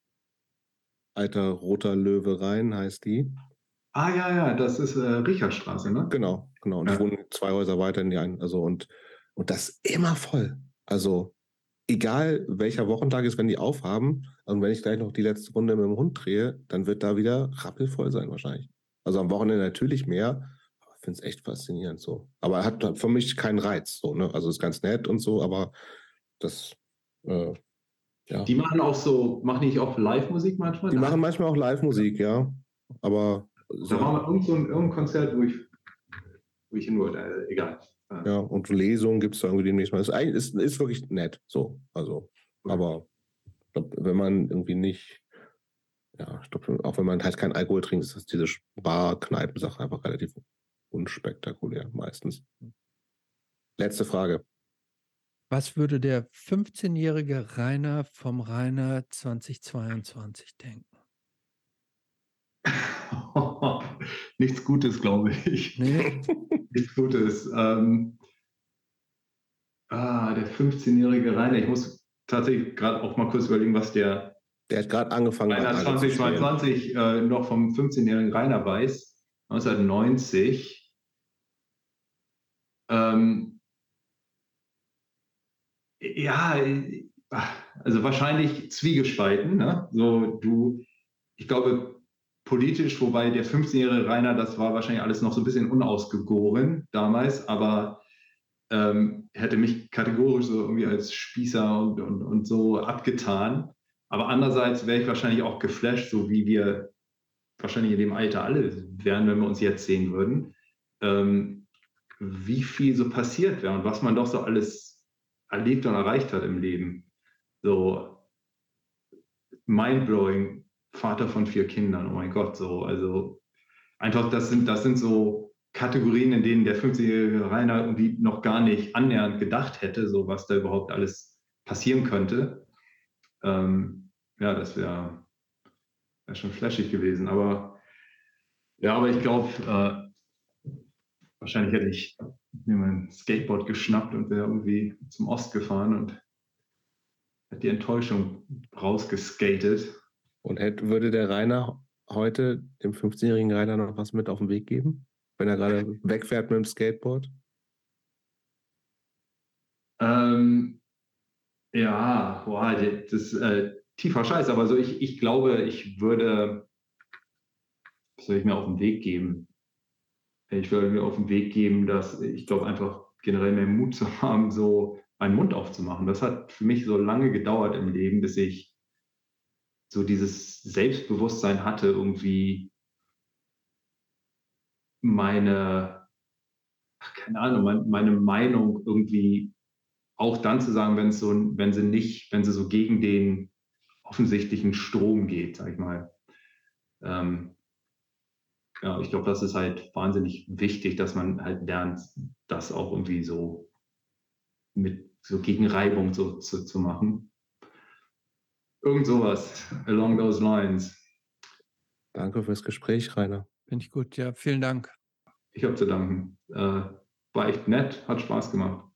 Alter Roter Löwe Rhein heißt die. Ah ja, ja, das ist äh, Richardstraße, ne? Genau, genau. Und die Ja. wohnen zwei Häuser weiter in die einen. Also und, und das ist immer voll. Also egal welcher Wochentag ist, wenn die aufhaben, und wenn ich gleich noch die letzte Runde mit dem Hund drehe, dann wird da wieder rappelvoll sein wahrscheinlich. Also am Wochenende natürlich mehr, aber ich finde es echt faszinierend so. Aber er hat für mich keinen Reiz. So, ne? Also ist ganz nett und so, aber das, äh, ja. Die machen auch so, machen die auch Live-Musik manchmal? Die Da- machen manchmal auch Live-Musik, ja. Aber Da war mal irgend so ein, irgendein Konzert, wo ich, wo ich hin wollte. Also, egal. ja, und Lesungen gibt es da irgendwie demnächst mal. Es ist, eigentlich- ist, ist wirklich nett, so. Also, aber ich glaub, wenn man irgendwie nicht, ja, ich glaube, auch wenn man halt keinen Alkohol trinkt, ist das diese Bar-Kneipen-Sache einfach relativ unspektakulär meistens. Letzte Frage. Was würde der fünfzehnjährige Rainer vom Rainer zweitausendzweiundzwanzig denken? Nichts Gutes, glaube ich. Nee? Nichts Gutes. Ähm, ah, der fünfzehnjährige Rainer. Ich muss tatsächlich gerade auch mal kurz überlegen, was der Der hat gerade angefangen, bei Rainer Alle zu spielen. zweitausendzweiundzwanzig äh, noch vom fünfzehnjährigen Rainer weiß. neunzehnhundertneunzig. Ähm, ja, äh, also wahrscheinlich zwiegespalten. Ne? So, du, ich glaube, politisch, wobei der fünfzehnjährige Rainer, das war wahrscheinlich alles noch so ein bisschen unausgegoren damals, aber ähm, hätte mich kategorisch so irgendwie als Spießer und, und, und so abgetan. Aber andererseits wäre ich wahrscheinlich auch geflasht, so wie wir wahrscheinlich in dem Alter alle wären, wenn wir uns jetzt sehen würden, ähm, wie viel so passiert wäre und was man doch so alles erlebt und erreicht hat im Leben. So mindblowing, Vater von vier Kindern, oh mein Gott, so, also einfach, das sind, das sind so Kategorien, in denen der fünfzehnjährige Rainer irgendwie noch gar nicht annähernd gedacht hätte, so was da überhaupt alles passieren könnte. Ähm, ja, das wäre wär schon flashig gewesen, aber ja, aber ich glaube, äh, wahrscheinlich hätte ich mir mein Skateboard geschnappt und wäre irgendwie zum Ost gefahren und hätte die Enttäuschung rausgeskatet. Und hätte, würde der Rainer heute dem fünfzehnjährigen Rainer noch was mit auf den Weg geben, wenn er gerade wegfährt mit dem Skateboard? Ähm, ja, boah, das ist äh, tiefer Scheiß, aber so ich, ich glaube, ich würde, was soll ich mir auf den Weg geben? Ich würde mir auf den Weg geben, dass ich glaube einfach generell mehr Mut zu haben, so meinen Mund aufzumachen. Das hat für mich so lange gedauert im Leben, bis ich so dieses Selbstbewusstsein hatte, irgendwie meine, ach, keine Ahnung, meine, meine Meinung irgendwie auch dann zu sagen, wenn es so, wenn sie nicht, wenn sie so gegen den offensichtlichen Strom geht, sag ich mal. Ähm, ja, ich glaube, das ist halt wahnsinnig wichtig, dass man halt lernt, das auch irgendwie so mit so gegen Reibung so zu, zu machen. Irgend sowas, along those lines. Danke fürs Gespräch, Rainer. Finde ich gut. Ja, vielen Dank. Ich habe zu danken. Äh, war echt nett, hat Spaß gemacht.